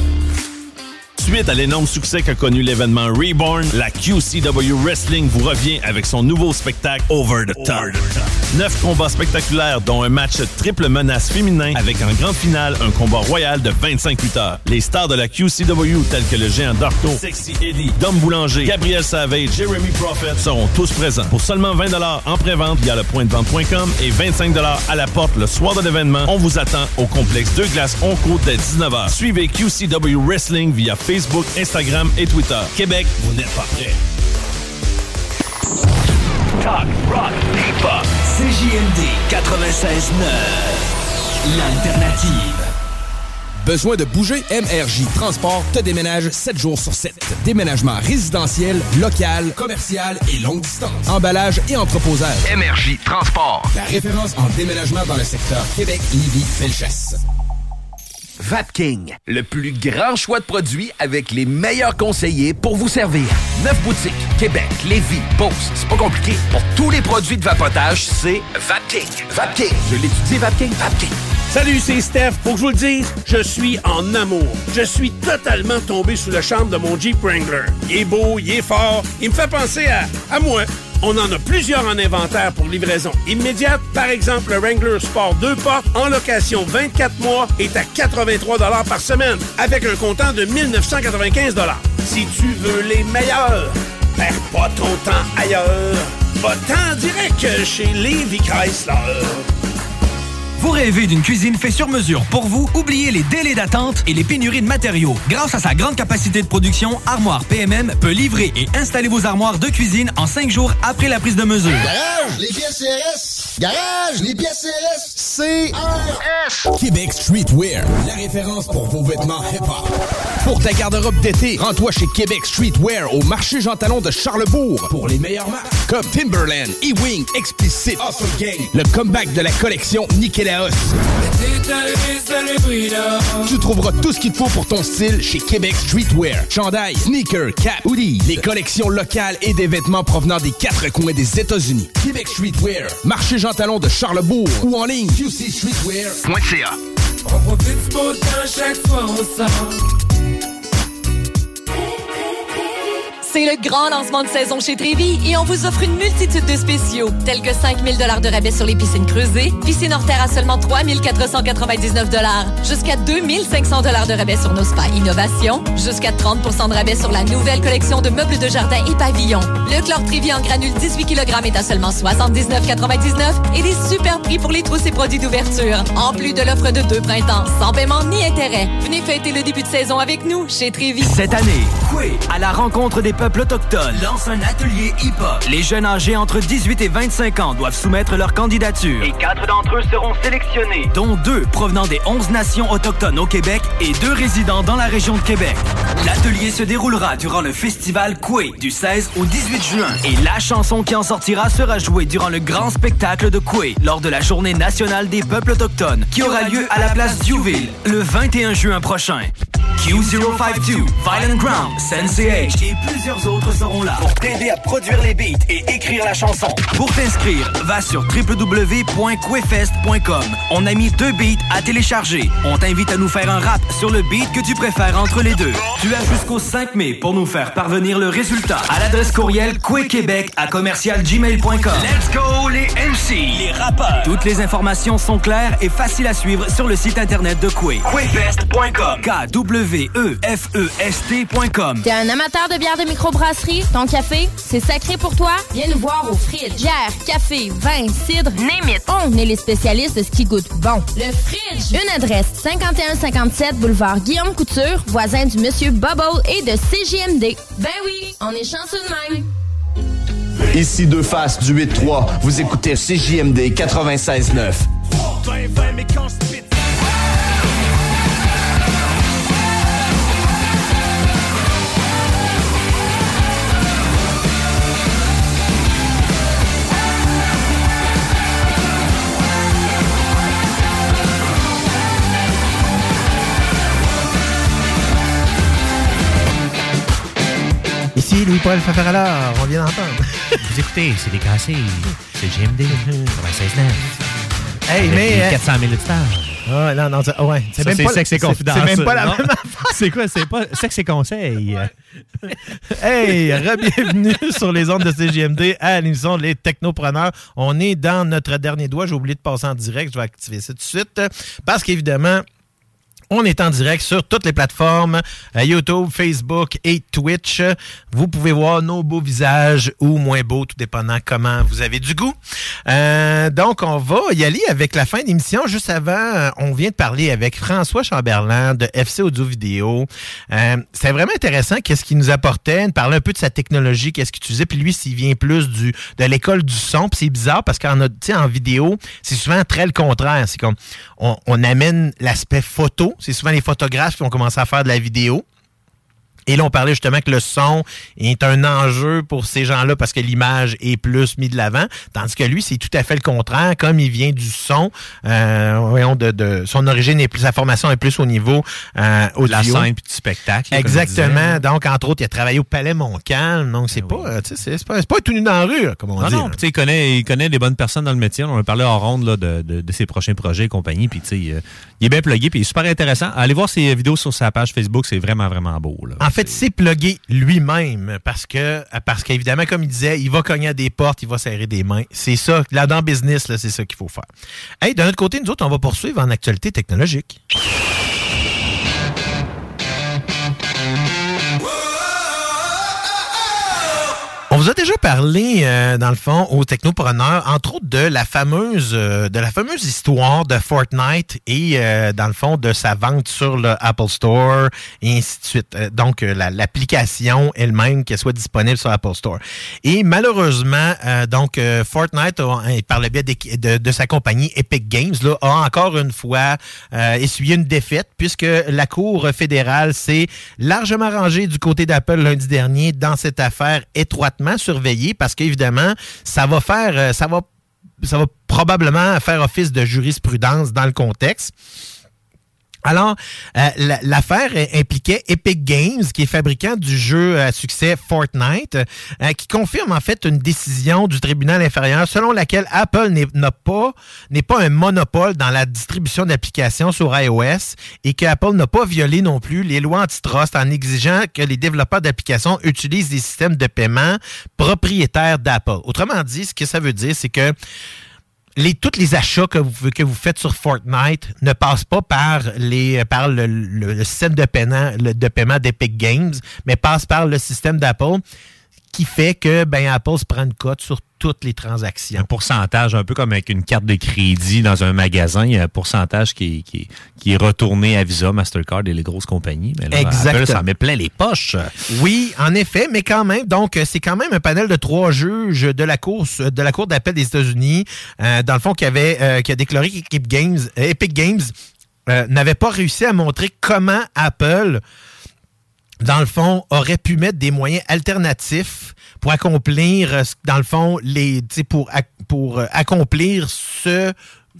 Suite à l'énorme succès qu'a connu l'événement Reborn, la Q C W Wrestling vous revient avec son nouveau spectacle Over the Top. Neuf combats spectaculaires, dont un match triple menace féminin avec en grande finale un combat royal de vingt-cinq lutteurs. Les stars de la Q C W tels que le géant Darko, Sexy Eddie, Dom Boulanger, Gabriel Savage, Jeremy Prophet seront tous présents. Pour seulement vingt dollars en pré-vente via le point de vente point com et vingt-cinq dollars à la porte le soir de l'événement, on vous attend au complexe Deux Glaces Onco dès dix-neuf heures. Suivez Q C W Wrestling via Facebook, Instagram et Twitter. Québec, vous n'êtes pas prêts. Talk, rock, hip-hop. C J M D quatre-vingt-seize neuf. L'alternative. Besoin de bouger? M R J Transport te déménage sept jours sur sept. Déménagement résidentiel, local, commercial et longue distance. Emballage et entreposage. M R J Transport. La référence en déménagement dans le secteur Québec, Lévis, Felchasse. Vapking, le plus grand choix de produits avec les meilleurs conseillers pour vous servir. Neuf boutiques, Québec, Lévis, Beauce, c'est pas compliqué. Pour tous les produits de vapotage, c'est Vapking. Vapking, je l'étudie, Vapking, Vapking. Salut, c'est Steph. Faut que je vous le dise, je suis en amour. Je suis totalement tombé sous le charme de mon Jeep Wrangler. Il est beau, il est fort, il me fait penser à, à moi. On en a plusieurs en inventaire pour livraison immédiate. Par exemple, le Wrangler Sport deux portes en location vingt-quatre mois est à quatre-vingt-trois dollars par semaine avec un comptant de mille neuf cent quatre-vingt-quinze dollars. Si tu veux les meilleurs, perds pas ton temps ailleurs. Va-t'en direct chez Lévis Chrysler. Vous rêvez d'une cuisine faite sur mesure pour vous? Oubliez les délais d'attente et les pénuries de matériaux. Grâce à sa grande capacité de production, Armoire P M M peut livrer et installer vos armoires de cuisine en cinq jours après la prise de mesure. Garage, les pièces C R S. Garage, les pièces C R S. C R S. Québec Streetwear, la référence pour vos vêtements hip-hop. Pour ta garde-robe d'été, rends-toi chez Québec Streetwear au marché Jean Talon de Charlebourg pour les meilleures marques comme Timberland, E-Wing, Explicit, Awesome Gang, le comeback de la collection Nickel la hausse. Tu trouveras tout ce qu'il te faut pour ton style chez Québec Streetwear. Chandail, sneakers, cap, hoodies, les collections locales et des vêtements provenant des quatre coins des États-Unis. Québec Streetwear, marché Jean Talon de Charlebourg ou en ligne q c streetwear point c a. On profite du beau temps chaque fois on sort. C'est le grand lancement de saison chez Trévis et on vous offre une multitude de spéciaux, tels que cinq mille dollars de rabais sur les piscines creusées, piscine hors terre à seulement trois mille quatre cent quatre-vingt-dix-neuf dollars, jusqu'à deux mille cinq cents dollars de rabais sur nos spas Innovation, jusqu'à trente pour cent de rabais sur la nouvelle collection de meubles de jardin et pavillons. Le chlore Trévis en granule dix-huit kilogrammes est à seulement soixante-dix-neuf quatre-vingt-dix-neuf et des super prix pour les trousses et produits d'ouverture, en plus de l'offre de deux printemps, sans paiement ni intérêt. Venez fêter le début de saison avec nous chez Trévis. Cette année, Coué, à la rencontre des peuples autochtones, lance un atelier hip-hop. Les jeunes âgés entre dix-huit et vingt-cinq ans doivent soumettre leur candidature. Et quatre d'entre eux seront sélectionnés, dont deux provenant des onze nations autochtones au Québec et deux résidant dans la région de Québec. L'atelier se déroulera durant le festival Coué du seize au dix-huit juin. Et la chanson qui en sortira sera jouée durant le grand spectacle de Coué lors de la Journée nationale des peuples autochtones qui aura lieu à la place Diouville le vingt et un juin prochain. Q zéro cinquante-deux, Violent Ground, Sensei H et plusieurs autres seront là pour t'aider à produire les beats et écrire la chanson. Pour t'inscrire, va sur w w w point quefest point com. On a mis deux beats à télécharger. On t'invite à nous faire un rap sur le beat que tu préfères entre les deux. Tu as jusqu'au cinq mai pour nous faire parvenir le résultat à l'adresse courriel quequebec à commercial gmail point com. Let's go les M C, les rappeurs. Toutes les informations sont claires et faciles à suivre sur le site internet de Qué. quefest point com. K W E F E S T point com. T'es un amateur de bière de microbrasserie? Ton café, c'est sacré pour toi? Viens nous voir au Fridge. Bière, café, vin, cidre, name it. On est les spécialistes de ce qui goûte bon. Le Fridge. Une adresse, cinquante et un cinquante-sept boulevard Guillaume Couture, voisin du Monsieur Bubble et de C J M D. Ben oui, on est chanceux de même. Ici Deux Faces du huit trois. Vous écoutez C J M D quatre-vingt-seize neuf. Ici Louis-Paul Fafarala, on vient d'entendre. Vous écoutez, c'est des cassés, c'est G M D quatre-vingt-seize neuf. Hey, avec mais... quatre cent mille stars. Ah, non, non, c'est, ouais. C'est ça, même c'est pas sexe et confidence. C'est même pas la non? même affaire. C'est quoi? C'est pas sexe et conseil. Hey, re-bienvenue sur les ondes de C J M D à l'émission Les Technopreneurs. On est dans notre dernier doigt. J'ai oublié de passer en direct. Je vais activer ça tout de suite parce qu'évidemment, on est en direct sur toutes les plateformes, euh, YouTube, Facebook et Twitch. Vous pouvez voir nos beaux visages ou moins beaux, tout dépendant comment vous avez du goût. Euh, donc, on va y aller avec la fin d'émission. Juste avant, on vient de parler avec François Chamberlain de F C Audio Vidéo. Euh, c'est vraiment intéressant qu'est-ce qu'il nous apportait, de parler un peu de sa technologie, qu'est-ce qu'il utilisait. Puis lui, s'il vient plus du de l'école du son. Puis c'est bizarre parce qu'en en vidéo, c'est souvent très le contraire. C'est comme on, on amène l'aspect photo. C'est souvent les photographes qui vont commencer à faire de la vidéo. Et là, on parlait justement que le son est un enjeu pour ces gens-là parce que l'image est plus mise de l'avant. Tandis que lui, c'est tout à fait le contraire. Comme il vient du son, euh, voyons, de, de, son origine est plus, sa formation est plus au niveau euh, audio. La scène puis du spectacle. Exactement. Donc, entre autres, il a travaillé au Palais Montcalm. Donc, c'est, oui. pas, c'est, c'est, pas, c'est pas tout nu dans la rue, là, comme on non, dit. Non, non. Il connaît, il connaît des bonnes personnes dans le métier. On a parlé en ronde là, de, de, de ses prochains projets et compagnie. Puis, tu sais, euh, il est bien plugué puis il est super intéressant. Allez voir ses vidéos sur sa page Facebook. C'est vraiment, vraiment beau. Là. En fait, c'est plugué lui-même parce que, parce qu'évidemment, comme il disait, il va cogner à des portes, il va serrer des mains. C'est ça, là, dans le business, là, c'est ça qu'il faut faire. Hey, de notre côté, nous autres, on va poursuivre en actualité technologique. On vous a déjà parlé, euh, dans le fond, aux technopreneurs, entre autres de la fameuse euh, de la fameuse histoire de Fortnite et, euh, dans le fond, de sa vente sur le Apple Store et ainsi de suite. Euh, donc, euh, la, l'application elle-même qu'elle soit disponible sur Apple Store. Et malheureusement, euh, donc, euh, Fortnite, euh, par le biais de, de, de sa compagnie Epic Games, là, a encore une fois euh, essuyé une défaite puisque la Cour fédérale s'est largement rangée du côté d'Apple lundi dernier dans cette affaire étroite surveillé parce qu'évidemment, ça va faire, ça va ça va probablement faire office de jurisprudence dans le contexte. Alors, euh, l'affaire impliquait Epic Games, qui est fabricant du jeu à succès Fortnite, euh, qui confirme en fait une décision du tribunal inférieur selon laquelle Apple n'est n'a pas n'est pas un monopole dans la distribution d'applications sur iOS et que Apple n'a pas violé non plus les lois antitrust en exigeant que les développeurs d'applications utilisent des systèmes de paiement propriétaires d'Apple. Autrement dit, ce que ça veut dire, c'est que Les, tous les achats que vous, que vous faites sur Fortnite ne passent pas par, les, par le, le, le système de paiement, le, de paiement d'Epic Games, mais passent par le système d'Apple, qui fait que ben, Apple se prend une cote sur toutes les transactions. Un pourcentage, un peu comme avec une carte de crédit dans un magasin, il y a un pourcentage qui est, qui est, qui est retourné à Visa, Mastercard et les grosses compagnies. Mais là, Exactement. Apple, ça met plein les poches. Oui, en effet, mais quand même, donc c'est quand même un panel de trois juges de la Cour, de la Cour d'appel des États-Unis, euh, dans le fond, qui, avait, euh, qui a déclaré qu'Epic Games, euh, Epic Games euh, n'avait pas réussi à montrer comment Apple, dans le fond, aurait pu mettre des moyens alternatifs pour accomplir, dans le fond, les, pour, pour accomplir ce,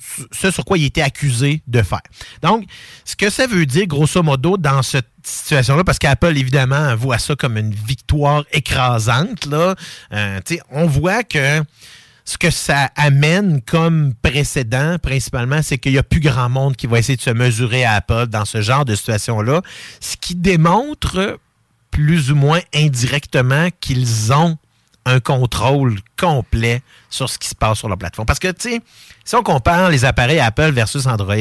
ce sur quoi il était accusé de faire. Donc, ce que ça veut dire, grosso modo, dans cette situation-là, parce qu'Apple, évidemment, voit ça comme une victoire écrasante, là, euh, on voit que ce que ça amène comme précédent, principalement, c'est qu'il n'y a plus grand monde qui va essayer de se mesurer à Apple dans ce genre de situation-là, ce qui démontre plus ou moins indirectement qu'ils ont un contrôle complet sur ce qui se passe sur leur plateforme. Parce que, tu sais, si on compare les appareils Apple versus Android,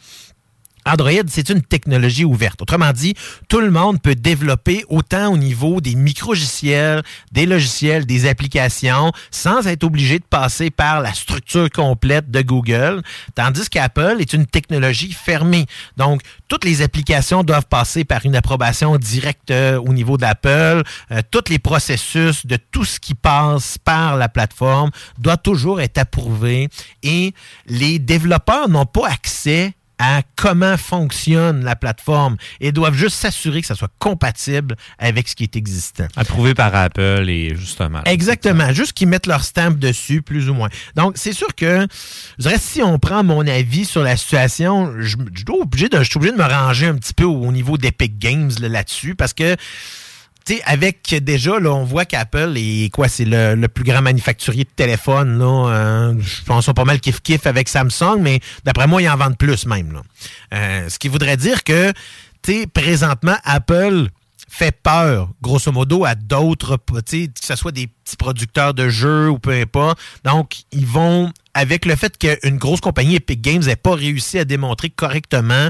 Android, c'est une technologie ouverte. Autrement dit, tout le monde peut développer autant au niveau des micro-logiciels, des logiciels, des applications, sans être obligé de passer par la structure complète de Google, tandis qu'Apple est une technologie fermée. Donc, toutes les applications doivent passer par une approbation directe euh, au niveau d'Apple. Euh, tous les processus de tout ce qui passe par la plateforme doit toujours être approuvé et les développeurs n'ont pas accès à comment fonctionne la plateforme et doivent juste s'assurer que ça soit compatible avec ce qui est existant. Approuvé par Apple et justement. Exactement. Juste qu'ils mettent leur stamp dessus, plus ou moins. Donc, c'est sûr que, je dirais, si on prend mon avis sur la situation, je, je, dois obligé de, je suis obligé de me ranger un petit peu au, au niveau d'Epic Games là, là-dessus parce que tu sais, avec déjà, là, on voit qu'Apple est quoi, c'est le, le plus grand manufacturier de téléphones, là. Euh, je pense qu'ils sont pas mal kiff-kiff avec Samsung, mais d'après moi, ils en vendent plus même, là. Euh, ce qui voudrait dire que, tu sais, présentement, Apple fait peur, grosso modo, à d'autres, tu sais, que ce soit des petits producteurs de jeux ou peu importe. Donc, ils vont, avec le fait qu'une grosse compagnie, Epic Games, n'ait pas réussi à démontrer correctement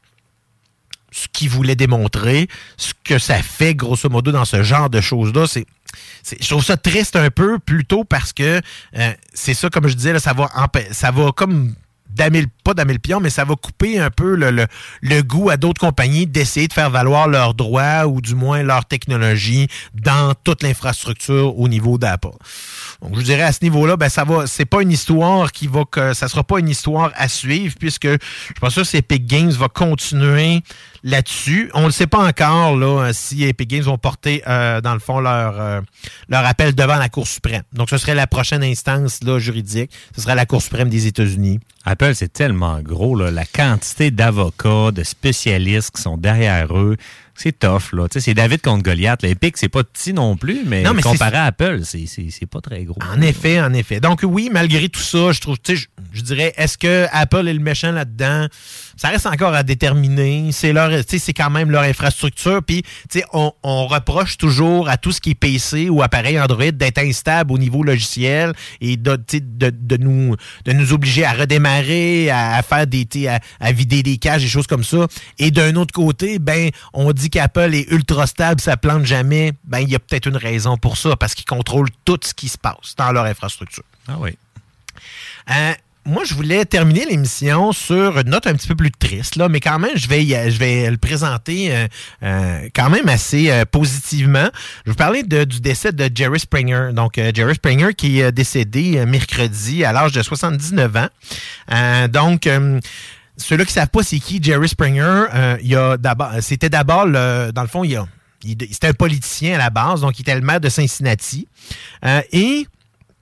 ce qu'il voulait démontrer, ce que ça fait grosso modo dans ce genre de choses-là, c'est, c'est je trouve ça triste un peu, plutôt parce que euh, c'est ça, comme je disais, là, ça va empê- ça va comme damer, pas damer le pion, mais ça va couper un peu le, le, le goût à d'autres compagnies d'essayer de faire valoir leurs droits ou du moins leur technologie dans toute l'infrastructure au niveau d'Apple. Donc, je dirais à ce niveau-là, ben ça va, c'est pas une histoire qui va, que ça sera pas une histoire à suivre puisque je pense que Epic Games va continuer là-dessus. On ne sait pas encore là si Epic Games vont porter euh, dans le fond leur euh, leur appel devant la Cour suprême. Donc, ce serait la prochaine instance là juridique. Ce serait la Cour suprême des États-Unis. Apple, c'est tellement gros, là, la quantité d'avocats, de spécialistes qui sont derrière eux. C'est tough, là. Tu sais, c'est David contre Goliath. L'Epic, c'est pas petit non plus, mais, non, mais comparé à Apple, c'est, c'est, c'est pas très gros. En effet, en effet. Donc oui, malgré tout ça, je trouve, tu sais, je, je dirais, est-ce que Apple est le méchant là-dedans? Ça reste encore à déterminer. C'est leur, tu sais, c'est quand même leur infrastructure. Puis, tu sais, on, on reproche toujours à tout ce qui est P C ou appareil Android d'être instable au niveau logiciel et de, de, de nous, de nous obliger à redémarrer, à, à faire des, à, à vider des caches, des choses comme ça. Et d'un autre côté, ben, on dit qu'Apple est ultra stable, ça plante jamais. Ben, il y a peut-être une raison pour ça, parce qu'ils contrôlent tout ce qui se passe dans leur infrastructure. Ah oui. Euh, Moi, je voulais terminer l'émission sur une note un petit peu plus triste, là, mais quand même, je vais, je vais le présenter euh, euh, quand même assez euh, positivement. Je vais vous parler de, du décès de Jerry Springer. Donc, euh, Jerry Springer qui est décédé euh, mercredi à l'âge de soixante-dix-neuf ans. Euh, donc, euh, ceux-là qui ne savent pas c'est qui Jerry Springer, euh, il y a d'abord, c'était d'abord, le, dans le fond, il y a, il, c'était un politicien à la base, donc il était le maire de Cincinnati. Euh, et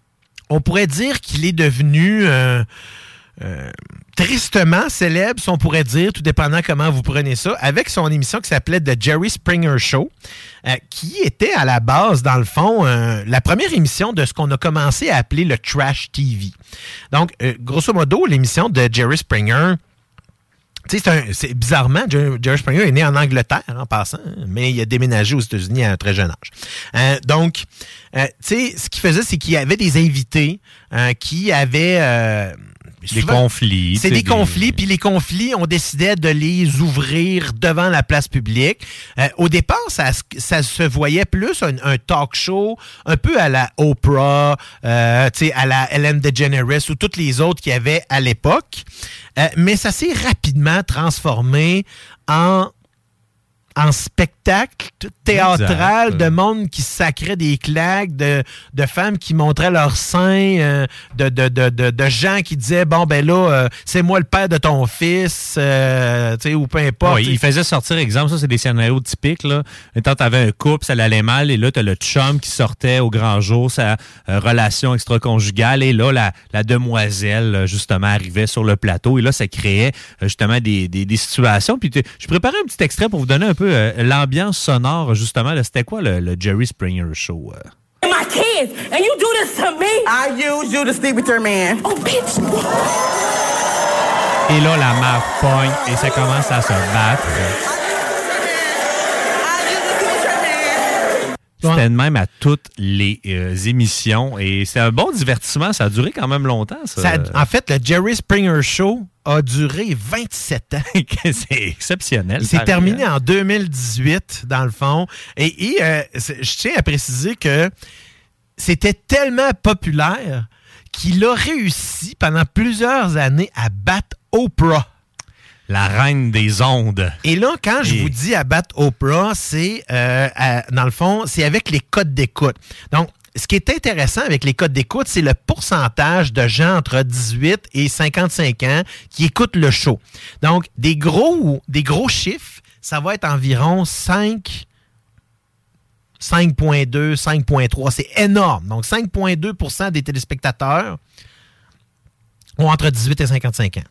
on pourrait dire qu'il est devenu euh, euh, tristement célèbre, si on pourrait dire, tout dépendant comment vous prenez ça, avec son émission qui s'appelait The Jerry Springer Show, euh, qui était à la base, dans le fond, euh, la première émission de ce qu'on a commencé à appeler le Trash T V. Donc, euh, grosso modo, l'émission de Jerry Springer... Tu sais, c'est, un, c'est bizarrement, Jerry, Jerry Springer est né en Angleterre, en passant, mais il a déménagé aux États-Unis à un très jeune âge. Euh, donc, euh, tu sais, ce qu'il faisait, c'est qu'il y avait des invités euh, qui avaient... Euh, des souvent, conflits. C'est des, des conflits, puis les conflits, on décidait de les ouvrir devant la place publique. Euh, au départ, ça, ça se voyait plus un, un talk show, un peu à la Oprah, euh, tu sais, à la Ellen DeGeneres ou toutes les autres qu'il y avait à l'époque. Euh, mais ça s'est rapidement transformé en, en spectacle théâtral exact. De monde qui sacrait des claques, de, de femmes qui montraient leurs seins, euh, de, de, de, de, de gens qui disaient, bon, ben là, euh, c'est moi le père de ton fils, euh, tu sais, ou peu importe. Oui, il faisait sortir, exemple, ça, c'est des scénarios typiques, là. Quand t'avais un couple, ça allait mal, et là, t'as le chum qui sortait au grand jour, sa euh, relation extra-conjugale, et là, la, la demoiselle, justement, arrivait sur le plateau, et là, ça créait, justement, des, des, des situations. Puis, je préparais un petit extrait pour vous donner un peu euh, l'ambiance sonore, justement. Là, c'était quoi le, le Jerry Springer Show? Euh? My kids, and you do this to me? I use you to sleep with your man. Oh, bitch! Et là, la mère pogne et ça commence à se battre. C'était de même à toutes les euh, émissions et c'est un bon divertissement. Ça a duré quand même longtemps, ça. ça a, en fait, le Jerry Springer Show a duré vingt-sept ans. C'est exceptionnel. Il s'est terminé en deux mille dix-huit, dans le fond. Et, et euh, je tiens à préciser que c'était tellement populaire qu'il a réussi pendant plusieurs années à battre Oprah. La reine des ondes. Et là, quand je Et... vous dis à battre Oprah, c'est, euh, à, dans le fond, c'est avec les codes d'écoute. Donc, ce qui est intéressant avec les codes d'écoute, c'est le pourcentage de gens entre dix-huit et cinquante-cinq ans qui écoutent le show. Donc, des gros, des gros chiffres, ça va être environ cinq, cinq virgule deux, cinq virgule trois. C'est énorme. Donc, cinq virgule deux pour cent des téléspectateurs ont entre dix-huit et cinquante-cinq ans.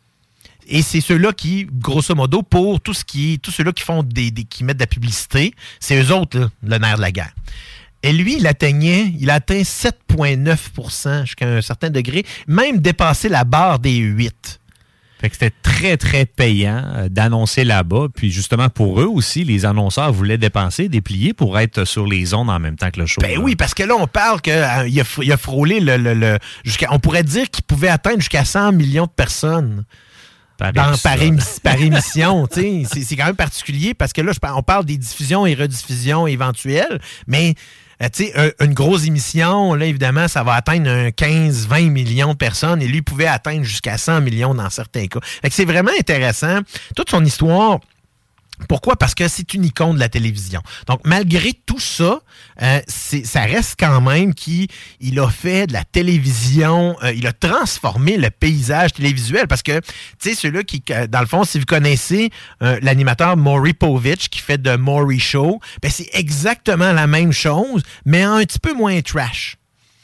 Et c'est ceux-là qui, grosso modo, pour tout ce qui est, tous ceux-là qui font des, des qui mettent de la publicité, c'est eux autres, là, le nerf de la guerre. Et lui, il atteignait, il a atteint sept virgule neuf pour cent jusqu'à un certain degré, même dépassé la barre des huit. Fait que c'était très, très payant euh, d'annoncer là-bas. Puis justement, pour eux aussi, les annonceurs voulaient dépenser, déplier pour être sur les ondes en même temps que le show. Ben là. Oui, parce que là, on parle qu'il euh, a, il a frôlé le... le, le jusqu'à, on pourrait dire qu'il pouvait atteindre jusqu'à cent millions de personnes. Par, Dans, par, émi- par émission, c'est, c'est quand même particulier parce que là, je, on parle des diffusions et rediffusions éventuelles, mais euh, un, une grosse émission, là, évidemment, ça va atteindre un quinze à vingt millions de personnes et lui pouvait atteindre jusqu'à cent millions dans certains cas. Fait que c'est vraiment intéressant. Toute son histoire... Pourquoi? Parce que c'est une icône de la télévision. Donc, malgré tout ça, euh, c'est, ça reste quand même qu'il il a fait de la télévision, euh, il a transformé le paysage télévisuel. Parce que, tu sais, ceux-là qui, dans le fond, si vous connaissez euh, l'animateur Maury Povich qui fait de Maury Show, ben c'est exactement la même chose, mais un petit peu moins trash.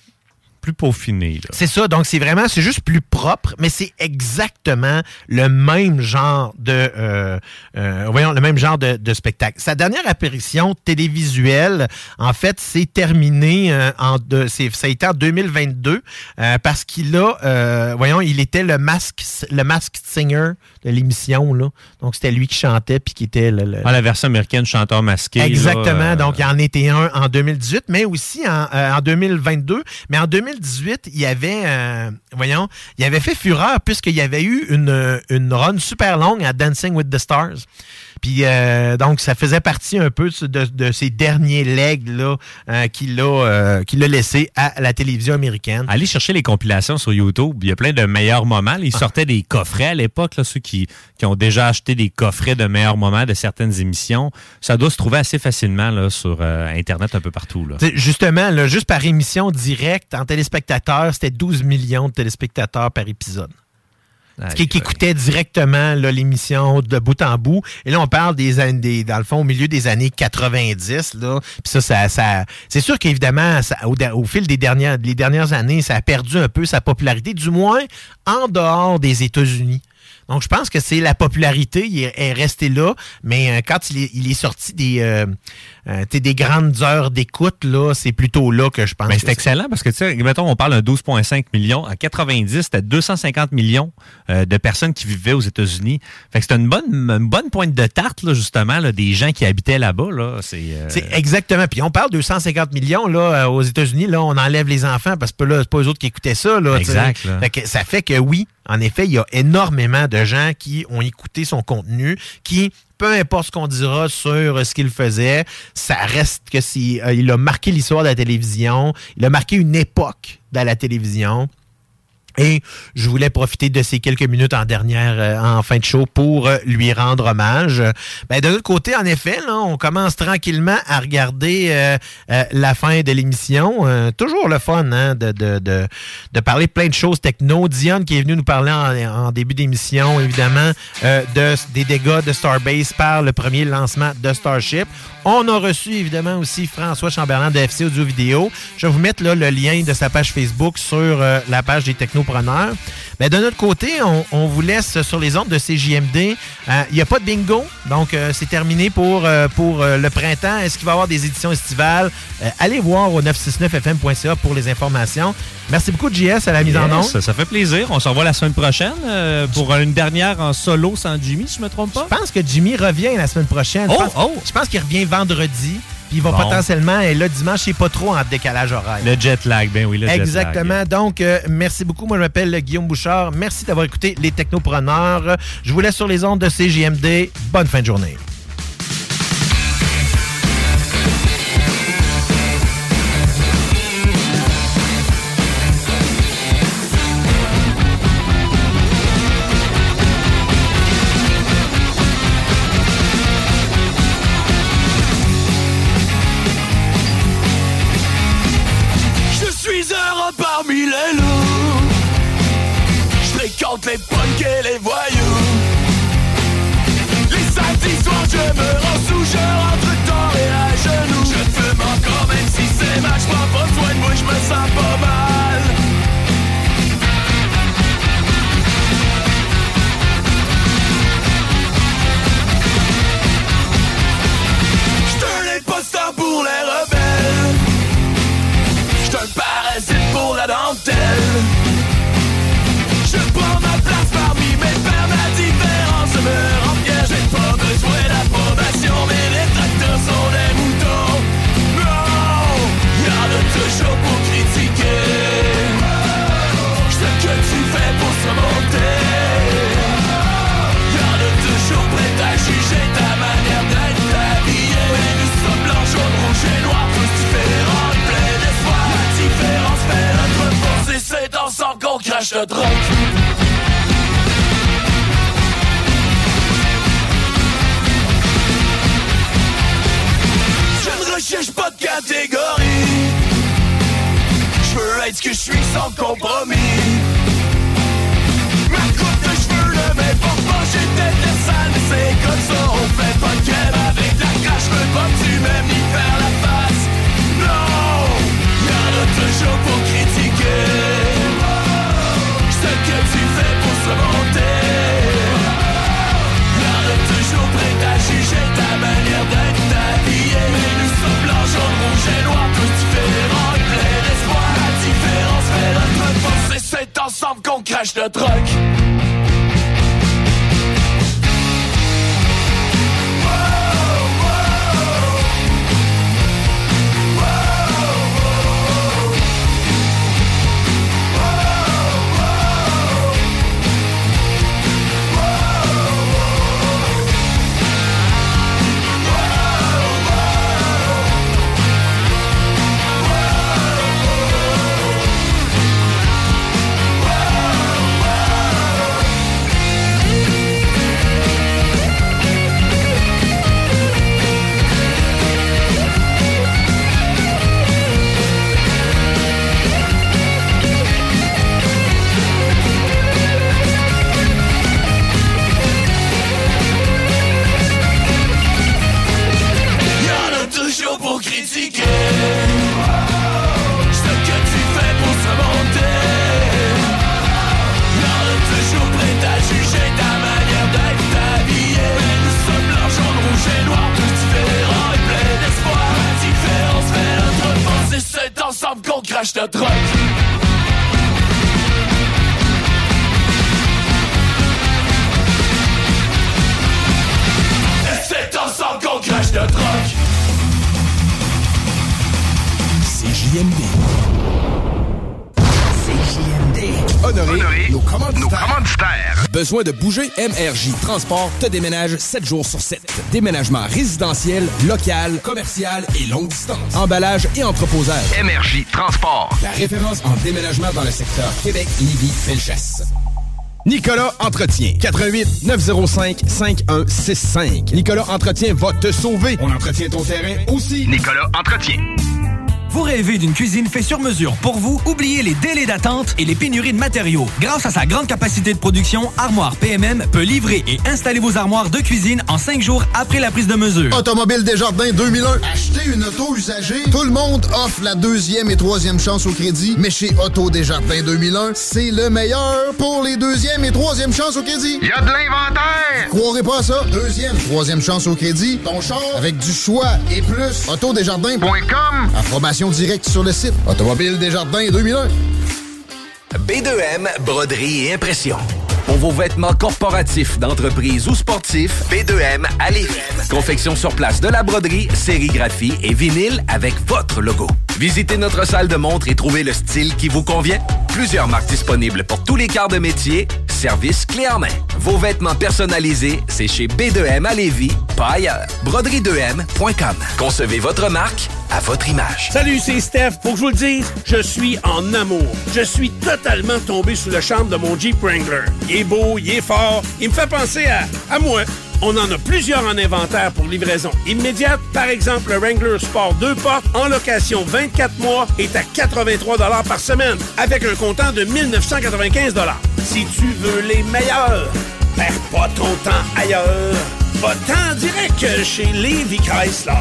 Plus peaufiné. Là. C'est ça, donc c'est vraiment, c'est juste plus propre, mais c'est exactement le même genre de, euh, euh, voyons, le même genre de, de spectacle. Sa dernière apparition télévisuelle, en fait, s'est terminée euh, en, de, c'est, ça a été en deux mille vingt-deux, euh, parce qu'il a, euh, voyons, il était le mask, le masked singer de l'émission, là. Donc c'était lui qui chantait puis qui était le, le... Ah, la version américaine chanteur masqué. Exactement, là, euh... donc il y en était un en deux mille dix-huit, mais aussi en, euh, en deux mille vingt-deux, mais en deux mille dix-huit, il y avait, euh, voyons, il avait fait fureur puisqu'il y avait eu une, une run super longue à Dancing with the Stars. Puis euh, donc, ça faisait partie un peu de, de ces derniers legs là, euh, qu'il, a, euh, qu'il a laissé à la télévision américaine. Allez chercher les compilations sur YouTube. Il y a plein de meilleurs moments. Ils sortaient des coffrets à l'époque, là, ceux qui, qui ont déjà acheté des coffrets de meilleurs moments de certaines émissions. Ça doit se trouver assez facilement là, sur euh, Internet un peu partout. Là. Justement, là, juste par émission directe, en téléspectateurs, c'était douze millions de téléspectateurs par épisode. qui, qui écoutaient directement là, l'émission de bout en bout. Et là, on parle des années, des, dans le fond, au milieu des années quatre-vingt-dix. Là. Puis ça, ça, ça, c'est sûr qu'évidemment, ça, au, au fil des dernières, les dernières années, ça a perdu un peu sa popularité, du moins en dehors des États-Unis. Donc, je pense que c'est la popularité, il est, est resté là, mais euh, quand il est, il est sorti des, euh, euh, des grandes heures d'écoute, là, c'est plutôt là que je pense. Mais que c'est excellent parce que, tu sais, mettons, on parle d'un douze virgule cinq millions. En quatre-vingt-dix, c'était deux cent cinquante millions euh, de personnes qui vivaient aux États-Unis. Fait que c'était une bonne, une bonne pointe de tarte, là, justement, là, des gens qui habitaient là-bas. Là. C'est, euh... c'est exactement. Puis on parle de deux cent cinquante millions là, aux États-Unis. Là, on enlève les enfants parce que là, c'est pas eux autres qui écoutaient ça. Là, exact. Là. Fait que ça fait que oui, en effet, il y a énormément de gens qui ont écouté son contenu, qui, peu importe ce qu'on dira sur ce qu'il faisait, ça reste que si, euh, il a marqué l'histoire de la télévision, il a marqué une époque dans la télévision. Et je voulais profiter de ces quelques minutes en dernière, euh, en fin de show pour euh, lui rendre hommage. Ben, de l'autre côté, en effet, là, on commence tranquillement à regarder euh, euh, la fin de l'émission. Euh, toujours le fun hein, de, de, de, de parler plein de choses techno. Dion qui est venu nous parler en, en début d'émission, évidemment, euh, de, des dégâts de Starbase par le premier lancement de Starship. On a reçu, évidemment, aussi François Chamberlain de F C Audio Vidéo. Je vais vous mettre là, le lien de sa page Facebook sur euh, la page des technopreneurs. Ben, de notre côté, on, on vous laisse sur les ondes de C J M D. Il euh, n'y a pas de bingo, donc euh, c'est terminé pour, euh, pour euh, le printemps. Est-ce qu'il va y avoir des éditions estivales? Euh, allez voir au neuf cent soixante-neuf F M point C A pour les informations. Merci beaucoup, J S, à la mise yes, en onde. Ça, ça fait plaisir. On se revoit la semaine prochaine euh, pour une dernière en solo sans Jimmy, si je ne me trompe pas. Je pense que Jimmy revient la semaine prochaine. Oh, je pense, oh. je pense qu'il revient vendredi. Puis il va bon. potentiellement être là dimanche, je sais pas trop en décalage horaire. Le jet lag, ben oui, le Exactement. jet lag. Donc, euh, merci beaucoup. Moi, je m'appelle Guillaume Bouchard. Merci d'avoir écouté Les Technopreneurs. Je vous laisse sur les ondes de C J M D. Bonne fin de journée. Parmi les loups, je fréquente les punks et les voyous. Les samedis soirs je me rends sous, je rentre tard et à genoux. Je fume encore même si c'est mal, je prends pas soin de moi, je me sens pas mal. J'suis un imposteur pour les rebelles, j'suis un parasite pour la dentelle. Je prends ma place parmi mes pères, ma différence me rend fier. J'ai pas besoin d'approbation, mais les tracteurs sont des moutons. Non, y'en a toujours pour critiquer ce que tu fais pour se monter. Y'en a toujours prêt à juger ta manière d'être habillé. Mais nous sommes blancs, jaunes, rouges et noirs, tous différents, pleins d'espoir. La différence fait notre force et c'est ensemble qu'on crache notre rock. Je ne recherche pas de catégorie, je veux être ce que je suis sans compromis. Ma coupe de cheveux ne m'importe pas, j'ai peut-être l'air sale, mais c'est comme ça. On fait pas de crème avec la crache, je veux pas que tu m'aimes ni faire la face. Non, y'en a toujours pour critiquer ce que tu fais pour se monter. Y'en a toujours prêt à juger ta manière d'être habillé. Mais nous sommes blancs, jaunes, rouges et noirs, tous différents, pleins d'espoir. La différence fait notre force et c'est ensemble qu'on crache notre rock. crache de troc. Et c'est ensemble qu'on crache de troc. C J M D. C J M D. Honoré, Honoré nos commanditaires. nos commanditaires. Besoin de bouger? M R J Transport te déménage sept jours sur sept. Déménagement résidentiel, local, commercial et longue distance. Emballage et entreposage. M R J Transport. La référence en déménagement dans le secteur Québec, Lévis, Felchasse. Nicolas Entretien. quatre-vingt-huit neuf zéro cinq cinq un six cinq. Nicolas Entretien va te sauver. On entretient ton terrain aussi. Nicolas Entretien. Vous rêvez d'une cuisine faite sur mesure pour vous? Oubliez les délais d'attente et les pénuries de matériaux. Grâce à sa grande capacité de production, Armoire P M M peut livrer et installer vos armoires de cuisine en cinq jours après la prise de mesure. Automobile Desjardins deux mille un. Acheter une auto usagée? Tout le monde offre la deuxième et troisième chance au crédit, mais chez Auto Desjardins deux mille un, c'est le meilleur pour les deuxième et troisième chances au crédit. Il y a de l'inventaire! Croirez pas à ça? Deuxième, troisième chance au crédit, ton char avec du choix et plus. Autodesjardins point com. Information directe sur le site. Automobile Desjardins deux mille un. B deux M, broderie et impression. Pour vos vêtements corporatifs, d'entreprise ou sportifs, B deux M à Lévis. Confection sur place de la broderie, sérigraphie et vinyle avec votre logo. Visitez notre salle de montre et trouvez le style qui vous convient. Plusieurs marques disponibles pour tous les quarts de métier. Service clé en main. Vos vêtements personnalisés, c'est chez B deux M à Lévis, pas ailleurs. broderie deux M point com. Concevez votre marque à votre image. Salut, c'est Steph. Pour que je vous le dise, je suis en amour. Je suis totalement tombé sous le charme de mon Jeep Wrangler. Il est beau, il est fort. Il me fait penser à, à moi. On en a plusieurs en inventaire pour livraison immédiate. Par exemple, le Wrangler Sport deux portes en location vingt-quatre mois est à quatre-vingt-trois dollars par semaine avec un comptant de mille neuf cent quatre-vingt-quinze dollars. Si tu veux les meilleurs, perds pas ton temps ailleurs. Va-t'en direct chez Lévis Chrysler.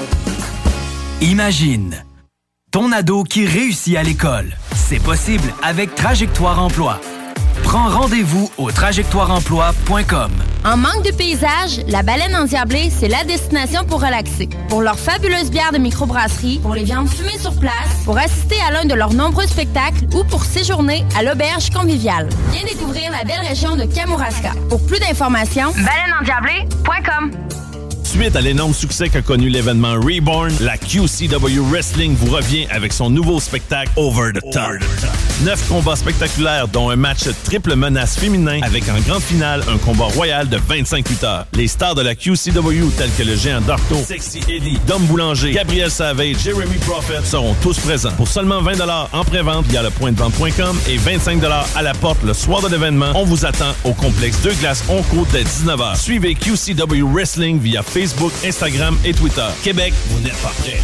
Imagine ton ado qui réussit à l'école. C'est possible avec Trajectoire Emploi. Prends rendez-vous au trajectoire emploi point com. En manque de paysage, la Baleine Endiablée, c'est la destination pour relaxer. Pour leurs fabuleuses bières de microbrasserie, pour les viandes fumées sur place, pour assister à l'un de leurs nombreux spectacles ou pour séjourner à l'auberge conviviale. Viens découvrir la belle région de Kamouraska. Pour plus d'informations, baleine endiablée point com. Suite à l'énorme succès qu'a connu l'événement Reborn, la Q C W Wrestling vous revient avec son nouveau spectacle Over the Top. Neuf combats spectaculaires, dont un match triple menace féminin avec en grande finale un combat royal de vingt-cinq lutteurs. Les stars de la Q C W tels que le géant Darto, Sexy Eddie, Dom Boulanger, Gabriel Savage, Jeremy Prophet seront tous présents. Pour seulement vingt dollars en pré-vente via le point de vente point com et vingt-cinq dollars à la porte le soir de l'événement, on vous attend au complexe Deux Glaces Onco dès dix-neuf heures. Suivez Q C W Wrestling via Facebook, Instagram et Twitter. Québec, vous n'êtes pas prêts.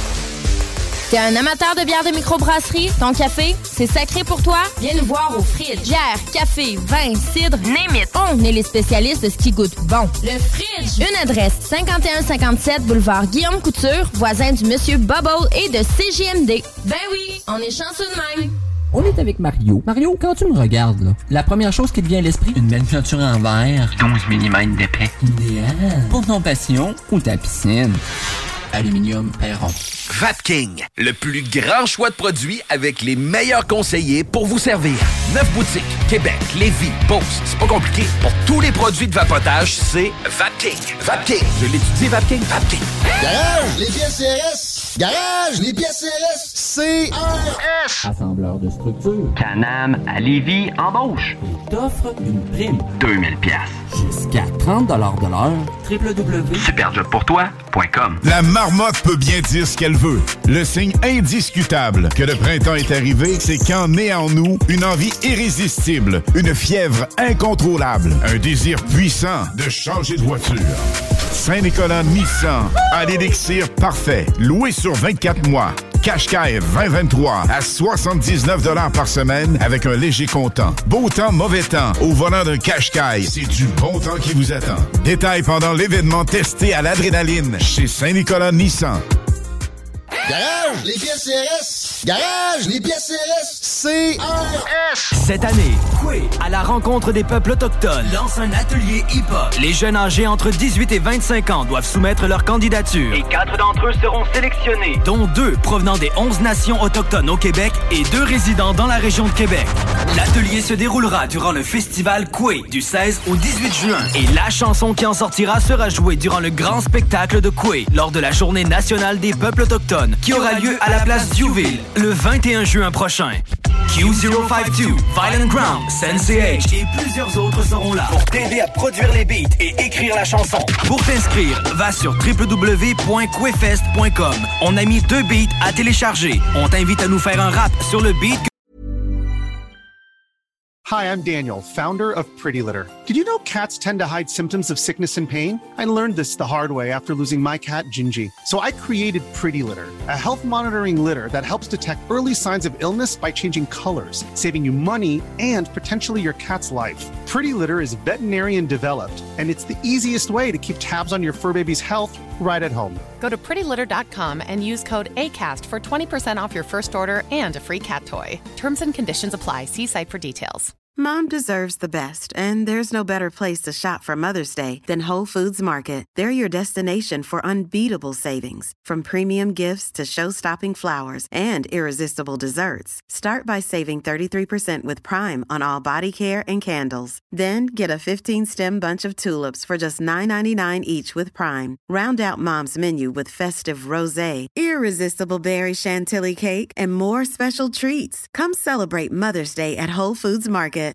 T'es un amateur de bière de microbrasserie? Ton café, c'est sacré pour toi? Viens nous voir au Fridge. Bière, café, vin, cidre, name it. On est les spécialistes de ce qui goûte bon. Le Fridge. Une adresse, cinquante et un cinquante-sept boulevard Guillaume Couture, voisin du Monsieur Bubble et de C J M D. Ben oui, on est chanceux de même. On est avec Mario. Mario, quand tu me regardes, là, la première chose qui te vient à l'esprit, une belle peinture en verre. douze millimètres d'épais. Idéal. Pour ton passion ou ta piscine. Aluminium Perron. Vapking, le plus grand choix de produits avec les meilleurs conseillers pour vous servir. Neuf boutiques, Québec, Lévis, Beauce. C'est pas compliqué. Pour tous les produits de vapotage, c'est Vapking. Vapking. Je l'étudie, Vapking. Vapking. Garage, les pièces C R S. Garage, les pièces C R S. C R S. Assembleur de structure. Canam à Lévis embauche. Il t'offre une prime. deux mille piastres. Jusqu'à trente dollars de l'heure. w w w point superjob pour toi point com. La marmotte peut bien dire ce qu'elle veut. Le signe indiscutable que le printemps est arrivé, c'est quand naît en nous une envie irrésistible, une fièvre incontrôlable, un désir puissant de changer de voiture. Saint-Nicolas Nissan a l'élixir parfait, loué sur vingt-quatre mois. Qashqai vingt vingt-trois à soixante-dix-neuf dollars par semaine avec un léger comptant. Beau temps, mauvais temps. Au volant d'un Qashqai, c'est du bon temps qui vous attend. Détails pendant l'événement testé à l'adrénaline chez Saint-Nicolas Nissan. Garage, les pièces C R S. Garage, les pièces C R S. C R S. Cette année, Coué, à la rencontre des peuples autochtones, lance un atelier hip-hop. Les jeunes âgés entre dix-huit et vingt-cinq ans doivent soumettre leur candidature. Et quatre d'entre eux seront sélectionnés, dont deux provenant des onze nations autochtones au Québec et deux résidant dans la région de Québec. L'atelier se déroulera durant le festival Coué du seize au dix-huit juin. Et la chanson qui en sortira sera jouée durant le grand spectacle de Coué lors de la Journée nationale des peuples autochtones qui aura lieu à la place Diouville le vingt et un juin prochain. Q zéro cinquante-deux, Violent Ground, Sensei H et plusieurs autres seront là pour t'aider à produire les beats et écrire la chanson. Pour t'inscrire, va sur w w w point quefest point com. On a mis deux beats à télécharger. On t'invite à nous faire un rap sur le beat. Hi, I'm Daniel, founder of Pretty Litter. Did you know cats tend to hide symptoms of sickness and pain? I learned this the hard way after losing my cat, Gingy. So I created Pretty Litter, a health monitoring litter that helps detect early signs of illness by changing colors, saving you money and potentially your cat's life. Pretty Litter is veterinarian developed, and it's the easiest way to keep tabs on your fur baby's health right at home. Go to pretty litter dot com and use code ACAST for twenty percent off your first order and a free cat toy. Terms and conditions apply. See site for details. Mom deserves the best, and there's no better place to shop for Mother's Day than Whole Foods Market. They're your destination for unbeatable savings, from premium gifts to show-stopping flowers and irresistible desserts. Start by saving thirty-three percent with Prime on all body care and candles. Then get a fifteen-stem bunch of tulips for just nine ninety-nine each with Prime. Round out Mom's menu with festive rosé, irresistible berry chantilly cake, and more special treats. Come celebrate Mother's Day at Whole Foods Market.